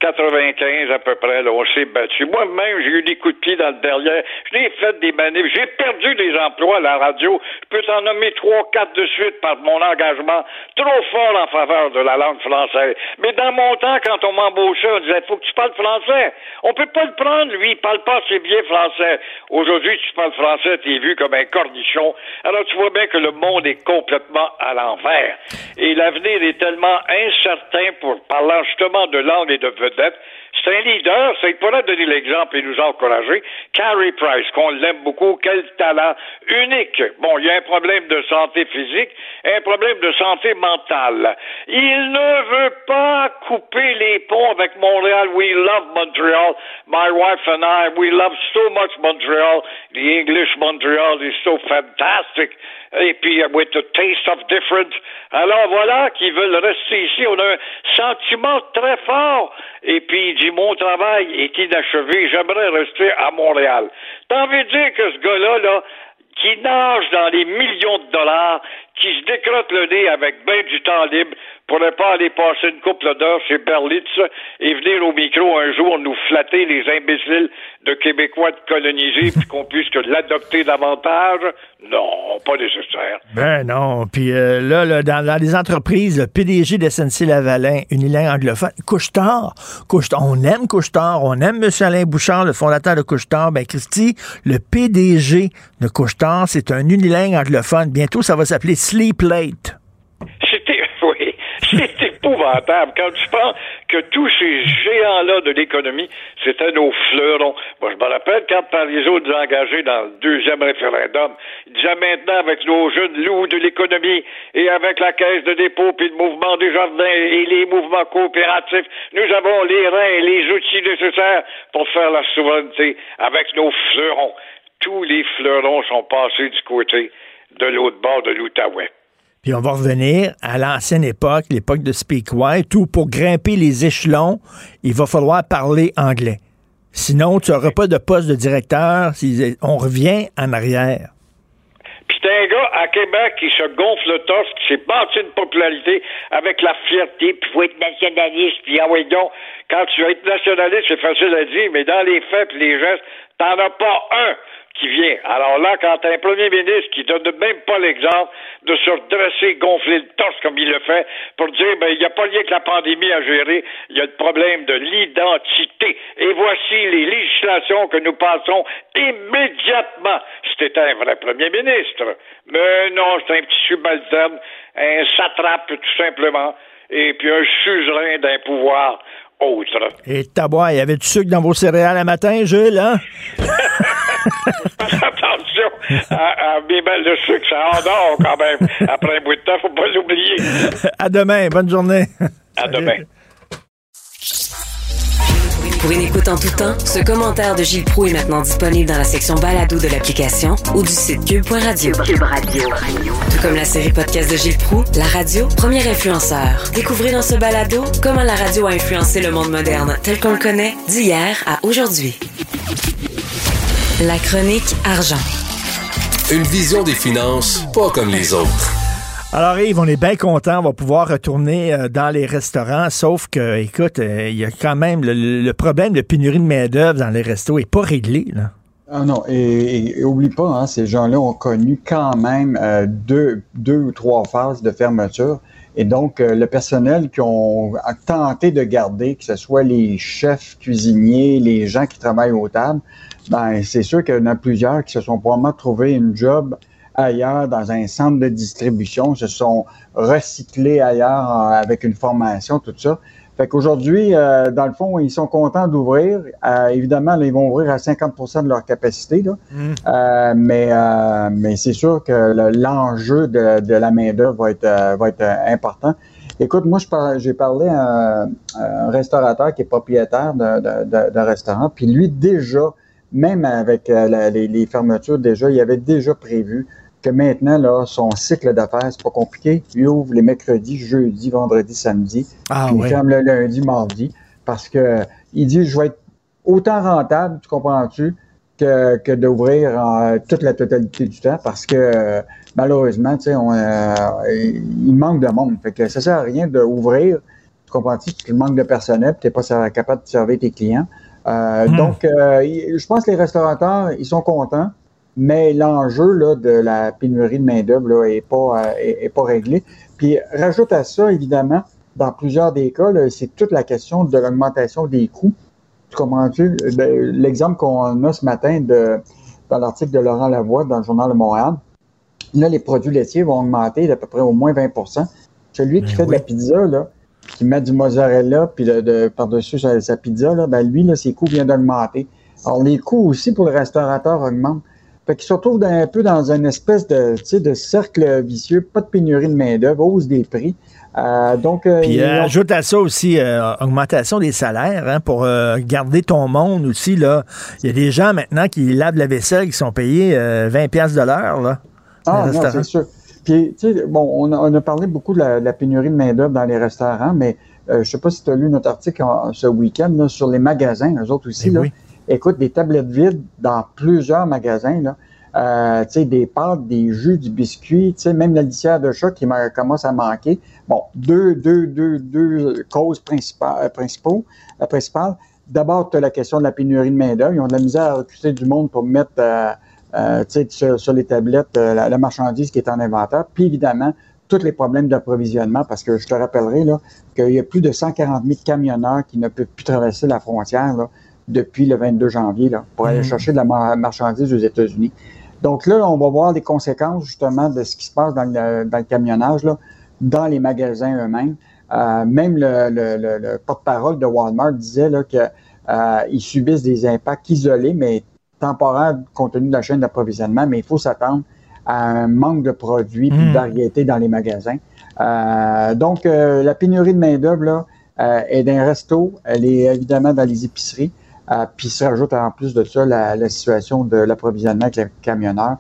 S17: 95 à peu près, là, on s'est battu. Moi-même, j'ai eu des coups de pied dans le derrière. J'ai fait des manifs. J'ai perdu des emplois à la radio. Je peux t'en nommer 3, 4 de suite par mon engagement trop fort en faveur de la langue française. Mais dans mon temps, quand on m'embauchait, on disait, faut que tu parles français. On peut pas le prendre, lui. Il parle pas assez bien français. Aujourd'hui, tu parles français, t'es vu comme un cornichon. Alors, tu vois bien que le monde est complètement à l'envers. Et l'avenir est tellement incertain parlant justement de langue et de vedette. C'est un leader, ça, il pourrait donner l'exemple et nous encourager. Carey Price, qu'on l'aime beaucoup, quel talent unique. Bon, il y a un problème de santé physique, un problème de santé mentale. Il ne veut pas couper les ponts avec Montréal. We love Montreal. My wife and I, we love so much Montreal. The English Montreal is so fantastic. Et puis, with the taste of difference. Alors voilà, qu'ils veulent rester ici. On a un sentiment très fort. Et puis, il dit, mon travail est inachevé. J'aimerais rester à Montréal. T'as envie de dire que ce gars-là, là, qui nage dans les millions de dollars, qui se décrotte le nez avec ben du temps libre, pourrait pas aller passer une couple d'heures chez Berlitz et venir au micro un jour nous flatter les imbéciles de Québécois de coloniser puis qu'on puisse que l'adopter davantage? Non, pas nécessaire.
S5: Ben non. Puis là, dans les entreprises, le PDG de SNC-Lavalin, unilingue anglophone, Couche-Tard, on aime Couche-Tard, on aime M. Alain Bouchard, le fondateur de Couche-Tard. Ben Christy, le PDG de Couche-Tard, c'est un unilingue anglophone. Bientôt, ça va s'appeler Sleep Late.
S17: C'est épouvantable. Quand tu penses que tous ces géants-là de l'économie, c'était nos fleurons. Moi, je me rappelle quand Parizeau nous a engagés dans le deuxième référendum, il disait maintenant avec nos jeunes loups de l'économie et avec la Caisse de dépôt puis le mouvement des jardins et les mouvements coopératifs, nous avons les reins et les outils nécessaires pour faire la souveraineté avec nos fleurons. Tous les fleurons sont passés du côté de l'autre bord de l'Outaouais.
S5: Puis on va revenir à l'ancienne époque, l'époque de Speak White, où pour grimper les échelons, il va falloir parler anglais. Sinon, tu n'auras pas de poste de directeur. On revient en arrière.
S17: Puis t'es un gars à Québec qui se gonfle le torse, qui s'est bâti une popularité avec la fierté, puis faut être nationaliste, puis ah ouais donc, quand tu veux être nationaliste, c'est facile à dire, mais dans les faits puis les gestes, t'en as pas un qui vient. Alors là, quand t'as un premier ministre qui donne même pas l'exemple de se redresser, gonfler le torse comme il le fait, pour dire, ben, il n'y a pas lien que la pandémie à gérer, il y a le problème de l'identité. Et voici les législations que nous passons immédiatement. C'était un vrai premier ministre. Mais non, c'est un petit subalterne, un satrape, tout simplement, et puis un suzerain d'un pouvoir autre.
S5: Et tabois, il y avait du sucre dans vos céréales à matin, Jules, hein?
S17: Attention à mes balles de sucre, ça endort quand même. Après un bout de temps, faut pas l'oublier.
S5: À demain, bonne journée.
S17: À demain.
S15: Pour une écoute en tout temps, ce commentaire de Gilles Proulx est maintenant disponible dans la section balado de l'application ou du site cube.radio. Cube Radio. Tout comme la série podcast de Gilles Proulx, la radio, premier influenceur. Découvrez dans ce balado comment la radio a influencé le monde moderne tel qu'on le connaît d'hier à aujourd'hui. La chronique argent.
S12: Une vision des finances pas comme les autres.
S5: Alors Yves, on est bien content, on va pouvoir retourner dans les restaurants, sauf que, écoute, il y a quand même le problème de pénurie de main-d'œuvre dans les restos n'est pas réglé, là.
S16: Ah non, et oublie pas, hein, ces gens-là ont connu quand même deux ou trois phases de fermeture. Et donc, le personnel qui ont tenté de garder, que ce soit les chefs cuisiniers, les gens qui travaillent aux tables, ben c'est sûr qu'il y en a plusieurs qui se sont probablement trouvé une job ailleurs, dans un centre de distribution, se sont recyclés ailleurs avec une formation, tout ça. Fait qu'aujourd'hui, dans le fond, ils sont contents d'ouvrir. Évidemment, là, ils vont ouvrir à 50% de leur capacité, là. Mais c'est sûr que l'enjeu de la main-d'œuvre va être important. Écoute, moi, j'ai parlé à un restaurateur qui est propriétaire d'un restaurant, puis lui, déjà, même avec les fermetures, déjà, il avait déjà prévu que maintenant, là, son cycle d'affaires, c'est pas compliqué. Il ouvre les mercredis, jeudi, vendredi, samedi. Puis il ferme le lundi, mardi. Parce que il dit, je vais être autant rentable, tu comprends-tu, que d'ouvrir toute la totalité du temps. Parce que, malheureusement, tu sais, il manque de monde. Fait que ça sert à rien d'ouvrir, tu comprends-tu, tu manques de personnel, tu n'es pas capable de servir tes clients. Donc, je pense que les restaurateurs, ils sont contents. Mais l'enjeu là, de la pénurie de main-d'œuvre là, est pas réglé. Puis rajoute à ça, évidemment, dans plusieurs des cas, là, c'est toute la question de l'augmentation des coûts. Tu comprends-tu? L'exemple qu'on a ce matin dans l'article de Laurent Lavoie dans le Journal de Montréal, là, les produits laitiers vont augmenter d'à peu près au moins 20%. Celui qui fait de la pizza, là, qui met du mozzarella puis par-dessus sa pizza, là, ben lui, là, ses coûts viennent d'augmenter. Alors, les coûts aussi pour le restaurateur augmentent. Fait qu'il se retrouve un peu dans une espèce de cercle vicieux, pas de pénurie de main-d'œuvre, hausse des prix. Puis
S5: ajoute à ça aussi augmentation des salaires, hein, pour garder ton monde aussi, là. Il y a des gens maintenant qui lavent la vaisselle qui sont payés 20$ de l'heure, là.
S16: Ah non, c'est sûr. Puis, tu sais, bon, on a parlé beaucoup de la pénurie de main-d'œuvre dans les restaurants, mais je sais pas si tu as lu notre article ce week-end là, sur les magasins, eux autres aussi, là. Oui. Écoute, des tablettes vides dans plusieurs magasins, là. Tu sais, des pâtes, des jus, du biscuit, tu sais, même la litière de chat qui commence à manquer. Bon, deux causes principales. D'abord, tu as la question de la pénurie de main-d'œuvre. Ils ont de la misère à recruter du monde pour mettre sur les tablettes la marchandise qui est en inventaire. Puis évidemment, tous les problèmes d'approvisionnement, parce que je te rappellerai là, qu'il y a plus de 140 000 camionneurs qui ne peuvent plus traverser la frontière là, depuis le 22 janvier là, pour aller chercher de la marchandise aux États-Unis. Donc là, on va voir les conséquences justement de ce qui se passe dans le camionnage, là, dans les magasins eux-mêmes. Même le porte-parole de Walmart disait là, qu'ils subissent des impacts isolés, mais temporaires compte tenu de la chaîne d'approvisionnement, mais il faut s'attendre à un manque de produits et de variété dans les magasins. Donc, la pénurie de main-d'œuvre là, est dans les restos, elle est évidemment dans les épiceries. Puis se rajoute en plus de ça la situation de l'approvisionnement avec les camionneurs.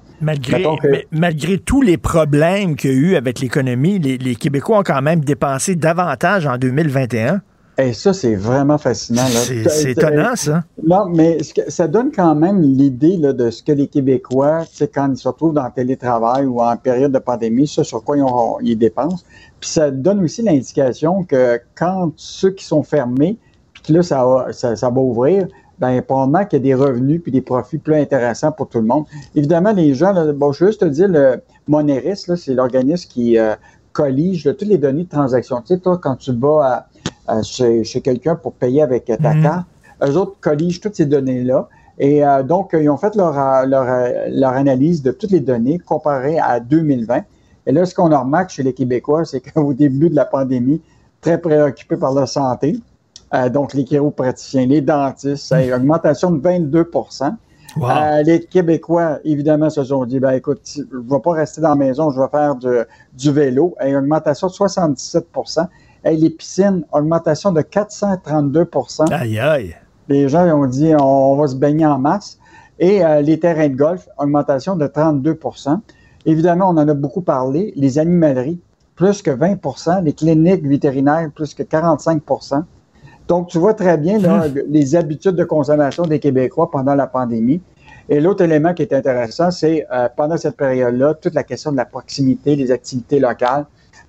S5: Malgré tous les problèmes qu'il y a eu avec l'économie, les Québécois ont quand même dépensé davantage en 2021.
S16: Et ça, c'est vraiment fascinant.
S5: C'est étonnant, ça.
S16: Non, mais ça donne quand même l'idée là, de ce que les Québécois, quand ils se retrouvent dans le télétravail ou en période de pandémie, ça sur quoi ils dépensent. Puis ça donne aussi l'indication que quand ceux qui sont fermés, puis que là, ça va ouvrir, bien, probablement qu'il y a des revenus puis des profits plus intéressants pour tout le monde. Évidemment, les gens, là, bon, je veux juste te dire, le Moneris, là, c'est l'organisme qui collige toutes les données de transaction. Tu sais, toi, quand tu vas chez quelqu'un pour payer avec ta carte, eux autres colligent toutes ces données-là. Et donc, ils ont fait leur analyse de toutes les données comparées à 2020. Et là, ce qu'on remarque chez les Québécois, c'est qu'au début de la pandémie, très préoccupés par leur santé, donc les chiropraticiens, les dentistes, ça a une augmentation de 22 %. Wow. Les Québécois, évidemment, se sont dit, ben écoute, je ne vais pas rester dans la maison, je vais faire du vélo. Et une augmentation de 77 %. Et les piscines, augmentation de 432 %.
S5: Aïe, aïe.
S16: Les gens ont dit, on va se baigner en masse. Et les terrains de golf, augmentation de 32 %. Évidemment, on en a beaucoup parlé. Les animaleries, plus que 20 %. Les cliniques vétérinaires, plus que 45 %. Donc, tu vois très bien là, les habitudes de consommation des Québécois pendant la pandémie. Et l'autre élément qui est intéressant, c'est pendant cette période-là, toute la question de la proximité, des activités locales.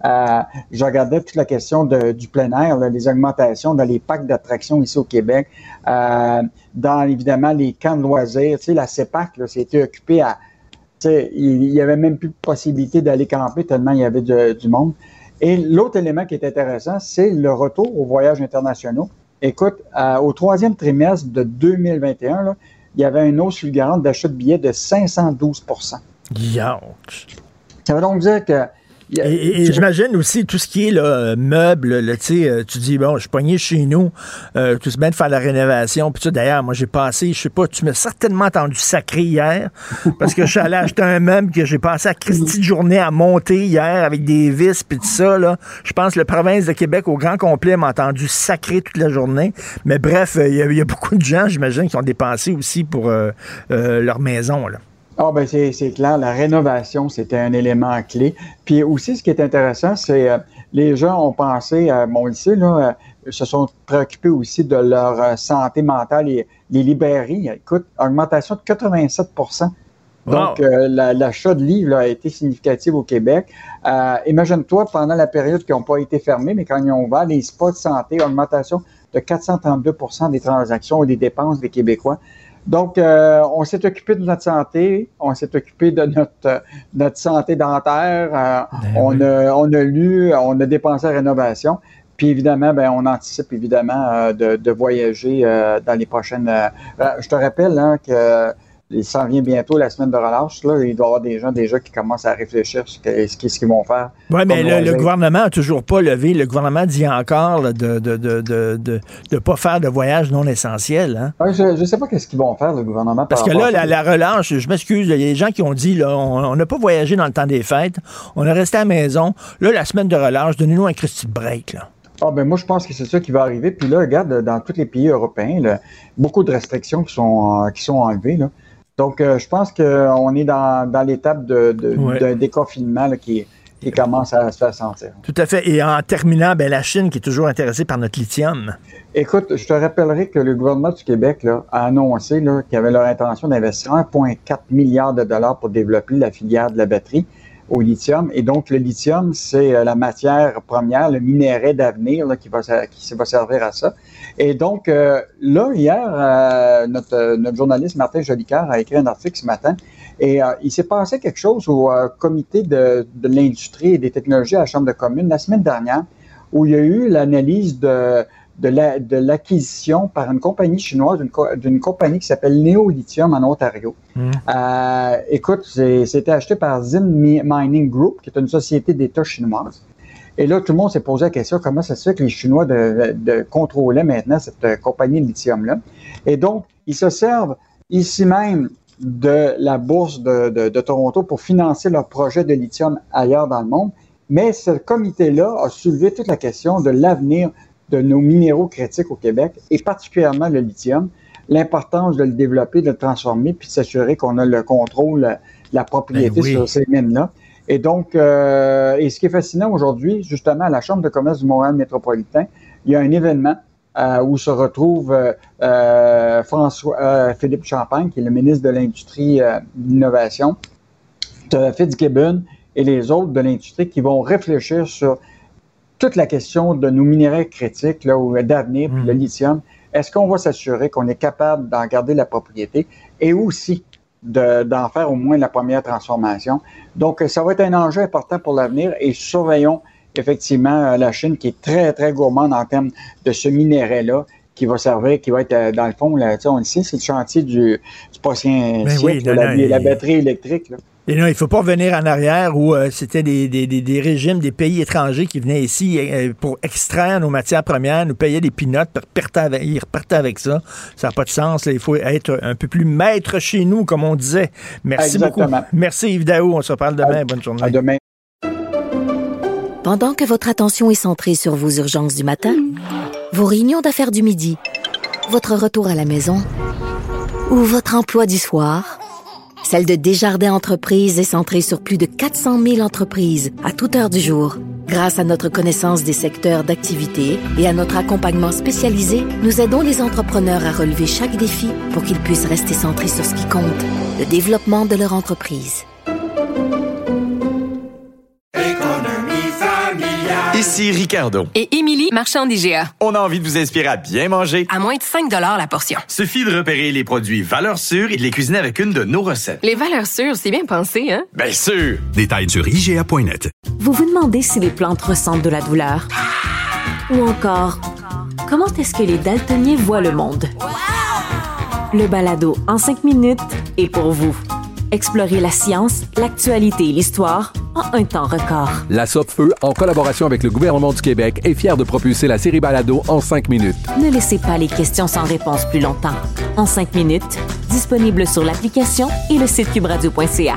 S16: Je regardais toute la question du plein air, là, les augmentations dans les parcs d'attractions ici au Québec, dans évidemment les camps de loisirs. Tu sais, la CEPAC, là, c'était occupé à... Tu sais, il n'y avait même plus de possibilité d'aller camper tellement il y avait du monde. Et l'autre élément qui est intéressant, c'est le retour aux voyages internationaux. Écoute, au troisième trimestre de 2021, là, il y avait une hausse fulgurante d'achat de billets de 512 %.
S5: Youch.
S16: Ça veut donc dire que...
S5: Et j'imagine aussi tout ce qui est là, meubles, là, tu dis, bon, je suis pogné chez nous, tout se bien de faire la rénovation. Puis d'ailleurs, moi, j'ai passé, je sais pas, tu m'as certainement entendu sacrer hier, parce que je suis allé acheter un meuble que j'ai passé à Christie de journée à monter hier avec des vis puis tout ça. Là. Je pense que la province de Québec au grand complet m'a entendu sacrer toute la journée. Mais bref, il y a beaucoup de gens, j'imagine, qui ont dépensé aussi pour leur maison, là.
S16: Ah ben c'est clair, la rénovation, c'était un élément clé. Puis aussi, ce qui est intéressant, c'est les gens ont pensé, on le sait, là, se sont préoccupés aussi de leur santé mentale. Et les librairies, écoute, augmentation de 87 %. Donc, l'achat de livres là, a été significatif au Québec. Imagine-toi, pendant la période qui n'ont pas été fermés, mais quand ils ont ouvert, les spas de santé, augmentation de 432 % des transactions et des dépenses des Québécois. Donc, on s'est occupé de notre santé, on s'est occupé de notre santé dentaire, on a lu, on a dépensé à la rénovation. Puis évidemment, ben on anticipe évidemment de voyager dans les prochaines... je te rappelle hein, que il s'en vient bientôt la semaine de relâche. Là, il doit y avoir des gens déjà qui commencent à réfléchir sur ce qu'ils vont faire.
S5: Oui, mais le gouvernement n'a toujours pas levé. Le gouvernement dit encore là, de pas faire de voyage non essentiel. Hein?
S16: Ouais, je ne sais pas qu'est-ce qu'ils vont faire, le gouvernement.
S5: Parce que là, la relâche, je m'excuse, il y a des gens qui ont dit là, on n'a pas voyagé dans le temps des fêtes, on est resté à la maison. Là, la semaine de relâche, donnez-nous un Christy break. Là.
S16: Ah ben moi, je pense que c'est ça qui va arriver. Puis là, regarde, dans tous les pays européens, là, beaucoup de restrictions qui sont enlevées. Là. Donc, je pense qu'on est dans l'étape d'un déconfinement là, qui commence à se faire sentir.
S5: Tout à fait. Et en terminant, ben, la Chine qui est toujours intéressée par notre lithium.
S16: Écoute, je te rappellerai que le gouvernement du Québec là, a annoncé là, qu'il avait leur intention d'investir 1,4 milliard de dollars pour développer la filière de la batterie au lithium. Et donc, le lithium, c'est la matière première, le minerai d'avenir là, qui va servir à ça. Et donc, là, hier, notre journaliste Martin Jolicoeur a écrit un article ce matin et il s'est passé quelque chose au comité de l'industrie et des technologies à la Chambre de communes la semaine dernière où il y a eu l'analyse de l'acquisition par une compagnie chinoise d'une compagnie qui s'appelle Néolithium en Ontario. Écoute, c'était acheté par Zin Mining Group, qui est une société d'État chinoise. Et là, tout le monde s'est posé la question, comment ça se fait que les Chinois contrôlaient maintenant cette compagnie de lithium-là? Et donc, ils se servent ici même de la bourse de Toronto pour financer leur projet de lithium ailleurs dans le monde. Mais ce comité-là a soulevé toute la question de l'avenir de nos minéraux critiques au Québec, et particulièrement le lithium. l'importance de le développer, de le transformer, puis de s'assurer qu'on a le contrôle, la propriété sur ces mines-là. Et donc, et ce qui est fascinant aujourd'hui, justement, à la Chambre de commerce du Montréal métropolitain, il y a un événement où se retrouve Philippe Champagne, qui est le ministre de l'Industrie et de l'Innovation, Fitzgibbon et les autres de l'industrie qui vont réfléchir sur toute la question de nos minéraux critiques là, d'avenir, puis le lithium. Est-ce qu'on va s'assurer qu'on est capable d'en garder la propriété et aussi d'en faire au moins la première transformation? Donc, ça va être un enjeu important pour l'avenir et surveillons effectivement la Chine qui est très, très gourmande en termes de ce minérai-là qui va servir, qui va être, dans le fond, là, on le sait, c'est le chantier du prochain siècle, la batterie électrique. Là.
S5: Et non, il ne faut pas revenir en arrière où c'était des régimes, des pays étrangers qui venaient ici pour extraire nos matières premières, nous payaient des peanuts, ils repartaient avec ça. Ça n'a pas de sens. Là. Il faut être un peu plus maître chez nous, comme on disait. Merci beaucoup. Merci Yves Daou. On se reparle demain. Bonne journée.
S16: À demain.
S1: Pendant que votre attention est centrée sur vos urgences du matin, vos réunions d'affaires du midi, votre retour à la maison ou votre emploi du soir, celle de Desjardins Entreprises est centrée sur plus de 400 000 entreprises à toute heure du jour. Grâce à notre connaissance des secteurs d'activité et à notre accompagnement spécialisé, nous aidons les entrepreneurs à relever chaque défi pour qu'ils puissent rester centrés sur ce qui compte, le développement de leur entreprise.
S2: Ici Ricardo.
S3: Et Émilie, marchand d'IGA.
S2: On a envie de vous inspirer à bien manger.
S3: À moins de 5 $ la portion.
S2: Suffit de repérer les produits valeurs sûres et de les cuisiner avec une de nos recettes.
S3: Les valeurs sûres, c'est bien pensé, hein?
S2: Bien sûr!
S4: Détails sur IGA.net.
S9: Vous vous demandez si les plantes ressentent de la douleur? Ou encore, comment est-ce que les daltoniens voient le monde? Le balado en 5 minutes est pour vous. Explorez la science, l'actualité et l'histoire en un temps record.
S10: La Sopfeu, en collaboration avec le gouvernement du Québec, est fière de propulser la série Balado en 5 minutes.
S9: Ne laissez pas les questions sans réponse plus longtemps. En 5 minutes, disponible sur l'application et le site cubradio.ca.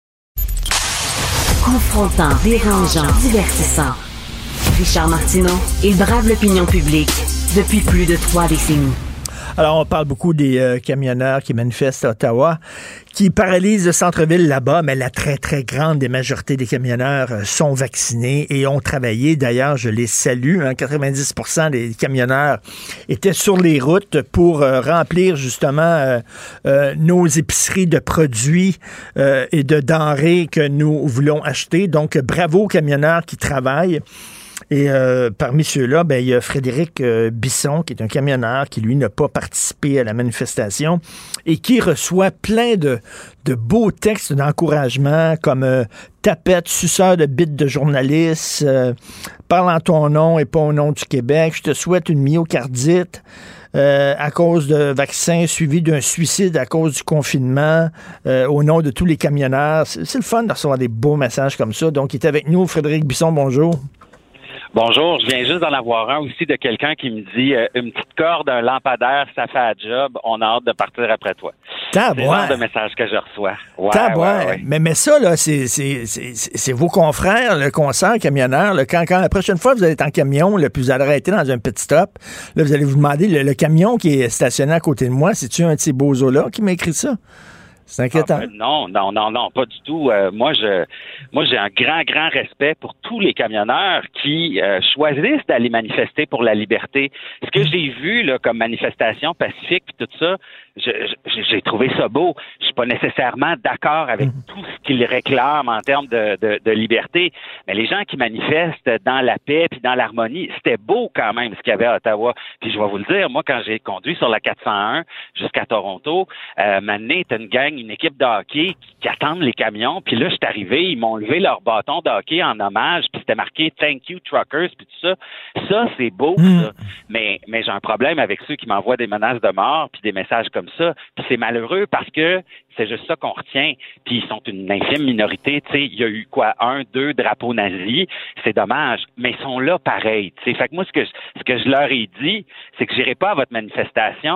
S9: Confrontant, dérangeant, divertissant. Richard Martineau, il brave l'opinion publique depuis plus de 3 décennies.
S5: Alors, on parle beaucoup des camionneurs qui manifestent à Ottawa, qui paralysent le centre-ville là-bas, mais la très, très grande majorité des camionneurs sont vaccinés et ont travaillé. D'ailleurs, je les salue. 90% des camionneurs étaient sur les routes pour remplir justement nos épiceries de produits et de denrées que nous voulons acheter. Donc, bravo aux camionneurs qui travaillent. Et parmi ceux-là, il y a Frédéric Bisson, qui est un camionneur, qui, lui, n'a pas participé à la manifestation et qui reçoit plein de beaux textes d'encouragement comme tapette, suceur de bites de journaliste, parle en ton nom et pas au nom du Québec, je te souhaite une myocardite. À cause de vaccins suivi d'un suicide à cause du confinement, au nom de tous les camionneurs. C'est le fun de recevoir des beaux messages comme ça. Donc, il est avec nous, Frédéric Bisson, bonjour.
S18: Bonjour, je viens juste d'en avoir un aussi de quelqu'un qui me dit une petite corde, un lampadaire, ça fait un job, on a hâte de partir après toi. C'est le genre de message que je reçois. Ouais.
S5: Mais ça, là, c'est vos confrères, le consoeur camionneur. Là, quand la prochaine fois vous allez être en camion, là, puis vous allez arrêter dans un petit stop, là, vous allez vous demander, le camion qui est stationné à côté de moi, c'est-tu un de ces bozos-là qui m'a écrit ça? C'est inquiétant.
S18: Non, pas du tout. Moi, j'ai un grand respect pour tous les camionneurs qui choisissent d'aller manifester pour la liberté. Ce que j'ai vu là comme manifestation pacifique et tout ça, j'ai trouvé ça beau. Je suis pas nécessairement d'accord avec tout ce qu'ils réclament en termes de liberté, mais les gens qui manifestent dans la paix puis dans l'harmonie, c'était beau quand même ce qu'il y avait à Ottawa. Puis je vais vous le dire, moi quand j'ai conduit sur la 401 jusqu'à Toronto, maintenant t'as une équipe de hockey qui attendent les camions, puis là je suis arrivé, ils m'ont levé leur bâton de hockey en hommage, puis c'était marqué Thank you Truckers puis tout ça. Ça c'est beau ça. Mais j'ai un problème avec ceux qui m'envoient des menaces de mort puis des messages comme ça. Puis c'est malheureux parce que c'est juste ça qu'on retient. Puis ils sont une infime minorité. Tu sais, il y a eu 1, 2 drapeaux nazis. C'est dommage, mais ils sont là pareil. Tu sais, fait que moi ce que je leur ai dit, c'est que j'irai pas à votre manifestation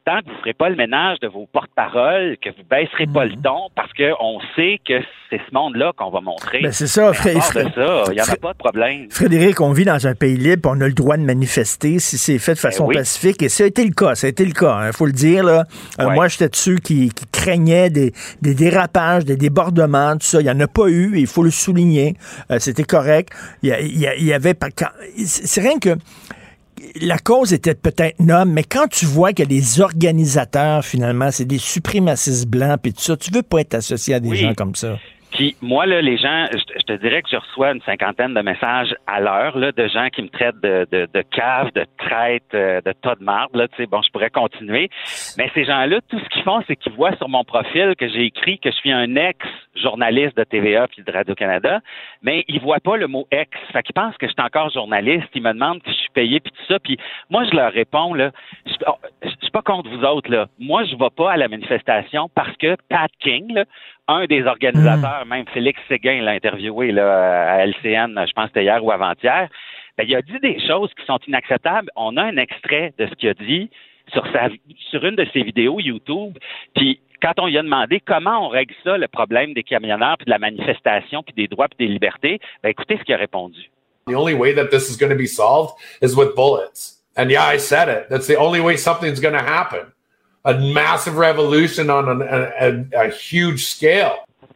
S18: tant que vous ne ferez pas le ménage de vos porte-paroles, que vous ne baisserez pas le ton, parce qu'on sait que c'est ce monde-là qu'on va montrer.
S5: Ben c'est ça,
S18: il n'y en a pas de problème.
S5: Frédéric, on vit dans un pays libre, on a le droit de manifester si c'est fait de façon pacifique, et ça a été le cas, il faut le dire. Là. Moi, j'étais de ceux qui craignaient des dérapages, des débordements, tout ça. Il n'y en a pas eu, il faut le souligner. C'était correct. Il y avait pas... C'est rien que... La cause était peut-être noble, mais quand tu vois que les organisateurs, finalement, c'est des suprémacistes blancs, puis tout ça, tu veux pas être associé à des gens comme ça.
S18: Puis moi, là, les gens, je te dirais que je reçois une 50aine de messages à l'heure là, de gens qui me traitent de cave, de traite, de tas de marde. Là, bon, je pourrais continuer. Mais ces gens-là, tout ce qu'ils font, c'est qu'ils voient sur mon profil que j'ai écrit que je suis un ex-journaliste de TVA puis de Radio-Canada, mais ils voient pas le mot ex. Fait qu'ils pensent que je suis encore journaliste. Ils me demandent si je suis payé puis tout ça. Puis moi, je leur réponds, là, je suis pas contre vous autres, là. Moi, je vais pas à la manifestation parce que Pat King, là, un des organisateurs, même Félix Séguin l'a interviewé là, à LCN, je pense que c'était hier ou avant-hier, ben, il a dit des choses qui sont inacceptables. On a un extrait de ce qu'il a dit sur une de ses vidéos YouTube, puis quand on lui a demandé comment on règle ça, le problème des camionneurs, puis de la manifestation, puis des droits, puis des libertés, ben écoutez ce qu'il a répondu.
S19: The only way that this is going to be solved is with bullets. And yeah, I said it. That's the only way something's going to happen. A massive revolution on a huge scale.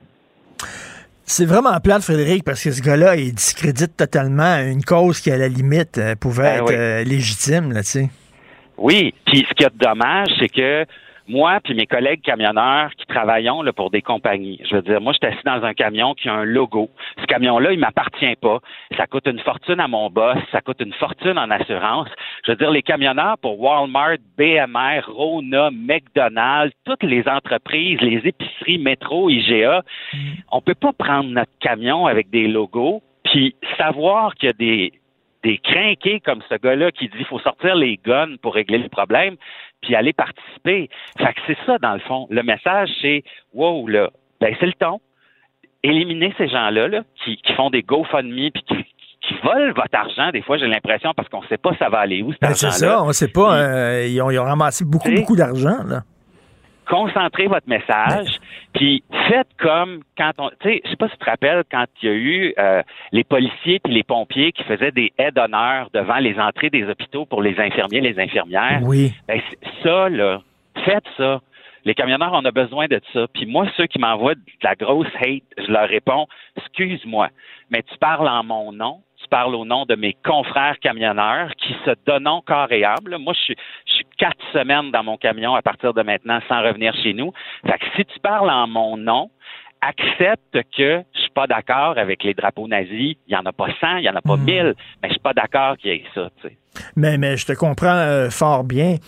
S5: C'est vraiment plate, Frédéric, parce que ce gars-là, il discrédite totalement une cause qui, à la limite, pouvait être légitime, là, tu sais.
S18: Oui, puis ce qui est dommage, c'est que moi puis mes collègues camionneurs qui travaillons là, pour des compagnies, je veux dire, moi, je suis assis dans un camion qui a un logo. Ce camion-là, il m'appartient pas. Ça coûte une fortune à mon boss, ça coûte une fortune en assurance. Je veux dire, les camionneurs pour Walmart, BMR, Rona, McDonald's, toutes les entreprises, les épiceries, Métro, IGA, on peut pas prendre notre camion avec des logos puis savoir qu'il y a des crinqués comme ce gars-là qui dit qu'il faut sortir les guns pour régler le problème puis aller participer. Fait que c'est ça, dans le fond. Le message, c'est « Wow, là, baissez le ton, éliminez ces gens-là là, qui font des GoFundMe puis qui volent votre argent, des fois, j'ai l'impression, parce qu'on ne sait pas ça va aller où, cet argent-là.
S5: C'est ça, on ne sait pas. Ils ont ramassé beaucoup d'argent, là.
S18: Concentrez votre message, puis faites comme quand on... Tu sais, je sais pas si tu te rappelles, quand il y a eu les policiers puis les pompiers qui faisaient des haies d'honneur devant les entrées des hôpitaux pour les infirmiers, les infirmières.
S5: Oui.
S18: Ben, ça, là, faites ça. Les camionneurs, on a besoin de ça. Puis moi, ceux qui m'envoient de la grosse hate, je leur réponds, excuse-moi, mais tu parles en mon nom. Tu parles au nom de mes confrères camionneurs qui se donnent corps et âme. Moi, je suis 4 semaines dans mon camion à partir de maintenant sans revenir chez nous. Fait que si tu parles en mon nom, accepte que je suis pas d'accord avec les drapeaux nazis. Il y en a pas 100, il y en a pas 1000, mais je suis pas d'accord qu'il y ait ça, tu sais.
S5: Mais je te comprends fort bien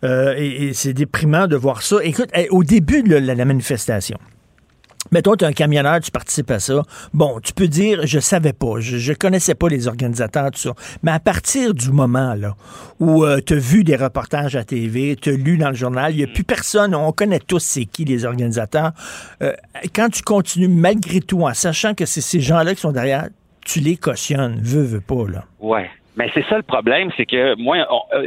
S5: et c'est déprimant de voir ça. Écoute, au début de la manifestation, mais toi, tu es un camionneur, tu participes à ça. Bon, tu peux dire, je savais pas, je connaissais pas les organisateurs, tout ça. Mais à partir du moment là où tu as vu des reportages à TV, tu as lu dans le journal, il n'y a plus personne, on connaît tous c'est qui les organisateurs. Quand tu continues, malgré tout, en sachant que c'est ces gens-là qui sont derrière, tu les cautionnes, veux pas, là.
S18: Ouais. Mais c'est ça le problème, c'est que moi,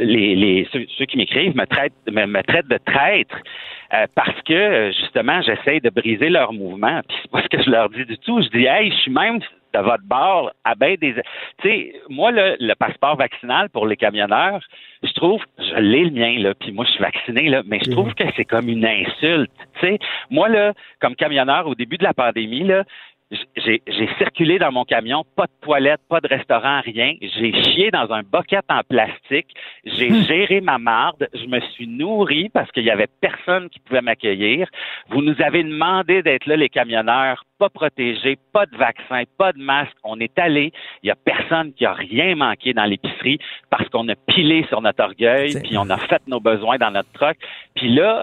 S18: ceux qui m'écrivent me traitent de traître parce que, justement, j'essaie de briser leur mouvement. Puis c'est pas ce que je leur dis du tout. Je dis, hey, je suis même de votre bord à ben des... Tu sais, moi, le passeport vaccinal pour les camionneurs, je trouve, je l'ai le mien, là, puis moi, je suis vacciné, là, mais je trouve que c'est comme une insulte. Tu sais, moi, là, comme camionneur, au début de la pandémie, là, j'ai circulé dans mon camion, pas de toilette, pas de restaurant, rien. J'ai chié dans un bucket en plastique. J'ai géré ma marde. Je me suis nourri parce qu'il y avait personne qui pouvait m'accueillir. Vous nous avez demandé d'être là, les camionneurs, pas protégés, pas de vaccin, pas de masque. On est allé. Il y a personne qui a rien manqué dans l'épicerie parce qu'on a pilé sur notre orgueil, puis on a fait nos besoins dans notre truck. Puis là,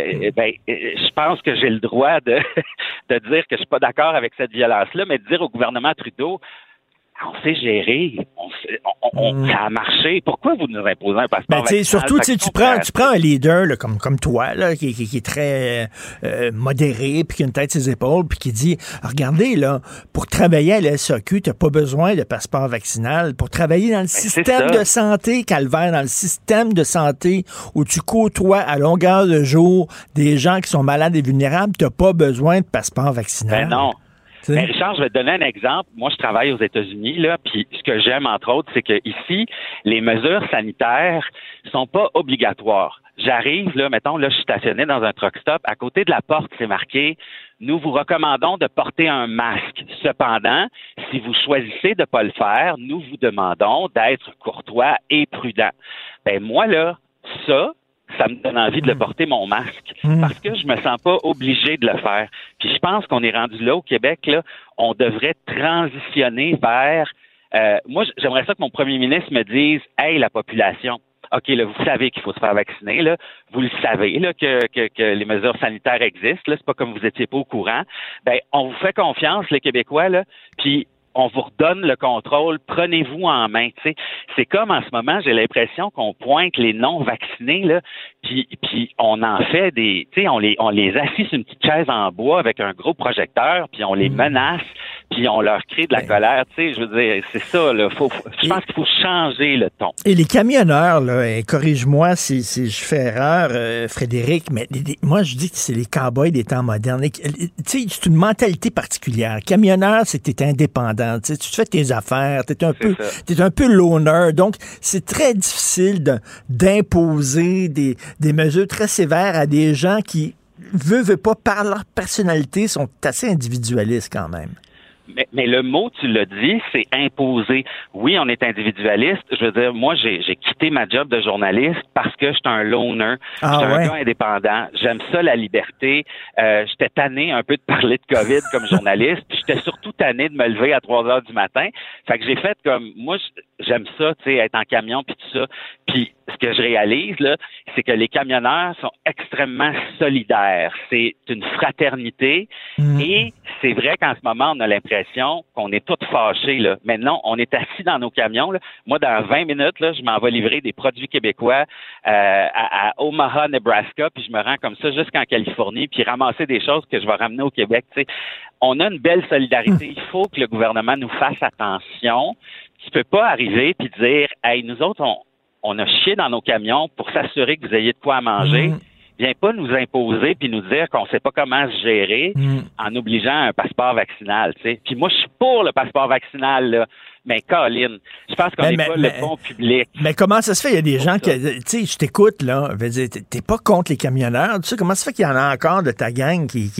S18: je pense que j'ai le droit de dire que je suis pas d'accord avec cette violence-là, mais de dire au gouvernement Trudeau, on sait gérer, ça a marché. Pourquoi vous nous imposez un passeport vaccinal?
S5: Surtout, tu prends un leader là, comme toi, là, qui est très modéré, puis qui a une tête sur ses épaules, puis qui dit, regardez, là, pour travailler à la SAQ, tu n'as pas besoin de passeport vaccinal. Pour travailler dans le système de santé, Calvaire, dans le système de santé où tu côtoies à longueur de jour des gens qui sont malades et vulnérables, tu n'as pas besoin de passeport vaccinal.
S18: Ben non. Mais Richard, je vais te donner un exemple. Moi, je travaille aux États-Unis, là, puis ce que j'aime, entre autres, c'est que ici, les mesures sanitaires sont pas obligatoires. J'arrive, là, mettons, là, je suis stationné dans un truck stop. À côté de la porte, c'est marqué « Nous vous recommandons de porter un masque. Cependant, si vous choisissez de pas le faire, nous vous demandons d'être courtois et prudent. » Ben moi, là, ça me donne envie de le porter, mon masque, parce que je me sens pas obligé de le faire. Puis je pense qu'on est rendu là au Québec, là, on devrait transitionner vers... moi, j'aimerais ça que mon premier ministre me dise « Hey, la population, OK, là, vous savez qu'il faut se faire vacciner, là. Vous le savez, là, que les mesures sanitaires existent, là. C'est pas comme vous étiez pas au courant. Ben, on vous fait confiance, les Québécois, là, puis on vous redonne le contrôle, prenez-vous en main. Tu sais, c'est comme en ce moment, j'ai l'impression qu'on pointe les non-vaccinés, là, puis on en fait des, tu sais, on les assit sur une petite chaise en bois avec un gros projecteur, puis on les menace, puis on leur crée de la colère. Tu sais, je veux dire, c'est ça, là. Je pense qu'il faut changer le ton. Et
S5: les camionneurs, là, corrige-moi si je fais erreur, Frédéric, mais moi je dis que c'est les cow-boys des temps modernes. Tu sais, c'est une mentalité particulière. Camionneur, c'est que t'es indépendant. Tu te fais tes affaires, t'es un peu loner, donc c'est très difficile d'imposer des mesures très sévères à des gens qui, veulent pas, par leur personnalité, sont assez individualistes quand même.
S18: Mais le mot, tu l'as dit, c'est imposer. Oui, on est individualiste. Je veux dire, moi, j'ai quitté ma job de journaliste parce que j'étais un loner. J'étais un gars indépendant. J'aime ça, la liberté. J'étais tanné un peu de parler de COVID comme journaliste. Puis j'étais surtout tanné de me lever à 3 heures du matin. Fait que j'ai fait comme, moi, j'aime ça, tu sais, être en camion puis tout ça. Puis ce que je réalise, là, c'est que les camionneurs sont extrêmement solidaires. C'est une fraternité. Et c'est vrai qu'en ce moment, on a l'impression qu'on est tous fâchés, là. Mais non, on est assis dans nos camions, là. Moi, dans 20 minutes, là, je m'en vais livrer des produits québécois à Omaha, Nebraska, puis je me rends comme ça jusqu'en Californie, puis ramasser des choses que je vais ramener au Québec, tu sais. On a une belle solidarité. Il faut que le gouvernement nous fasse attention. Tu peux pas arriver puis dire, hey, nous autres, on a chié dans nos camions pour s'assurer que vous ayez de quoi à manger. Viens pas nous imposer puis nous dire qu'on sait pas comment se gérer en obligeant un passeport vaccinal, tu sais. Puis moi, je suis pour le passeport vaccinal, là. Mais Colin, je pense qu'on n'est pas le bon public.
S5: Mais comment ça se fait? Il y a des gens qui, tu sais, je t'écoute, là, veux dire, t'es pas contre les camionneurs. Tu sais, comment ça se fait qu'il y en a encore de ta gang qui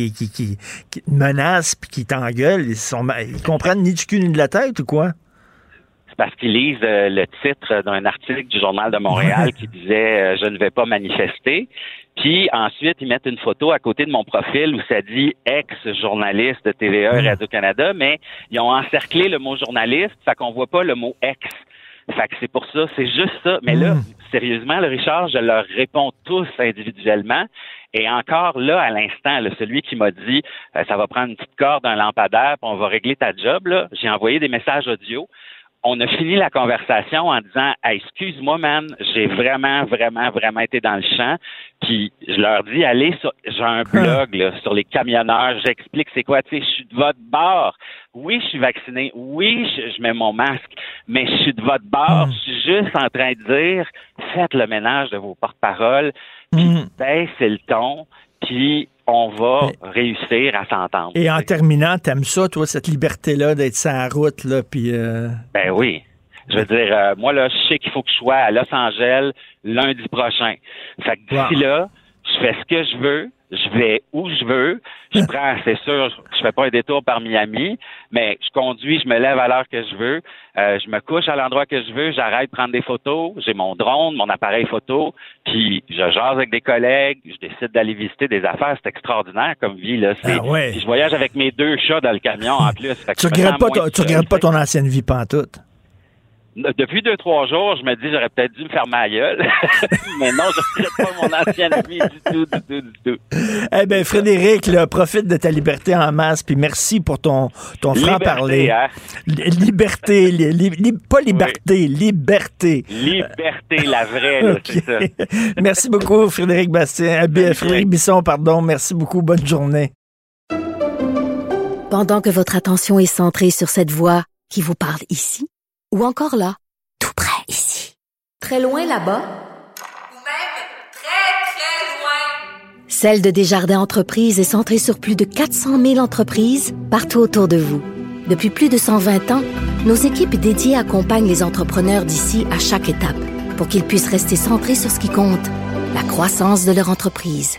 S5: te menacent puis qui t'engueulent? Ils comprennent ni du cul ni de la tête ou quoi?
S18: C'est parce qu'ils lisent le titre d'un article du Journal de Montréal qui disait « Je ne vais pas manifester ». Puis ensuite, ils mettent une photo à côté de mon profil où ça dit « ex-journaliste de TVA et Radio-Canada », mais ils ont encerclé le mot « journaliste », fait qu'on voit pas le mot « ex ». Fait que c'est pour ça, c'est juste ça. Mais là, sérieusement, le Richard, je leur réponds tous individuellement. Et encore là, à l'instant, là, celui qui m'a dit ça va prendre une petite corde, un lampadaire, puis on va régler ta job, là, j'ai envoyé des messages audio. On a fini la conversation en disant hey, excuse-moi, man, j'ai vraiment été dans le champ. Puis je leur dis allez sur, j'ai un blog là, sur les camionneurs, j'explique c'est quoi, tu sais, je suis de votre bord. Oui, je suis vacciné, oui, je mets mon masque, mais je suis de votre bord, je suis juste en train de dire faites le ménage de vos porte-paroles, puis baissez le ton, puis on va réussir à s'entendre.
S5: Et en terminant, t'aimes ça, toi, cette liberté-là d'être sur la route, là, puis...
S18: Ben oui. Je veux dire, moi, là, je sais qu'il faut que je sois à Los Angeles lundi prochain. Fait que d'ici là, je fais ce que je veux, je vais où je veux, je prends, c'est sûr, je fais pas un détour par Miami, mais je conduis, je me lève à l'heure que je veux, je me couche à l'endroit que je veux, j'arrête de prendre des photos, j'ai mon drone, mon appareil photo, puis je jase avec des collègues, je décide d'aller visiter des affaires, c'est extraordinaire comme vie, là. Puis je voyage avec mes 2 chats dans le camion en plus. Fait que
S5: tu regrettes pas ton ancienne vie pantoute?
S18: Depuis 2-3 jours, je me dis, j'aurais peut-être dû me faire ma gueule. Mais non, je ne regrette pas mon ancien ami du tout.
S5: Eh bien, Frédéric, là, profite de ta liberté en masse, puis merci pour ton franc-parler.
S18: Hein?
S5: Liberté, pas liberté, liberté.
S18: Liberté, la vraie, là,
S5: okay.
S18: C'est ça.
S5: Merci beaucoup, Frédéric Frédéric Bisson, pardon. Merci beaucoup, bonne journée.
S1: Pendant que votre attention est centrée sur cette voix qui vous parle ici, ou encore là, tout près ici, très loin là-bas, ou même très, très loin. Celle de Desjardins Entreprises est centrée sur plus de 400 000 entreprises partout autour de vous. Depuis plus de 120 ans, nos équipes dédiées accompagnent les entrepreneurs d'ici à chaque étape pour qu'ils puissent rester centrés sur ce qui compte, la croissance de leur entreprise.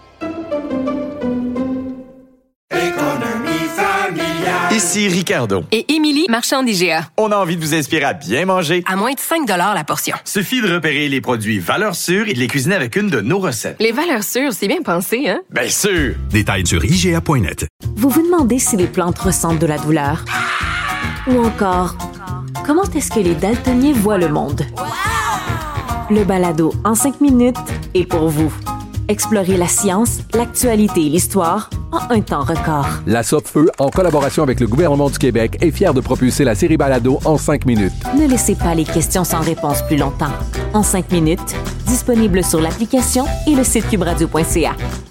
S2: Ici Ricardo.
S3: Et Émilie, marchand d'IGA.
S2: On a envie de vous inspirer à bien manger.
S3: À moins de 5 $ la portion.
S2: Suffit de repérer les produits valeurs sûres et de les cuisiner avec une de nos recettes.
S3: Les valeurs sûres, c'est bien pensé, hein?
S2: Bien sûr!
S4: Détails sur IGA.net.
S9: Vous vous demandez si les plantes ressentent de la douleur? Ou encore, comment est-ce que les daltoniens voient le monde? Le balado en 5 minutes est pour vous. Explorez la science, l'actualité et l'histoire en un temps record.
S10: La Sopfeu, en collaboration avec le gouvernement du Québec, est fière de propulser la série Balado en 5 minutes.
S9: Ne laissez pas les questions sans réponse plus longtemps. En 5 minutes, disponible sur l'application et le site cubradio.ca.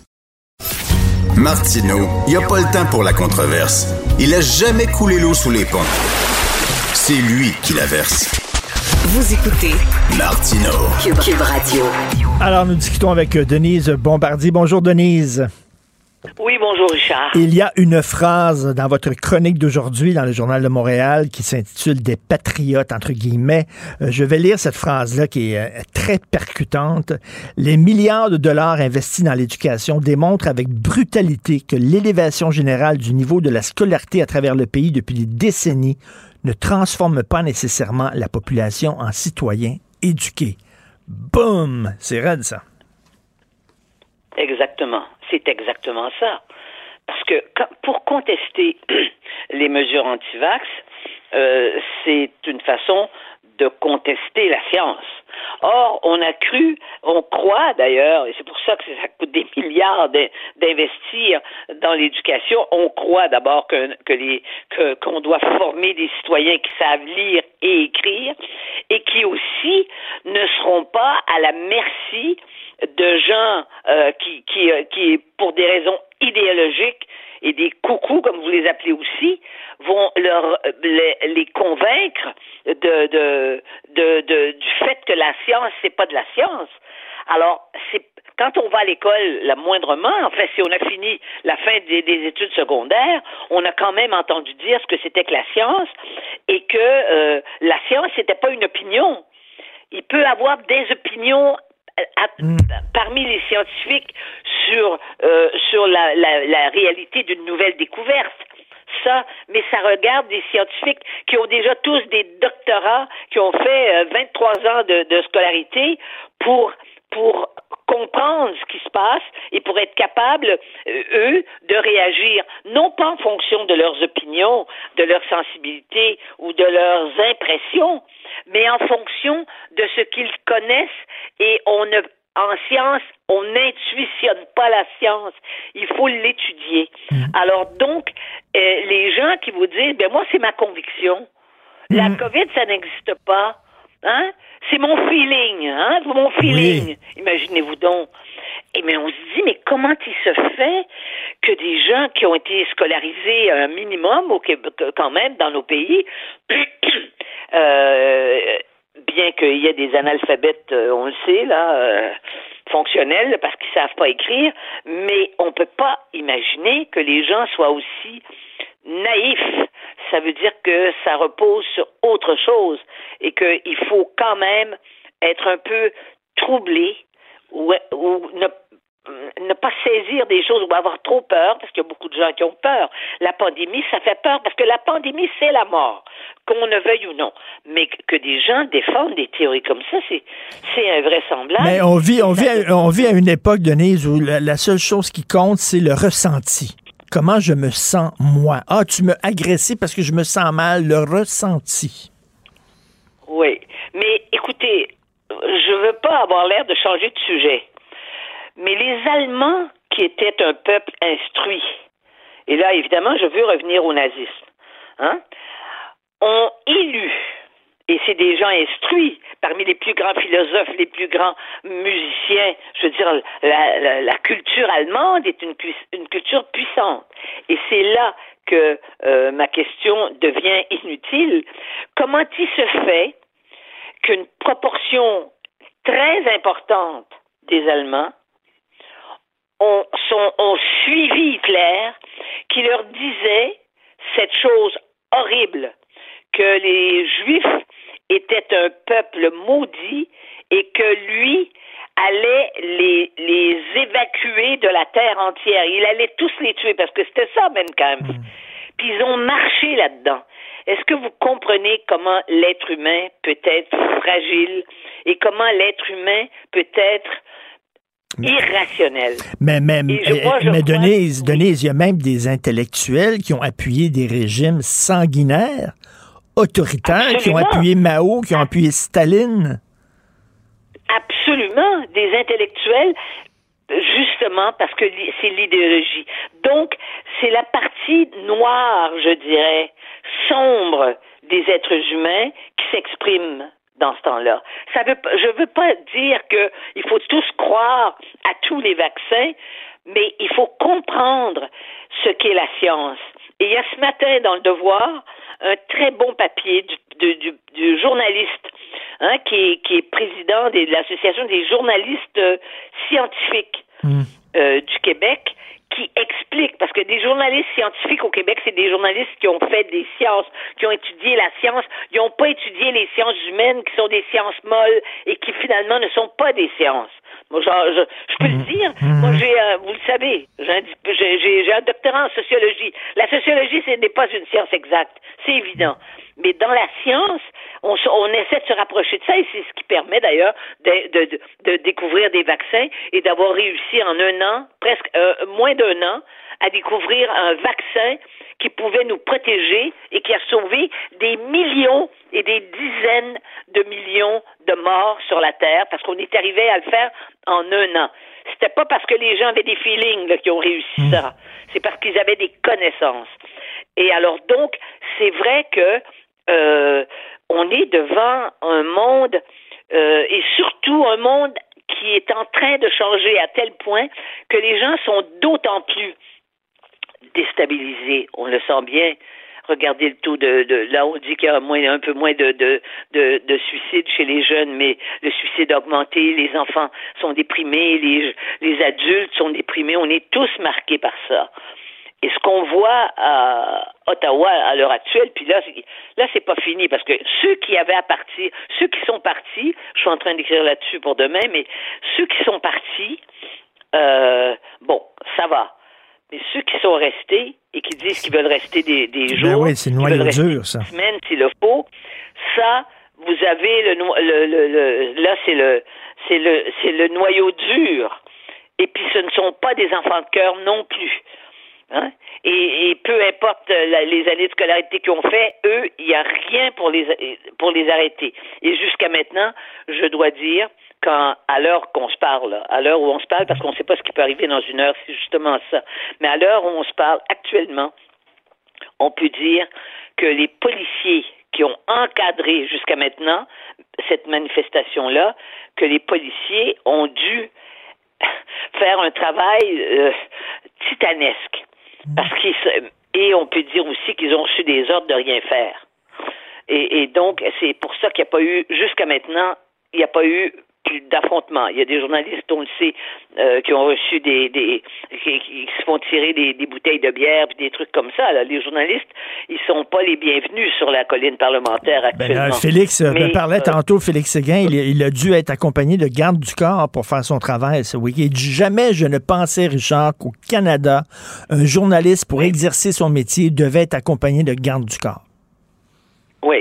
S4: Martineau, il n'y a pas le temps pour la controverse. Il a jamais coulé l'eau sous les ponts. C'est lui qui la verse.
S15: Vous écoutez
S4: Martineau.
S15: Cube Radio.
S5: Alors, nous discutons avec Denise Bombardier. Bonjour, Denise.
S20: Oui, bonjour, Richard.
S5: Il y a une phrase dans votre chronique d'aujourd'hui dans le Journal de Montréal qui s'intitule « Des patriotes », entre guillemets. Je vais lire cette phrase-là qui est très percutante. « Les milliards de dollars investis dans l'éducation démontrent avec brutalité que l'élévation générale du niveau de la scolarité à travers le pays depuis des décennies ne transforme pas nécessairement la population en citoyens éduqués. » Boum! C'est raide, ça.
S20: Exactement. C'est exactement ça. Parce que pour contester les mesures anti-vax, c'est une façon de contester la science. Or, on croit d'ailleurs, et c'est pour ça que ça coûte des milliards d'investir dans l'éducation, on croit d'abord qu'on doit former des citoyens qui savent lire et écrire et qui aussi ne seront pas à la merci de gens qui, pour des raisons idéologiques et des coucous, comme vous les appelez aussi, vont les convaincre du fait que la science, c'est pas de la science. Alors, quand on va à l'école, moindrement, en fait, si on a fini la fin des études secondaires, on a quand même entendu dire ce que c'était que la science et que la science, c'était pas une opinion. Il peut avoir des opinions parmi les scientifiques sur la réalité d'une nouvelle découverte. Ça, mais ça regarde des scientifiques qui ont déjà tous des doctorats, qui ont fait 23 ans de scolarité pour comprendre ce qui se passe et pour être capables, eux, de réagir, non pas en fonction de leurs opinions, de leur sensibilité ou de leurs impressions, mais en fonction de ce qu'ils connaissent et en science, on n'intuitionne pas la science. Il faut l'étudier. Alors donc, les gens qui vous disent, moi, c'est ma conviction. La COVID, ça n'existe pas. Hein? C'est mon feeling. Hein? Mon feeling. Oui. Imaginez-vous donc. Mais on se dit, mais comment il se fait que des gens qui ont été scolarisés un minimum, quand même, dans nos pays, bien qu'il y ait des analphabètes, on le sait, là, fonctionnels, parce qu'ils savent pas écrire, mais on peut pas imaginer que les gens soient aussi naïfs. Ça veut dire que ça repose sur autre chose et qu'il faut quand même être un peu troublé ou ne pas saisir des choses ou avoir trop peur, parce qu'il y a beaucoup de gens qui ont peur. La pandémie, ça fait peur, parce que la pandémie, c'est la mort, qu'on ne veuille ou non. Mais que des gens défendent des théories comme ça, c'est invraisemblable.
S5: Mais on vit à une époque, Denise, où la seule chose qui compte, c'est le ressenti. Comment je me sens, moi? Ah, tu m'as agressé parce que je me sens mal, le ressenti.
S20: Oui. Mais écoutez, je veux pas avoir l'air de changer de sujet. Mais les Allemands, qui étaient un peuple instruit, et là, évidemment, je veux revenir au nazisme, ont élu, et c'est des gens instruits, parmi les plus grands philosophes, les plus grands musiciens, je veux dire, la culture allemande est une culture puissante. Et c'est là que ma question devient inutile. Comment il se fait qu'une proportion très importante des Allemands ont suivi Hitler, qui leur disait cette chose horrible, que les Juifs étaient un peuple maudit et que lui allait les évacuer de la terre entière. Il allait tous les tuer, parce que c'était ça, Mein Kampf. Puis ils ont marché là-dedans. Est-ce que vous comprenez comment l'être humain peut être fragile et comment l'être humain peut être irrationnel?
S5: Mais Denise, il y a même des intellectuels qui ont appuyé des régimes sanguinaires, autoritaires,
S20: Absolument.
S5: qui ont appuyé Mao, qui ont appuyé Staline.
S20: Absolument, des intellectuels, justement parce que c'est l'idéologie. Donc, c'est la partie noire, je dirais, sombre des êtres humains qui s'exprime dans ce temps-là. Je veux pas dire qu'il faut tous croire à tous les vaccins, mais il faut comprendre ce qu'est la science. Et il y a ce matin dans Le Devoir un très bon papier du journaliste qui est président de l'Association des journalistes scientifiques du Québec, qui explique, parce que des journalistes scientifiques au Québec, c'est des journalistes qui ont fait des sciences, qui ont étudié la science, ils n'ont pas étudié les sciences humaines, qui sont des sciences molles et qui finalement ne sont pas des sciences. Moi, je peux le dire. Moi, vous le savez, j'ai un doctorat en sociologie. La sociologie, ce n'est pas une science exacte, c'est évident. Mais dans la science, on essaie de se rapprocher de ça, et c'est ce qui permet d'ailleurs de découvrir des vaccins et d'avoir réussi en un an, presque moins d'un an, à découvrir un vaccin qui pouvait nous protéger et qui a sauvé des millions et des dizaines de millions de morts sur la Terre, parce qu'on est arrivé à le faire en un an. C'était pas parce que les gens avaient des feelings là, qui ont réussi ça. C'est parce qu'ils avaient des connaissances. Et alors donc, c'est vrai que on est devant un monde et surtout un monde qui est en train de changer à tel point que les gens sont d'autant plus déstabilisés. On le sent bien. Regardez le taux là on dit qu'il y a un peu moins de suicides chez les jeunes, mais le suicide a augmenté, les enfants sont déprimés, les adultes sont déprimés, on est tous marqués par ça. Et ce qu'on voit à Ottawa à l'heure actuelle, puis là c'est pas fini, parce que ceux qui sont partis, je suis en train d'écrire là-dessus pour demain, mais ceux qui sont partis, bon, ça va. Mais ceux qui sont restés et qui disent qu'ils veuld rester des jours,
S5: oui, c'est le noyau dur, ça.
S20: Des semaines s'il le faut, ça, vous avez là c'est le noyau dur. Et puis ce ne sont pas des enfants de cœur non plus. Et peu importe les années de scolarité qu'ils ont fait, eux, il n'y a rien pour les arrêter. Et jusqu'à maintenant, je dois dire, à l'heure qu'on se parle, à l'heure où on se parle, parce qu'on ne sait pas ce qui peut arriver dans une heure, c'est justement ça. Mais à l'heure où on se parle actuellement, on peut dire que les policiers qui ont encadré jusqu'à maintenant cette manifestation-là, que les policiers ont dû faire un travail titanesque. Et on peut dire aussi qu'ils ont reçu des ordres de rien faire. Et donc, c'est pour ça qu'il n'y a pas eu, jusqu'à maintenant, il n'y a pas eu plus d'affrontements. Il y a des journalistes, on le sait, qui ont reçu qui se font tirer des bouteilles de bière puis des trucs comme ça. Là. Les journalistes, ils sont pas les bienvenus sur la colline parlementaire actuellement.
S5: Félix parlait tantôt, Félix Séguin, il a dû être accompagné de garde du corps pour faire son travail ce week-end. Il dit, jamais je ne pensais, Richard, qu'au Canada, un journaliste, pour exercer son métier, devait être accompagné de garde du corps.
S20: Oui.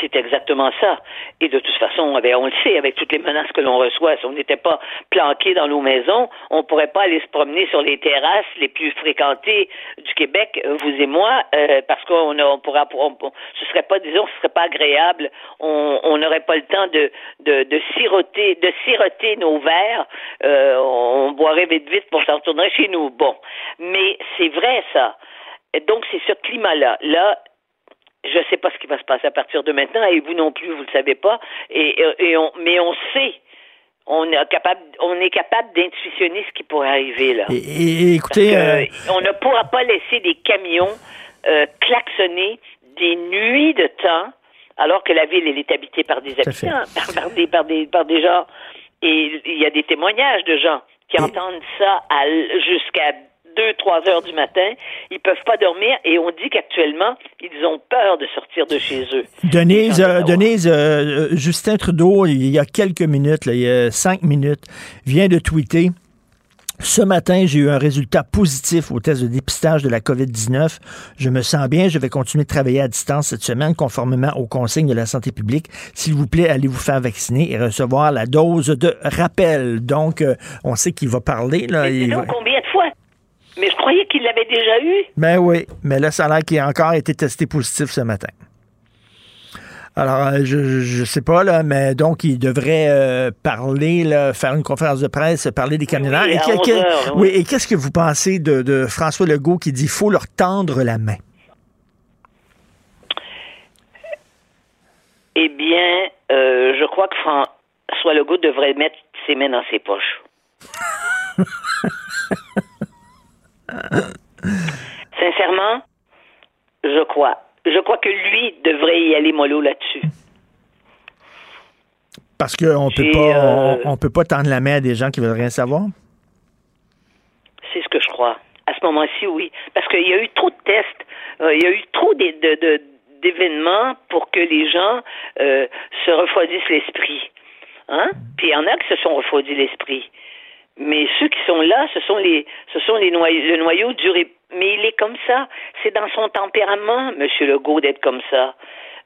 S20: C'est exactement ça. Et de toute façon, on le sait, avec toutes les menaces que l'on reçoit, si on n'était pas planqués dans nos maisons, on ne pourrait pas aller se promener sur les terrasses les plus fréquentées du Québec, vous et moi, parce qu'on ce serait pas, disons, ce serait pas agréable. On n'aurait pas le temps de siroter nos verres. On boirait vite pour s'en retourner chez nous. Bon. Mais c'est vrai, ça. Et donc, c'est ce climat-là. Là, je ne sais pas ce qui va se passer à partir de maintenant, et vous non plus, vous ne le savez pas. Mais on sait, on est capable d'intuitionner ce qui pourrait arriver là.
S5: Et écoutez,
S20: on ne pourra pas laisser des camions klaxonner des nuits de temps, alors que la ville elle est habitée par des habitants, par des gens. Et il y a des témoignages de gens qui entendent ça jusqu'à 2-3 heures du matin, ils peuvent pas dormir et on dit qu'actuellement, ils ont peur de sortir de chez eux.
S5: Denise, Justin Trudeau, il y a quelques minutes, il y a 5 minutes, vient de tweeter: ce matin, j'ai eu un résultat positif au test de dépistage de la COVID-19. Je me sens bien, je vais continuer de travailler à distance cette semaine conformément aux consignes de la santé publique. S'il vous plaît, allez vous faire vacciner et recevoir la dose de rappel. Donc, on sait qu'il va parler. Là,
S20: combien de fois? Mais je croyais qu'il l'avait déjà eu.
S5: Ben oui, mais là, ça a l'air qu'il a encore été testé positif ce matin. Alors, je sais pas, là, mais donc, il devrait parler, là, faire une conférence de presse, parler des camionneurs. Et qu'est-ce que vous pensez de François Legault qui dit « faut leur tendre la main ».
S20: Eh bien, je crois que François Legault devrait mettre ses mains dans ses poches. Sincèrement, je crois. Je crois que lui devrait y aller mollo là-dessus.
S5: Parce qu'on on peut pas tendre la main à des gens qui veulent rien savoir?
S20: C'est ce que je crois. À ce moment-ci, oui. Parce qu'il y a eu trop de tests, il y a eu trop d'événements pour que les gens se refroidissent l'esprit. Hein? Puis il y en a qui se sont refroidis l'esprit. Mais ceux qui sont là, ce sont le noyau dur. Mais il est comme ça. C'est dans son tempérament, M. Legault, d'être comme ça.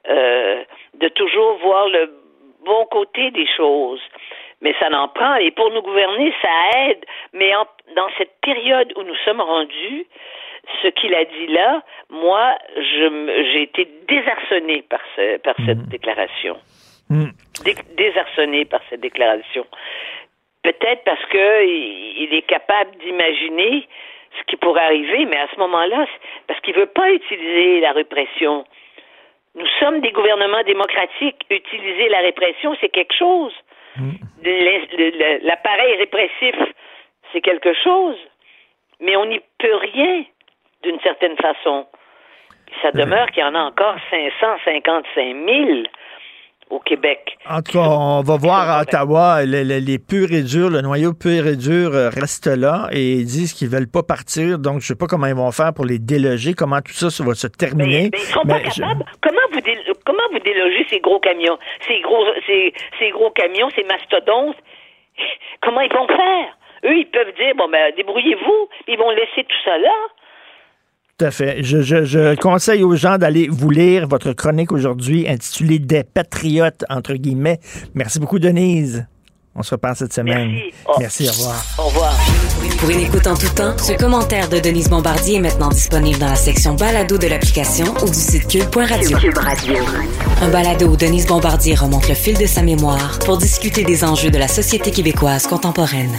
S20: De toujours voir le bon côté des choses. Mais ça n'en prend. Et pour nous gouverner, ça aide. Mais dans cette période où nous sommes rendus, ce qu'il a dit là, moi, j'ai été désarçonné par cette déclaration. Désarçonné par cette déclaration. Peut-être parce que il est capable d'imaginer ce qui pourrait arriver, mais à ce moment-là, parce qu'il veut pas utiliser la répression. Nous sommes des gouvernements démocratiques. Utiliser la répression, c'est quelque chose. L'appareil répressif, c'est quelque chose. Mais on n'y peut rien, d'une certaine façon. Ça demeure qu'il y en a encore 555 000 au Québec.
S5: En tout cas, on va voir à Ottawa, les purs et durs, le noyau pur et dur reste là et ils disent qu'ils veulent pas partir. Donc, je sais pas comment ils vont faire pour les déloger, comment tout ça va se terminer.
S20: Ils sont pas capables. Comment vous délogez ces gros camions, ces gros camions, ces mastodontes? Comment ils vont faire? Eux, ils peuvent dire, débrouillez-vous. Ils vont laisser tout ça là.
S5: Tout à fait. Je conseille aux gens d'aller vous lire votre chronique aujourd'hui intitulée « Des patriotes », entre guillemets. Merci beaucoup, Denise. On se reparle cette semaine. Merci, au revoir.
S20: Au revoir.
S15: Pour une écoute en tout temps, ce commentaire de Denise Bombardier est maintenant disponible dans la section balado de l'application ou du site cube.radio. Un balado où Denise Bombardier remonte le fil de sa mémoire pour discuter des enjeux de la société québécoise contemporaine.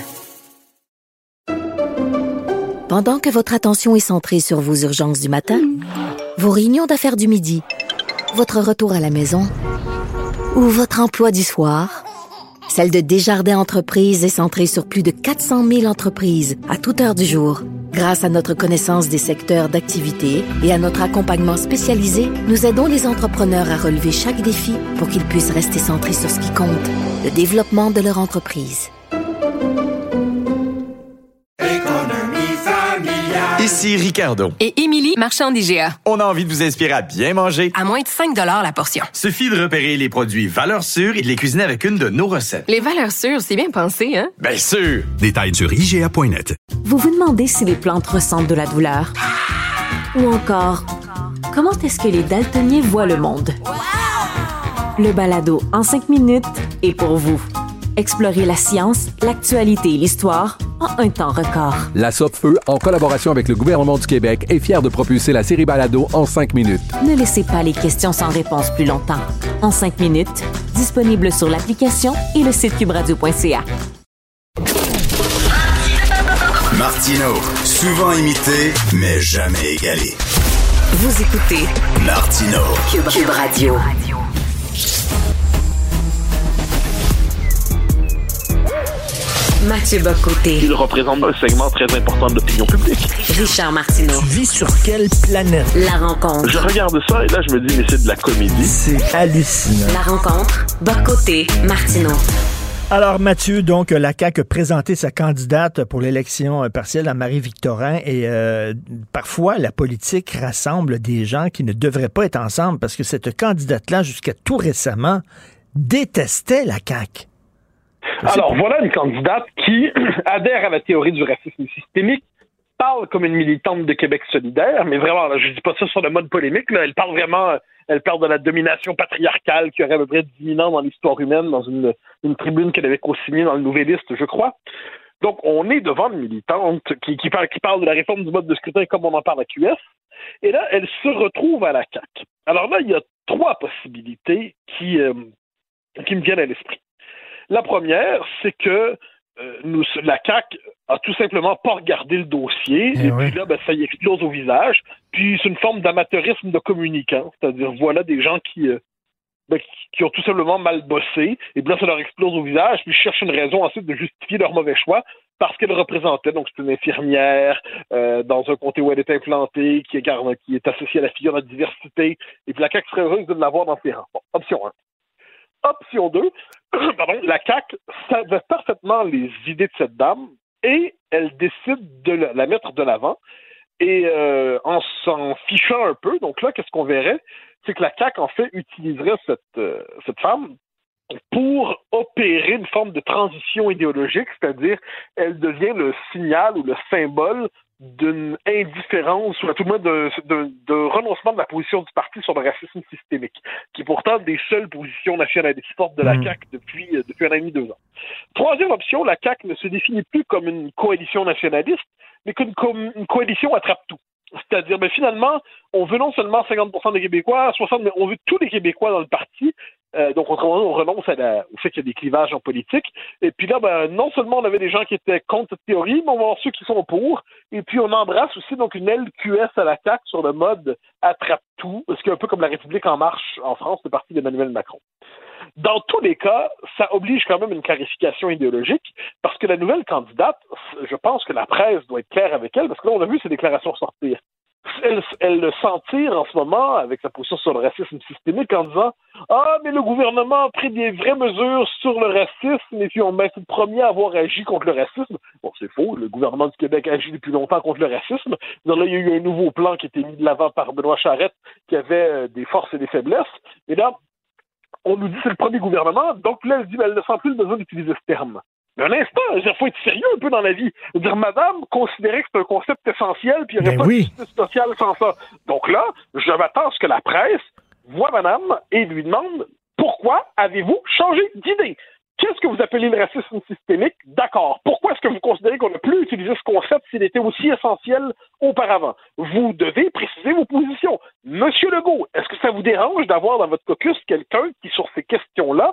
S1: Pendant que votre attention est centrée sur vos urgences du matin, vos réunions d'affaires du midi, votre retour à la maison ou votre emploi du soir, celle de Desjardins Entreprises est centrée sur plus de 400 000 entreprises à toute heure du jour. Grâce à notre connaissance des secteurs d'activité et à notre accompagnement spécialisé, nous aidons les entrepreneurs à relever chaque défi pour qu'ils puissent rester centrés sur ce qui compte, le développement de leur entreprise.
S2: Ici Ricardo.
S3: Et Émilie, marchand d'IGA.
S2: On a envie de vous inspirer à bien manger.
S3: À moins de 5 $ la portion.
S2: Suffit de repérer les produits valeurs sûres et de les cuisiner avec une de nos recettes.
S3: Les valeurs sûres, c'est bien pensé, hein?
S2: Bien sûr!
S4: Détails sur IGA.net.
S9: Vous vous demandez si les plantes ressentent de la douleur? Ou encore, comment est-ce que les daltoniens voient le monde? Le balado en 5 minutes est pour vous. Explorez la science, l'actualité et l'histoire en un temps record.
S10: La Sopfeu, en collaboration avec le gouvernement du Québec, est fière de propulser la série Balado en 5 minutes.
S9: Ne laissez pas les questions sans réponse plus longtemps. En 5 minutes, disponible sur l'application et le site cubradio.ca.
S4: Martino, souvent imité, mais jamais égalé.
S15: Vous écoutez
S4: Martino,
S15: Cube Radio. Mathieu Bock-Côté.
S21: Il représente un segment très important de l'opinion publique.
S15: Richard Martineau.
S5: Tu vis sur quelle planète?
S15: La rencontre.
S21: Je regarde ça et là, je me dis, mais c'est de la comédie.
S5: C'est hallucinant.
S15: La rencontre. Bock-Côté, Martineau.
S5: Alors, Mathieu, donc, la CAQ a présenté sa candidate pour l'élection partielle à Marie-Victorin et parfois, la politique rassemble des gens qui ne devraient pas être ensemble parce que cette candidate-là, jusqu'à tout récemment, détestait la CAQ.
S21: Alors, voilà une candidate qui adhère à la théorie du racisme systémique, parle comme une militante de Québec solidaire, mais vraiment, là, je dis pas ça sur le mode polémique, là, elle parle vraiment, elle parle de la domination patriarcale qui aurait à peu près 10 000 ans dans l'histoire humaine, dans une tribune qu'elle avait co-signée dans le Nouvelliste, je crois. Donc, on est devant une militante qui parle de la réforme du mode de scrutin comme on en parle à QS, et là, elle se retrouve à la CAQ. Alors là, il y a 3 possibilités qui me viennent à l'esprit. La première, c'est que la CAQ a tout simplement pas regardé le dossier, et puis là, ça y explose au visage. Puis c'est une forme d'amateurisme de communicant, c'est-à-dire voilà des gens qui ont tout simplement mal bossé, et puis là, ça leur explose au visage, puis ils cherchent une raison ensuite de justifier leur mauvais choix, parce qu'elle représentait, donc c'est une infirmière dans un comté où elle est implantée, qui est associée à la figure de la diversité, et puis la CAQ serait heureuse de l'avoir dans ses rangs. Bon, option 1. Option 2, la CAQ savait parfaitement les idées de cette dame et elle décide de la mettre de l'avant. Et en s'en fichant un peu, donc là, qu'est-ce qu'on verrait? C'est que la CAQ, en fait, utiliserait cette femme pour opérer une forme de transition idéologique, c'est-à-dire elle devient le signal ou le symbole d'une indifférence ou à tout le moins de renoncement de la position du parti sur le racisme systémique, qui est pourtant des seules positions nationalistes fortes de la CAQ depuis 1 an et demi, 2 ans. Troisième option, la CAQ ne se définit plus comme une coalition nationaliste, mais comme une coalition attrape-tout. C'est-à-dire, finalement, on veut non seulement 50% des Québécois, 60%, mais on veut tous les Québécois dans le parti. Donc, on renonce au fait qu'il y a des clivages en politique. Et puis là, non seulement on avait des gens qui étaient contre cette théorie, mais on va avoir ceux qui sont pour. Et puis, on embrasse aussi donc une aile QS à la CAQ sur le mode attrape-tout, ce qui est un peu comme la République en marche en France, le parti d'Emmanuel Macron. Dans tous les cas, ça oblige quand même une clarification idéologique, parce que la nouvelle candidate, je pense que la presse doit être claire avec elle, parce que là, on a vu ses déclarations sortir. Elle le sentir en ce moment avec sa position sur le racisme systémique en disant « Ah, mais le gouvernement a pris des vraies mesures sur le racisme et puis on c'est le premier à avoir agi contre le racisme. » Bon, c'est faux, le gouvernement du Québec agit depuis longtemps contre le racisme. Donc là, il y a eu un nouveau plan qui a été mis de l'avant par Benoît Charette qui avait des forces et des faiblesses. Et là, on nous dit que c'est le premier gouvernement, donc là, elle dit elle ne sent plus le besoin d'utiliser ce terme. Mais un instant, il faut être sérieux un peu dans la vie. Dire, madame considérait que c'est un concept essentiel, puis il n'y aurait pas de justice sociale sans ça. Donc là, je m'attends à ce que la presse voit madame et lui demande pourquoi avez-vous changé d'idée? Qu'est-ce que vous appelez le racisme systémique? D'accord. Pourquoi est-ce que vous considérez qu'on n'a plus utilisé ce concept s'il était aussi essentiel auparavant? Vous devez préciser vos positions. Monsieur Legault, est-ce que ça vous dérange d'avoir dans votre caucus quelqu'un qui, sur ces questions-là,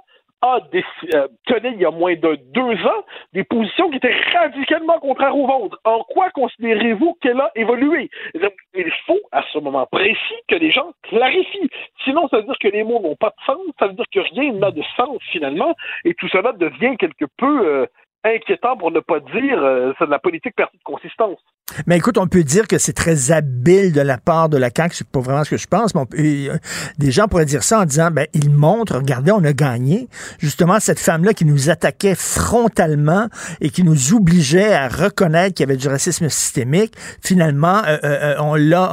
S21: tenait il y a moins de 2 ans des positions qui étaient radicalement contraires aux vôtres? En quoi considérez-vous qu'elle a évolué? Il faut, à ce moment précis, que les gens clarifient. Sinon, ça veut dire que les mots n'ont pas de sens, ça veut dire que rien n'a de sens, finalement, et tout cela devient quelque peu inquiétant, pour ne pas dire c'est de la politique perdue de consistance.
S5: Mais écoute, on peut dire que c'est très habile de la part de la CAQ, c'est pas vraiment ce que je pense, mais des gens pourraient dire ça en disant, ils montrent, regardez, on a gagné. Justement, cette femme-là qui nous attaquait frontalement et qui nous obligeait à reconnaître qu'il y avait du racisme systémique, finalement, on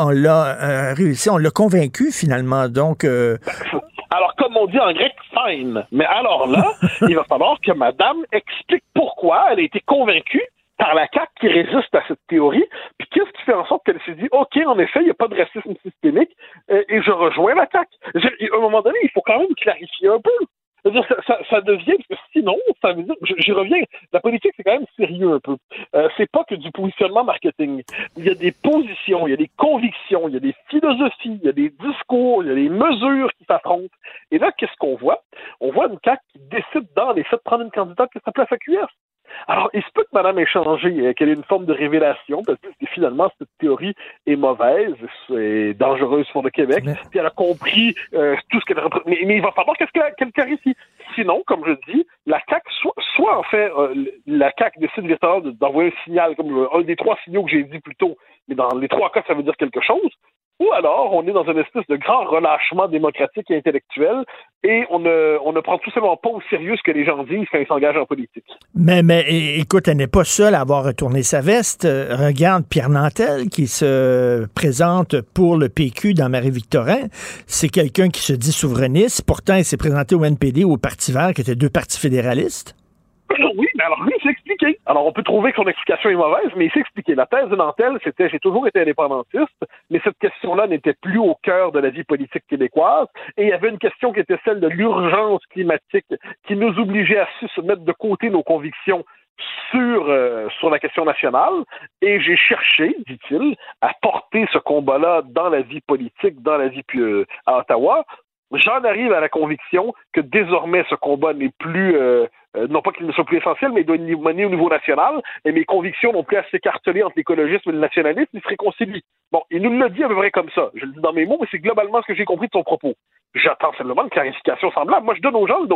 S5: l'a réussi, on l'a convaincu, finalement. Donc...
S21: Alors, comme on dit en grec, fine. Mais alors là, il va falloir que madame explique pourquoi elle a été convaincue par la CAQ qui résiste à cette théorie. Puis qu'est-ce qui fait en sorte qu'elle s'est dit, OK, en effet, il n'y a pas de racisme systémique et je rejoins la CAQ. À un moment donné, il faut quand même clarifier un peu. Ça devient, parce que sinon, ça veut dire, j'y reviens, la politique, c'est quand même sérieux un peu. C'est pas que du positionnement marketing. Il y a des positions, il y a des convictions, il y a des philosophies, il y a des discours, il y a des mesures qui s'affrontent. Et là, qu'est-ce qu'on voit? On voit une CAQ qui décide dans les faits de prendre une candidate qui s'appelle à QS. Alors, il se peut que Mme ait changé, qu'elle ait une forme de révélation, parce que finalement, cette théorie est mauvaise, c'est dangereuse pour le Québec, puis elle a compris tout ce qu'elle représente. Mais il va falloir qu'elle clarifie. Sinon, comme je dis, la CAQ, soit en fait, la CAQ décide véritablement d'envoyer un signal, comme un des 3 signaux que j'ai dit plus tôt, mais dans les 3 cas, ça veut dire quelque chose, ou alors on est dans une espèce de grand relâchement démocratique et intellectuel et on ne prend tout simplement pas au sérieux ce que les gens disent quand ils s'engagent en politique.
S5: Mais écoute, elle n'est pas seule à avoir retourné sa veste. Regarde Pierre Nantel qui se présente pour le PQ dans Marie-Victorin. C'est quelqu'un qui se dit souverainiste. Pourtant, il s'est présenté au NPD ou au Parti vert, qui étaient 2 partis fédéralistes.
S21: Oui, mais alors lui, il s'est expliqué. Alors, on peut trouver que son explication est mauvaise, mais il s'est expliqué. La thèse de Nantel, c'était « j'ai toujours été indépendantiste », mais cette question-là n'était plus au cœur de la vie politique québécoise, et il y avait une question qui était celle de l'urgence climatique, qui nous obligeait à se mettre de côté nos convictions sur la question nationale, et j'ai cherché, dit-il, à porter ce combat-là dans la vie politique, dans la vie à Ottawa. J'en arrive à la conviction que désormais ce combat n'est plus, non pas qu'il ne soit plus essentiel, mais il doit être mené au niveau national, et mes convictions n'ont plus à s'écarteler entre l'écologisme et le nationalisme, ils se réconcilient. Bon, il nous le dit à peu près comme ça, je le dis dans mes mots, mais c'est globalement ce que j'ai compris de son propos. J'attends simplement une clarification semblable. Moi, je donne aux gens,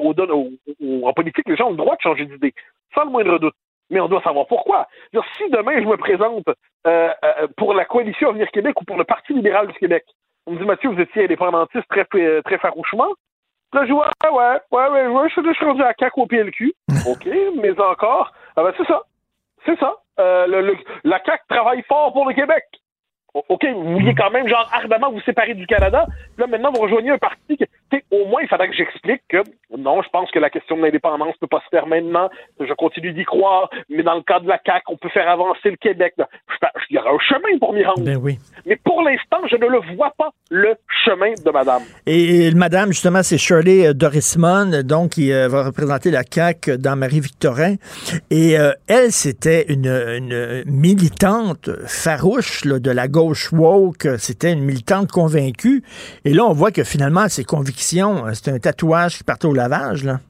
S21: en politique, les gens ont le droit de changer d'idée, sans le moindre doute. Mais on doit savoir pourquoi. Si demain je me présente pour la Coalition Avenir Québec ou pour le Parti libéral du Québec, on me dit, Mathieu, vous étiez indépendantiste très farouchement. Là, je dis, ouais, je suis rendu à CAQ au PLQ. OK, mais encore, c'est ça. La CAQ travaille fort pour le Québec. OK, vous vouliez quand même, ardemment vous séparer du Canada. Là, maintenant, vous rejoignez un parti que, au moins, il faudrait que j'explique que, non, je pense que la question de l'indépendance ne peut pas se faire maintenant. Je continue d'y croire. Mais dans le cas de la CAQ, on peut faire avancer le Québec. Il y aura un chemin pour m'y rendre.
S5: Ben oui.
S21: Mais pour l'instant, je ne le vois pas, le chemin de madame.
S5: Et madame, justement, c'est Shirley Dorismond, donc, qui va représenter la CAQ dans Marie-Victorin. Et elle, c'était une militante farouche là, de la gauche woke. C'était une militante convaincue. Et là, on voit que finalement, ses convictions, c'est un tatouage qui partait au lavage, là.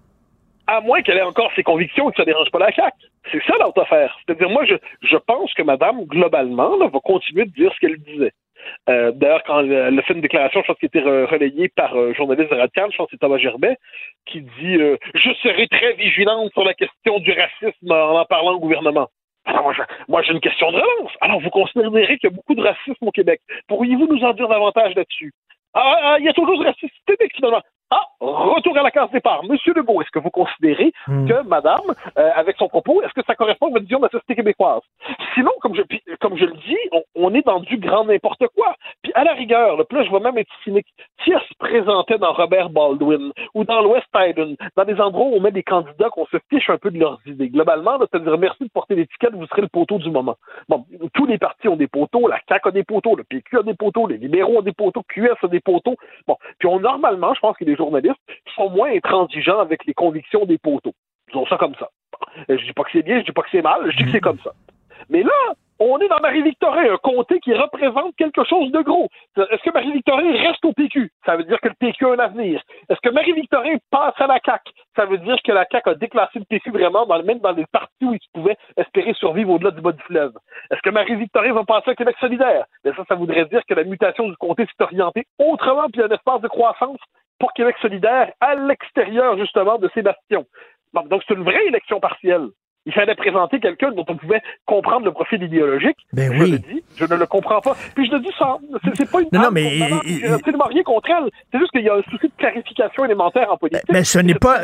S21: À moins qu'elle ait encore ses convictions et que ça ne dérange pas la CAQ. C'est ça l'autre affaire. C'est-à-dire, moi, je pense que madame, globalement, là, va continuer de dire ce qu'elle disait. D'ailleurs, quand elle a fait une déclaration, je pense qu'elle était relayée par un journaliste de Radical, je pense que c'est Thomas Gerbet, qui dit « Je serai très vigilante sur la question du racisme en parlant au gouvernement ». Alors, moi, j'ai une question de relance. Alors, vous considérez qu'il y a beaucoup de racisme au Québec. Pourriez-vous nous en dire davantage là-dessus? Il y a toujours du racisme systémique, finalement. Retour à la case départ. Monsieur Legault, est-ce que vous considérez que madame, avec son propos, est-ce que ça correspond à votre vision de la société québécoise? Sinon, comme je le dis, on est dans du grand n'importe quoi. Puis à la rigueur, là je vais même être cynique, si elle se présentait dans Robert Baldwin ou dans l'West Island, dans des endroits où on met des candidats qu'on se fiche un peu de leurs idées, globalement, c'est-à-dire merci de porter l'étiquette, vous serez le poteau du moment. Bon, tous les partis ont des poteaux, la CAQ a des poteaux, le PQ a des poteaux, les libéraux ont des poteaux, QS a des poteaux. Bon, puis normalement, je pense que les journalistes sont moins intransigeants avec les convictions des poteaux. Disons ça comme ça. Je dis pas que c'est bien, je dis pas que c'est mal, je dis que c'est comme ça. Mais là, on est dans Marie-Victorin, un comté qui représente quelque chose de gros. Est-ce que Marie-Victorin reste au PQ? Ça veut dire que le PQ a un avenir. Est-ce que Marie-Victorin passe à la CAQ? Ça veut dire que la CAQ a déclassé le PQ vraiment, même dans les parties où ils pouvaient espérer survivre au-delà du bas du fleuve. Est-ce que Marie-Victorin va passer à Québec solidaire? Bien, ça voudrait dire que la mutation du comté s'est orientée autrement, puis il y a un espace de croissance pour Québec solidaire à l'extérieur, justement, de ces bastions. Donc, c'est une vraie élection partielle. Il fallait présenter quelqu'un dont on pouvait comprendre le profil idéologique.
S5: Ben
S21: je le dis, je ne le comprends pas. Puis je le dis ça, c'est pas une
S5: non, mais
S21: j'ai absolument rien contre elle. C'est juste qu'il y a un souci de clarification élémentaire en politique.
S5: Mais ce n'est pas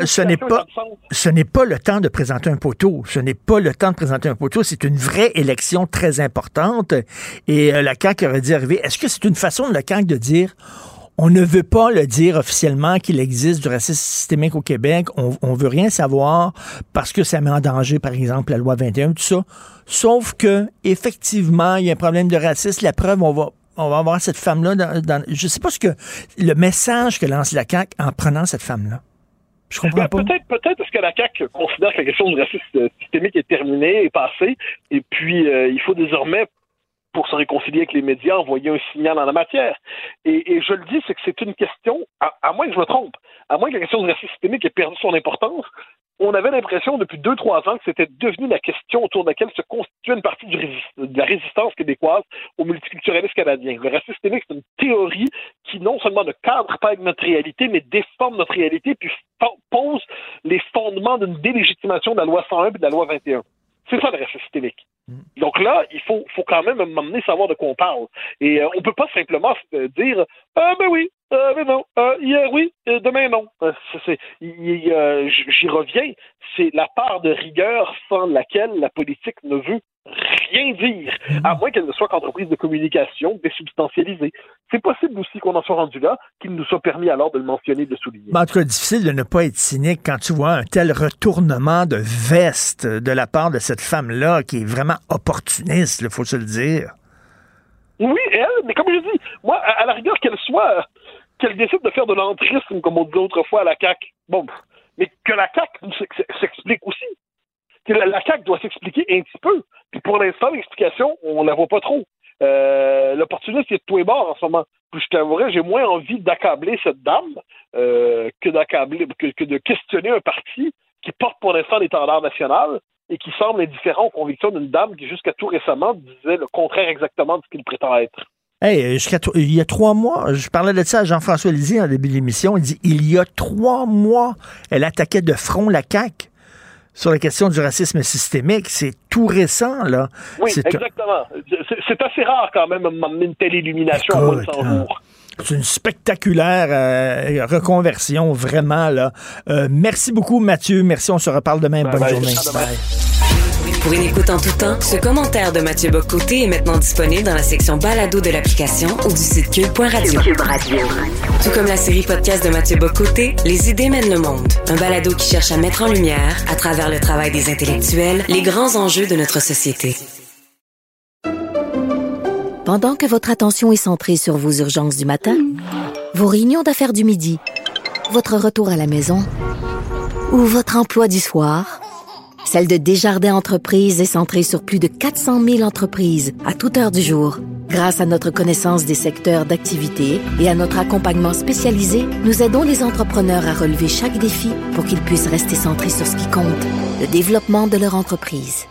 S5: le temps de présenter un poteau. Ce n'est pas le temps de présenter un poteau. C'est une vraie élection très importante. Et la CAQ aurait dû arriver. Est-ce que c'est une façon de la CAQ de dire On ne veut pas le dire officiellement qu'il existe du racisme systémique au Québec. On veut rien savoir parce que ça met en danger, par exemple, la loi 21, tout ça. Sauf que, effectivement, il y a un problème de racisme. La preuve, on va avoir cette femme-là je sais pas ce que le message que lance la CAQ en prenant cette femme-là. Je comprends pas.
S21: Peut-être parce que la CAQ considère que la question du racisme systémique est terminée, est passée, et puis il faut désormais, pour se réconcilier avec les médias, envoyer un signal en la matière. Et je le dis, c'est que c'est une question, à moins que je me trompe, à moins que la question du racisme systémique ait perdu son importance, on avait l'impression depuis 2-3 ans que c'était devenu la question autour de laquelle se constituait une partie de la résistance québécoise au multiculturalisme canadien. Le racisme systémique, c'est une théorie qui non seulement ne cadre pas avec notre réalité, mais déforme notre réalité, puis pose les fondements d'une délégitimation de la loi 101 et de la loi 21. C'est ça le racisme systémique. Donc là, il faut quand même m'emmener savoir de quoi on parle. Et on peut pas simplement dire ben oui, mais non, hier oui, demain non. J'y reviens. C'est la part de rigueur sans laquelle la politique ne veut rien dire, à moins qu'elle ne soit qu'entreprise de communication désubstantialisée. C'est possible aussi qu'on en soit rendu là, qu'il nous soit permis alors de le mentionner, de le souligner.
S5: En tout cas, difficile de ne pas être cynique quand tu vois un tel retournement de veste de la part de cette femme-là qui est vraiment opportuniste, il faut se le dire.
S21: Oui, elle, mais comme je dis, moi, à la rigueur qu'elle décide de faire de l'entrisme, comme on disait autrefois à la CAQ, bon, mais que la CAQ s'explique aussi. Que la CAQ doit s'expliquer un petit peu. Puis pour l'instant, l'explication, on la voit pas trop. L'opportuniste est de tous les bords en ce moment. Puis je t'avouerais, j'ai moins envie d'accabler cette dame que de questionner un parti qui porte pour l'instant l'étendard national et qui semble indifférent aux convictions d'une dame qui, jusqu'à tout récemment, disait le contraire exactement de ce qu'il prétend être.
S5: Hey, il y a 3 mois, je parlais de ça à Jean-François Lisée en début de l'émission, il dit, il y a 3 mois, elle attaquait de front la CAQ sur la question du racisme systémique. C'est tout récent, là.
S21: Oui, exactement. C'est assez rare quand même de m'emmener une telle illumination en moins de 100 jours.
S5: C'est une spectaculaire reconversion, vraiment, là. Merci beaucoup, Mathieu. Merci, on se reparle demain. Bonne journée. Bye.
S15: Pour une écoute en tout temps, ce commentaire de Mathieu Bock-Côté est maintenant disponible dans la section balado de l'application ou du site cube.radio. Cube Radio. Tout comme la série podcast de Mathieu Bock-Côté, Les idées mènent le monde. Un balado qui cherche à mettre en lumière, à travers le travail des intellectuels, les grands enjeux de notre société.
S1: Pendant que votre attention est centrée sur vos urgences du matin, vos réunions d'affaires du midi, votre retour à la maison ou votre emploi du soir, celle de Desjardins Entreprises est centrée sur plus de 400 000 entreprises à toute heure du jour. Grâce à notre connaissance des secteurs d'activité et à notre accompagnement spécialisé, nous aidons les entrepreneurs à relever chaque défi pour qu'ils puissent rester centrés sur ce qui compte, le développement de leur entreprise.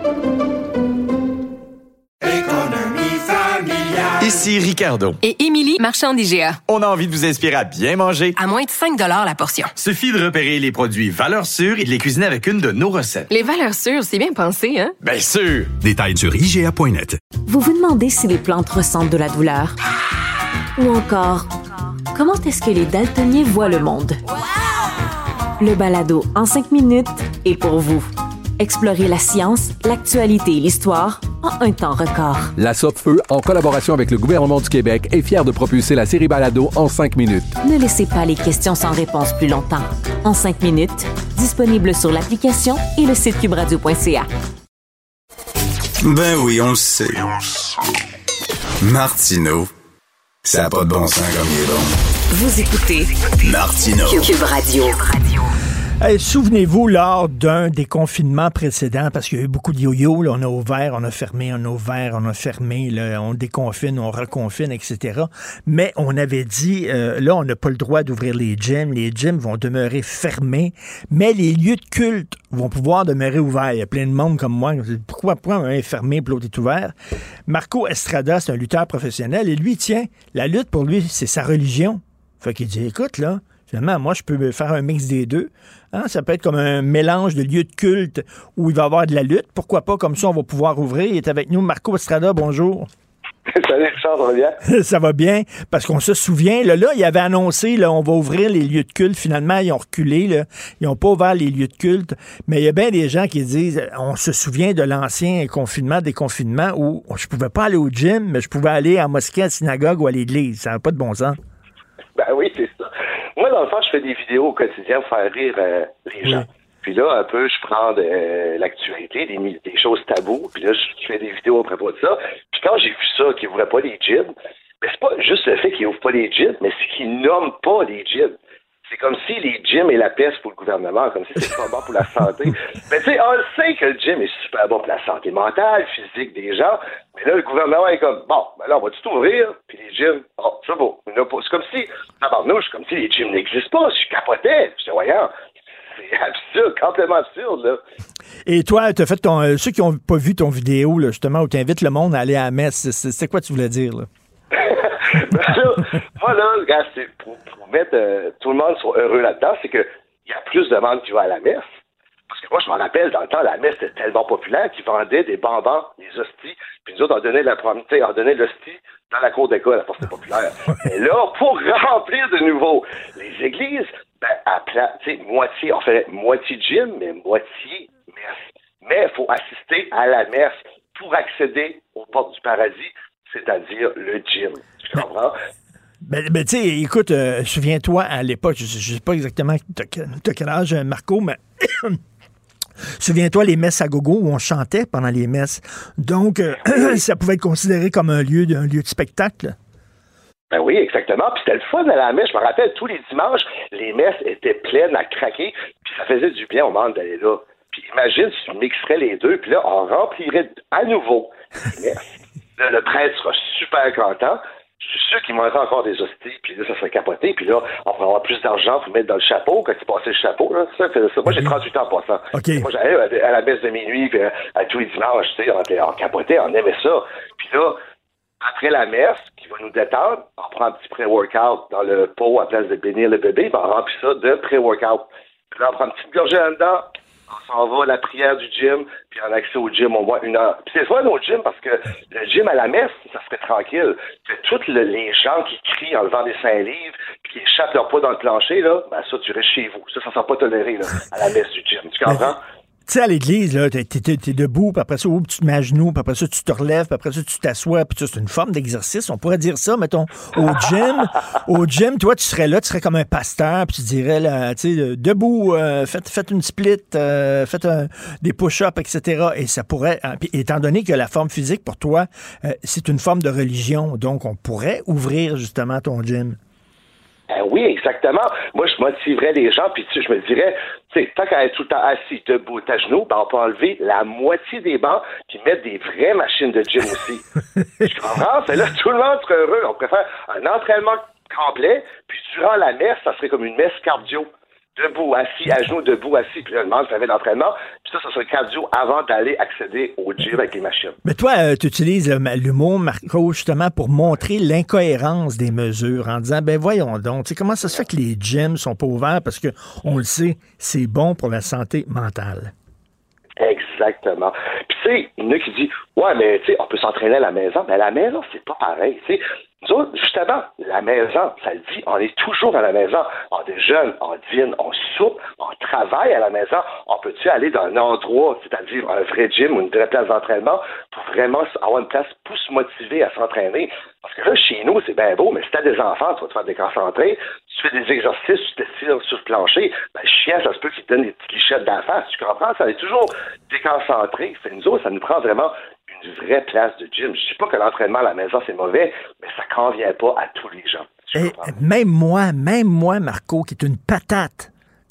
S2: Ici Ricardo.
S3: Et Émilie, marchand d'IGA.
S2: On a envie de vous inspirer à bien manger.
S3: À moins de 5 $ la portion.
S2: Suffit de repérer les produits valeurs sûres et de les cuisiner avec une de nos recettes.
S3: Les valeurs sûres, c'est bien pensé, hein?
S2: Bien sûr!
S4: Détails sur IGA.net.
S9: Vous vous demandez si les plantes ressentent de la douleur? Ou encore, comment est-ce que les daltoniens voient le monde? Le balado en 5 minutes est pour vous. Explorez la science, l'actualité et l'histoire en un temps record.
S10: La Sopfeu, en collaboration avec le gouvernement du Québec, est fière de propulser la série Balado en 5 minutes.
S9: Ne laissez pas les questions sans réponse plus longtemps. En 5 minutes, disponible sur l'application et le site cubradio.ca.
S4: Ben oui, on le sait. Martineau, ça n'a pas de bon sens comme il est bon.
S15: Vous écoutez
S4: Martineau.
S15: Cube Radio.
S5: Hey, souvenez-vous, lors d'un des confinements précédents, parce qu'il y a eu beaucoup de yo-yo, là, on a ouvert, on a fermé, on a ouvert, on a fermé, là, on déconfine, on reconfine, etc. Mais on avait dit, là, on n'a pas le droit d'ouvrir les gyms vont demeurer fermés, mais les lieux de culte vont pouvoir demeurer ouverts. Il y a plein de monde comme moi, pourquoi un est fermé et l'autre est ouvert? Marco Estrada, c'est un lutteur professionnel, et lui, tiens, la lutte pour lui, c'est sa religion. Fait qu'il dit, écoute, là, finalement, moi, je peux faire un mix des deux. Hein? Ça peut être comme un mélange de lieux de culte où il va y avoir de la lutte. Pourquoi pas? Comme ça, on va pouvoir ouvrir. Il est avec nous, Marco Estrada. Bonjour.
S6: Salut, Richard, ça va bien?
S5: Ça va bien, parce qu'on se souvient, là, il avait annoncé, là, on va ouvrir les lieux de culte. Finalement, ils ont reculé, là. Ils n'ont pas ouvert les lieux de culte. Mais il y a bien des gens qui disent, on se souvient de l'ancien confinement, déconfinement, où je pouvais pas aller au gym, mais je pouvais aller en mosquée, à la synagogue ou à l'église. Ça n'a pas de bon sens.
S8: Oui, c'est ça. Moi, dans le fond, je fais des vidéos au quotidien pour faire rire les gens. Puis là, un peu, je prends de l'actualité, des choses tabous, puis là, je fais des vidéos à propos de ça. Puis quand j'ai vu ça, qu'ils n'ouvraient pas les gyms, mais c'est pas juste le fait qu'ils n'ouvrent pas les gyms, mais c'est qu'ils nomment pas les gyms. C'est comme si les gyms est la peste pour le gouvernement, comme si c'était pas bon pour la santé. Mais tu sais, on le sait que le gym est super bon pour la santé mentale, physique des gens, mais là, le gouvernement est comme, bon, ben là, on va tout ouvrir, puis les gyms, oh, c'est beau. C'est comme si, comme si les gyms n'existent pas, je capotais, je dis, voyons, c'est absurde, complètement absurde, là.
S5: Et toi, tu as fait ceux qui n'ont pas vu ton vidéo, là, justement, où tu invites le monde à aller à la messe, c'est quoi tu voulais dire, là?
S8: Ben là, moi, là, regarde, c'est pour mettre tout le monde soit heureux là-dedans, c'est qu'il y a plus de monde qui va à la messe. Parce que moi, je m'en rappelle, dans le temps, la messe était tellement populaire qu'ils vendaient des bonbons, des hosties, puis nous autres, on donnait l'hostie dans la cour d'école, à force de populaire. Et là, pour remplir de nouveau les églises, moitié, on fait moitié gym, mais moitié messe. Mais il faut assister à la messe pour accéder aux portes du paradis, c'est-à-dire le gym. Tu comprends?
S5: Ben tu sais, écoute, souviens-toi, à l'époque, je sais pas exactement t'as quel âge, Marco, mais souviens-toi les messes à gogo où on chantait pendant les messes. Donc, ça pouvait être considéré comme un lieu de spectacle.
S8: Ben oui, exactement. Puis c'était le fun à la messe. Je me rappelle, tous les dimanches, les messes étaient pleines à craquer, puis ça faisait du bien au monde d'aller là. Puis imagine si tu mixerais les deux, puis là, on remplirait à nouveau les messes. Là, le prêtre sera super content. Je suis sûr qu'il manquera encore des hosties, puis là, ça serait capoté, puis là, on pourrait avoir plus d'argent pour mettre dans le chapeau, quand tu passais le chapeau, là, ça. Moi, j'ai 38 ans en passant.
S5: Okay.
S8: Moi, j'allais à la messe de minuit, puis à tous les dimanches, tu sais, on capotait, on aimait ça. Puis là, après la messe, qui va nous détendre, on prend un petit pré-workout dans le pot à place de bénir le bébé, puis on remplit ça de pré-workout. Puis là, on prend une petite gorgée là-dedans, on s'en va à la prière du gym, puis on a accès au gym au moins 1 heure. Puis c'est fun au gym parce que le gym à la messe, ça serait tranquille. Puis tous les gens qui crient en levant des 5 livres, puis qui échappent leur poids dans le plancher, là, ben ça, tu restes chez vous. Ça ne sera pas toléré là, à la messe du gym. Tu comprends?
S5: Tu sais, à l'église, là, t'es debout, puis après ça, tu te mets à genoux, puis après ça, tu te relèves, puis après ça, tu t'assois, puis c'est une forme d'exercice. On pourrait dire ça, mettons, au gym. Au gym, toi, tu serais là, tu serais comme un pasteur, puis tu dirais, là, tu sais, debout, faites une split, faites des push-ups, etc. Et ça pourrait, puis, étant donné que la forme physique, pour toi, c'est une forme de religion, donc on pourrait ouvrir, justement, ton gym.
S8: Oui, exactement. Moi, je motiverais les gens, puis je me dirais, tu sais, tant qu'à être tout le temps assis, debout, à genoux, ben, on peut enlever la moitié des bancs, puis mettre des vraies machines de gym aussi. Je comprends? C'est là, tout le monde serait heureux. On préfère un entraînement complet, puis durant la messe, ça serait comme une messe cardio. Debout, assis, à genoux, debout, assis, puis là, le monde fait l'entraînement, puis ça serait cardio avant d'aller accéder au gym avec les machines.
S5: Mais toi, tu utilises l'humour, Marco, justement, pour montrer l'incohérence des mesures, en disant, ben voyons donc, tu sais, comment ça se fait que les gyms sont pas ouverts, parce que on le sait, c'est bon pour la santé mentale.
S8: Exactement. Puis tu sais, il y en a qui disent, ouais, mais tu sais, on peut s'entraîner à la maison, mais à la maison, c'est pas pareil, tu sais. Nous autres, justement, la maison, ça le dit, on est toujours à la maison. On déjeune, on dîne, on soupe, on travaille à la maison. On peut-tu aller dans un endroit, c'est-à-dire un vrai gym ou une vraie place d'entraînement, pour vraiment avoir une place pour se motiver à s'entraîner? Parce que là, chez nous, c'est bien beau, mais si t'as des enfants, tu vas te faire déconcentrer, tu fais des exercices, tu t'étires sur le plancher, ben, le chien, ça se peut qu'il te donne des petites lichettes d'en face. Tu comprends? Ça est toujours déconcentré. C'est nous autres, ça nous prend vraiment une vraie place de gym. Je dis pas que l'entraînement à la maison, c'est mauvais, mais ça convient pas à tous les gens.
S5: Et même moi, Marco, qui est une patate,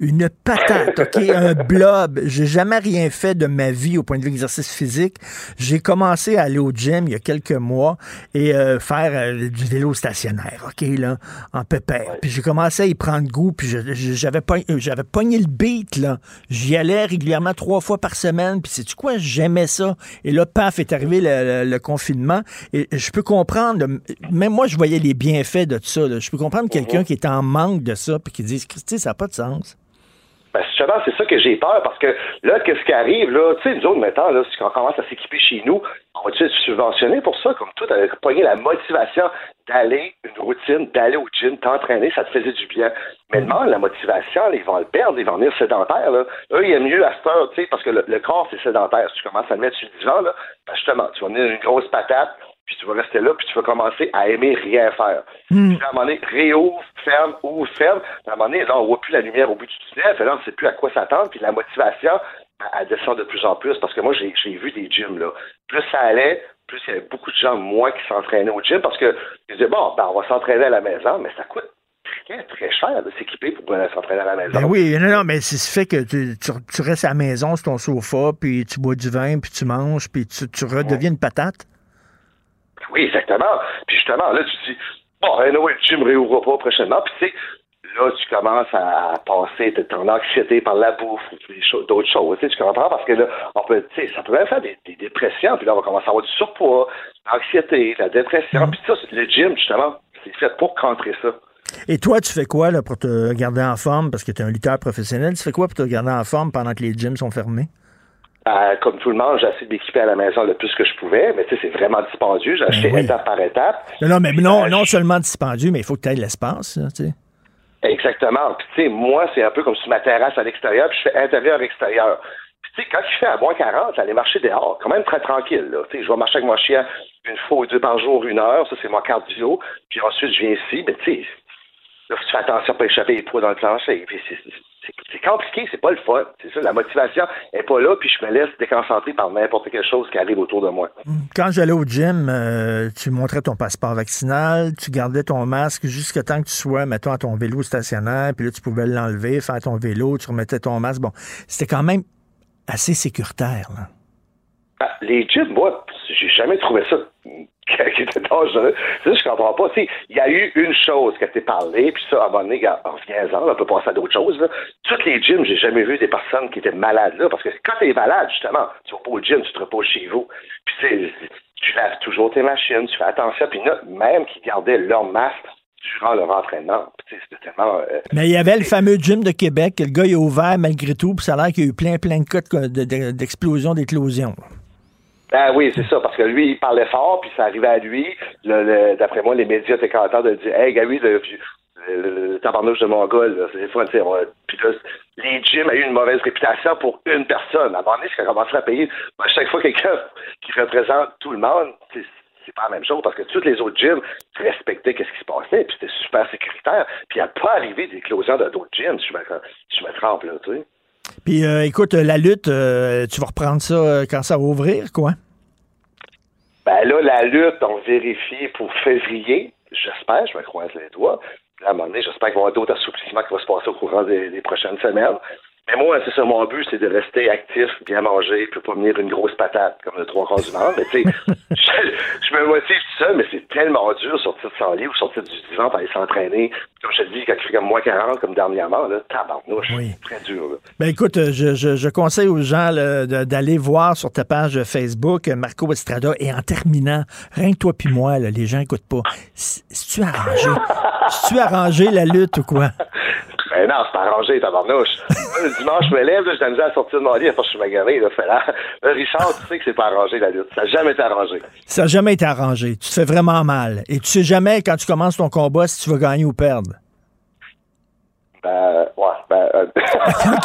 S5: OK, un blob. J'ai jamais rien fait de ma vie au point de vue exercice physique. J'ai commencé à aller au gym il y a quelques mois et faire du vélo stationnaire, OK, là, en pépère. Puis j'ai commencé à y prendre goût, puis j'avais pogné le beat, là. J'y allais régulièrement 3 fois par semaine, puis sais-tu quoi? J'aimais ça. Et là, paf, est arrivé le confinement. Et je peux comprendre, même moi, je voyais les bienfaits de tout ça, là. Je peux comprendre quelqu'un qui est en manque de ça, puis qui dit, Christy, ça n'a pas de sens.
S8: Ben, justement, c'est ça que j'ai peur, parce que là, qu'est-ce qui arrive, là, tu sais, nous autres, maintenant, là, si on commence à s'équiper chez nous, on va-tu être subventionné pour ça, comme tout, avec pogné la motivation d'aller, une routine, d'aller au gym, t'entraîner, ça te faisait du bien. Mais demande la motivation, là, ils vont le perdre, ils vont venir sédentaires, là. Eux, il y a mieux à cette heure, tu sais, parce que le corps, c'est sédentaire. Si tu commences à le mettre sur le divan, là, ben justement, tu vas venir une grosse patate, puis tu vas rester là, puis tu vas commencer à aimer rien faire. Puis à un moment donné, réouvre, ferme, ouvre, ferme. Puis à un moment donné, là, on voit plus la lumière au bout du tunnel, puis là, on ne sait plus à quoi s'attendre, puis la motivation, elle descend de plus en plus, parce que moi, j'ai vu des gyms, là. Plus ça allait, plus il y avait beaucoup de gens, moi, qui s'entraînaient au gym, parce que ils disaient, bon, ben, on va s'entraîner à la maison, mais ça coûte très, très cher de s'équiper pour s'entraîner à la maison.
S5: Ben oui, non, mais c'est ce fait que tu restes à la maison sur ton sofa, puis tu bois du vin, puis tu manges, puis tu redeviens une patate.
S8: Oui, exactement. Puis justement, là, tu te dis, bon, le gym ne réouvre pas prochainement, puis tu sais, là, tu commences à passer ton anxiété par la bouffe ou d'autres choses. Tu comprends? Parce que là, ça peut même faire des dépressions, puis là, on va commencer à avoir du surpoids, l'anxiété, la dépression, puis ça, le gym, justement, c'est fait pour contrer ça.
S5: Et toi, tu fais quoi là, pour te garder en forme? Parce que tu es un lutteur professionnel. Tu fais quoi pour te garder en forme pendant que les gyms sont fermés?
S8: Comme tout le monde, j'ai essayé de m'équiper à la maison le plus que je pouvais, mais tu sais, c'est vraiment dispendieux. J'ai acheté étape par étape.
S5: Non seulement dispendieux, mais il faut que tu aies de l'espace, tu sais.
S8: Exactement. Puis tu sais, moi, c'est un peu comme sur ma terrasse à l'extérieur, puis je fais intérieur-extérieur. Puis tu sais, quand il fait à moins 40, aller marcher dehors, quand même très tranquille, là. Tu sais, je vais marcher avec mon chien une fois ou deux par jour, 1 heure, ça c'est mon cardio, puis ensuite je viens ici, mais tu sais, là, tu fais attention à pas échapper les poids dans le plancher, puis c'est compliqué, c'est pas le fun. C'est ça, la motivation est pas là, puis je me laisse déconcentrer par n'importe quelle chose qui arrive autour de moi.
S5: Quand j'allais au gym, tu montrais ton passeport vaccinal, tu gardais ton masque jusqu'à temps que tu sois, mettons, à ton vélo stationnaire, puis là, tu pouvais l'enlever, faire ton vélo, tu remettais ton masque. Bon, c'était quand même assez sécuritaire, là.
S8: Les gyms, moi, j'ai jamais trouvé ça qui était dangereux. C'est ça, je comprends pas. Il y a eu une chose qui a été parlée, puis ça, à un moment donné, en 15 ans, on peut passer à d'autres choses. Là. Toutes les gyms, j'ai jamais vu des personnes qui étaient malades là, parce que quand t'es malade, justement, tu vas pas au gym, tu te reposes chez vous. Puis tu laves toujours tes machines, tu fais attention. Puis même qui gardaient leur masque durant leur entraînement. C'était tellement...
S5: Mais il y avait le fameux gym de Québec, le gars il a ouvert malgré tout, puis ça a l'air qu'il y a eu plein de cas d'explosion, d'éclosion.
S8: Ah oui, c'est ça, parce que lui, il parlait fort, puis ça arrivait à lui. D'après moi, les médias étaient contents de dire « Hey, Gabi, le tabarnouche de Mongol, là, c'est fun, tu sais. » Puis là, les gyms ont eu une mauvaise réputation pour une personne. À un moment donné, c'est qu'on commençait à payer à chaque fois quelqu'un qui représente tout le monde. C'est pas la même chose, parce que tous les autres gyms respectaient ce qui se passait, puis c'était super sécuritaire. Puis il n'y a pas arrivé d'éclosion d'autres gyms, si je me trompe, là, tu sais.
S5: Puis, écoute, la lutte, tu vas reprendre ça quand ça va ouvrir, quoi?
S8: Ben là, la lutte, on vérifie pour février. J'espère, je me croise les doigts. Là, à un moment donné, j'espère qu'il va y avoir d'autres assouplissements qui vont se passer au courant des prochaines semaines. Mais moi, c'est ça, mon but, c'est de rester actif, bien manger, puis pas venir une grosse patate comme le 3/4 du monde. Mais tu sais, je me motive tout ça, mais c'est tellement dur de sortir de son lit ou sortir du divan pour aller s'entraîner. Comme je te dis, quand il fait comme moins 40, comme dernièrement, là, tabarnouche, c'est très dur. Là.
S5: Ben écoute, je conseille aux gens là, d'aller voir sur ta page Facebook Marco Estrada, et en terminant, rien que toi puis moi, là, les gens n'écoutent pas. C'est-tu arrangé? C'est-tu arrangé la lutte ou quoi?
S8: Ben non, c'est pas arrangé, tabarnouche. Moi, le dimanche, je me lève, là, j'ai la misère à sortir de mon lit, à force je suis magané, là, Richard, tu sais que c'est pas arrangé, la lutte. Ça n'a jamais été arrangé. Ça n'a
S5: jamais été arrangé. Tu te fais vraiment mal. Et tu sais jamais, quand tu commences ton combat, si tu vas gagner ou perdre. OK.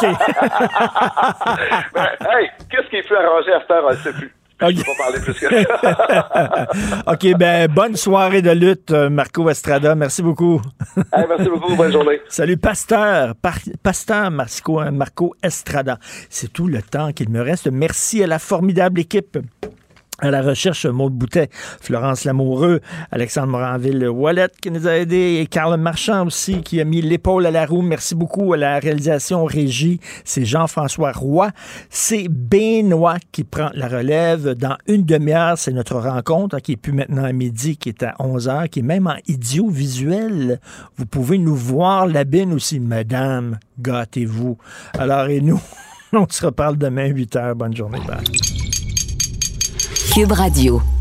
S8: Hey, qu'est-ce qui est plus arrangé à cette heure, on ne sait plus. Okay. Je ne vais pas parler plus que ça.
S5: OK, ben bonne soirée de lutte, Marco Estrada. Merci beaucoup.
S8: Hey, merci beaucoup, bonne journée.
S5: Salut, Pasteur Marco Estrada. C'est tout le temps qu'il me reste. Merci à la formidable équipe. À la recherche, Maude Boutet, Florence Lamoureux, Alexandre Moranville-Wallet qui nous a aidés, et Carl Marchand aussi qui a mis l'épaule à la roue. Merci beaucoup à la réalisation régie. C'est Jean-François Roy. C'est Benoît qui prend la relève. Dans une demi-heure, c'est notre rencontre qui est plus maintenant à midi, qui est à 11h, qui est même en idiovisuel. Vous pouvez nous voir la bine aussi. Madame, gâtez-vous. Alors, et nous, on se reparle demain 8h. Bonne journée. Bye.
S15: Cube Radio.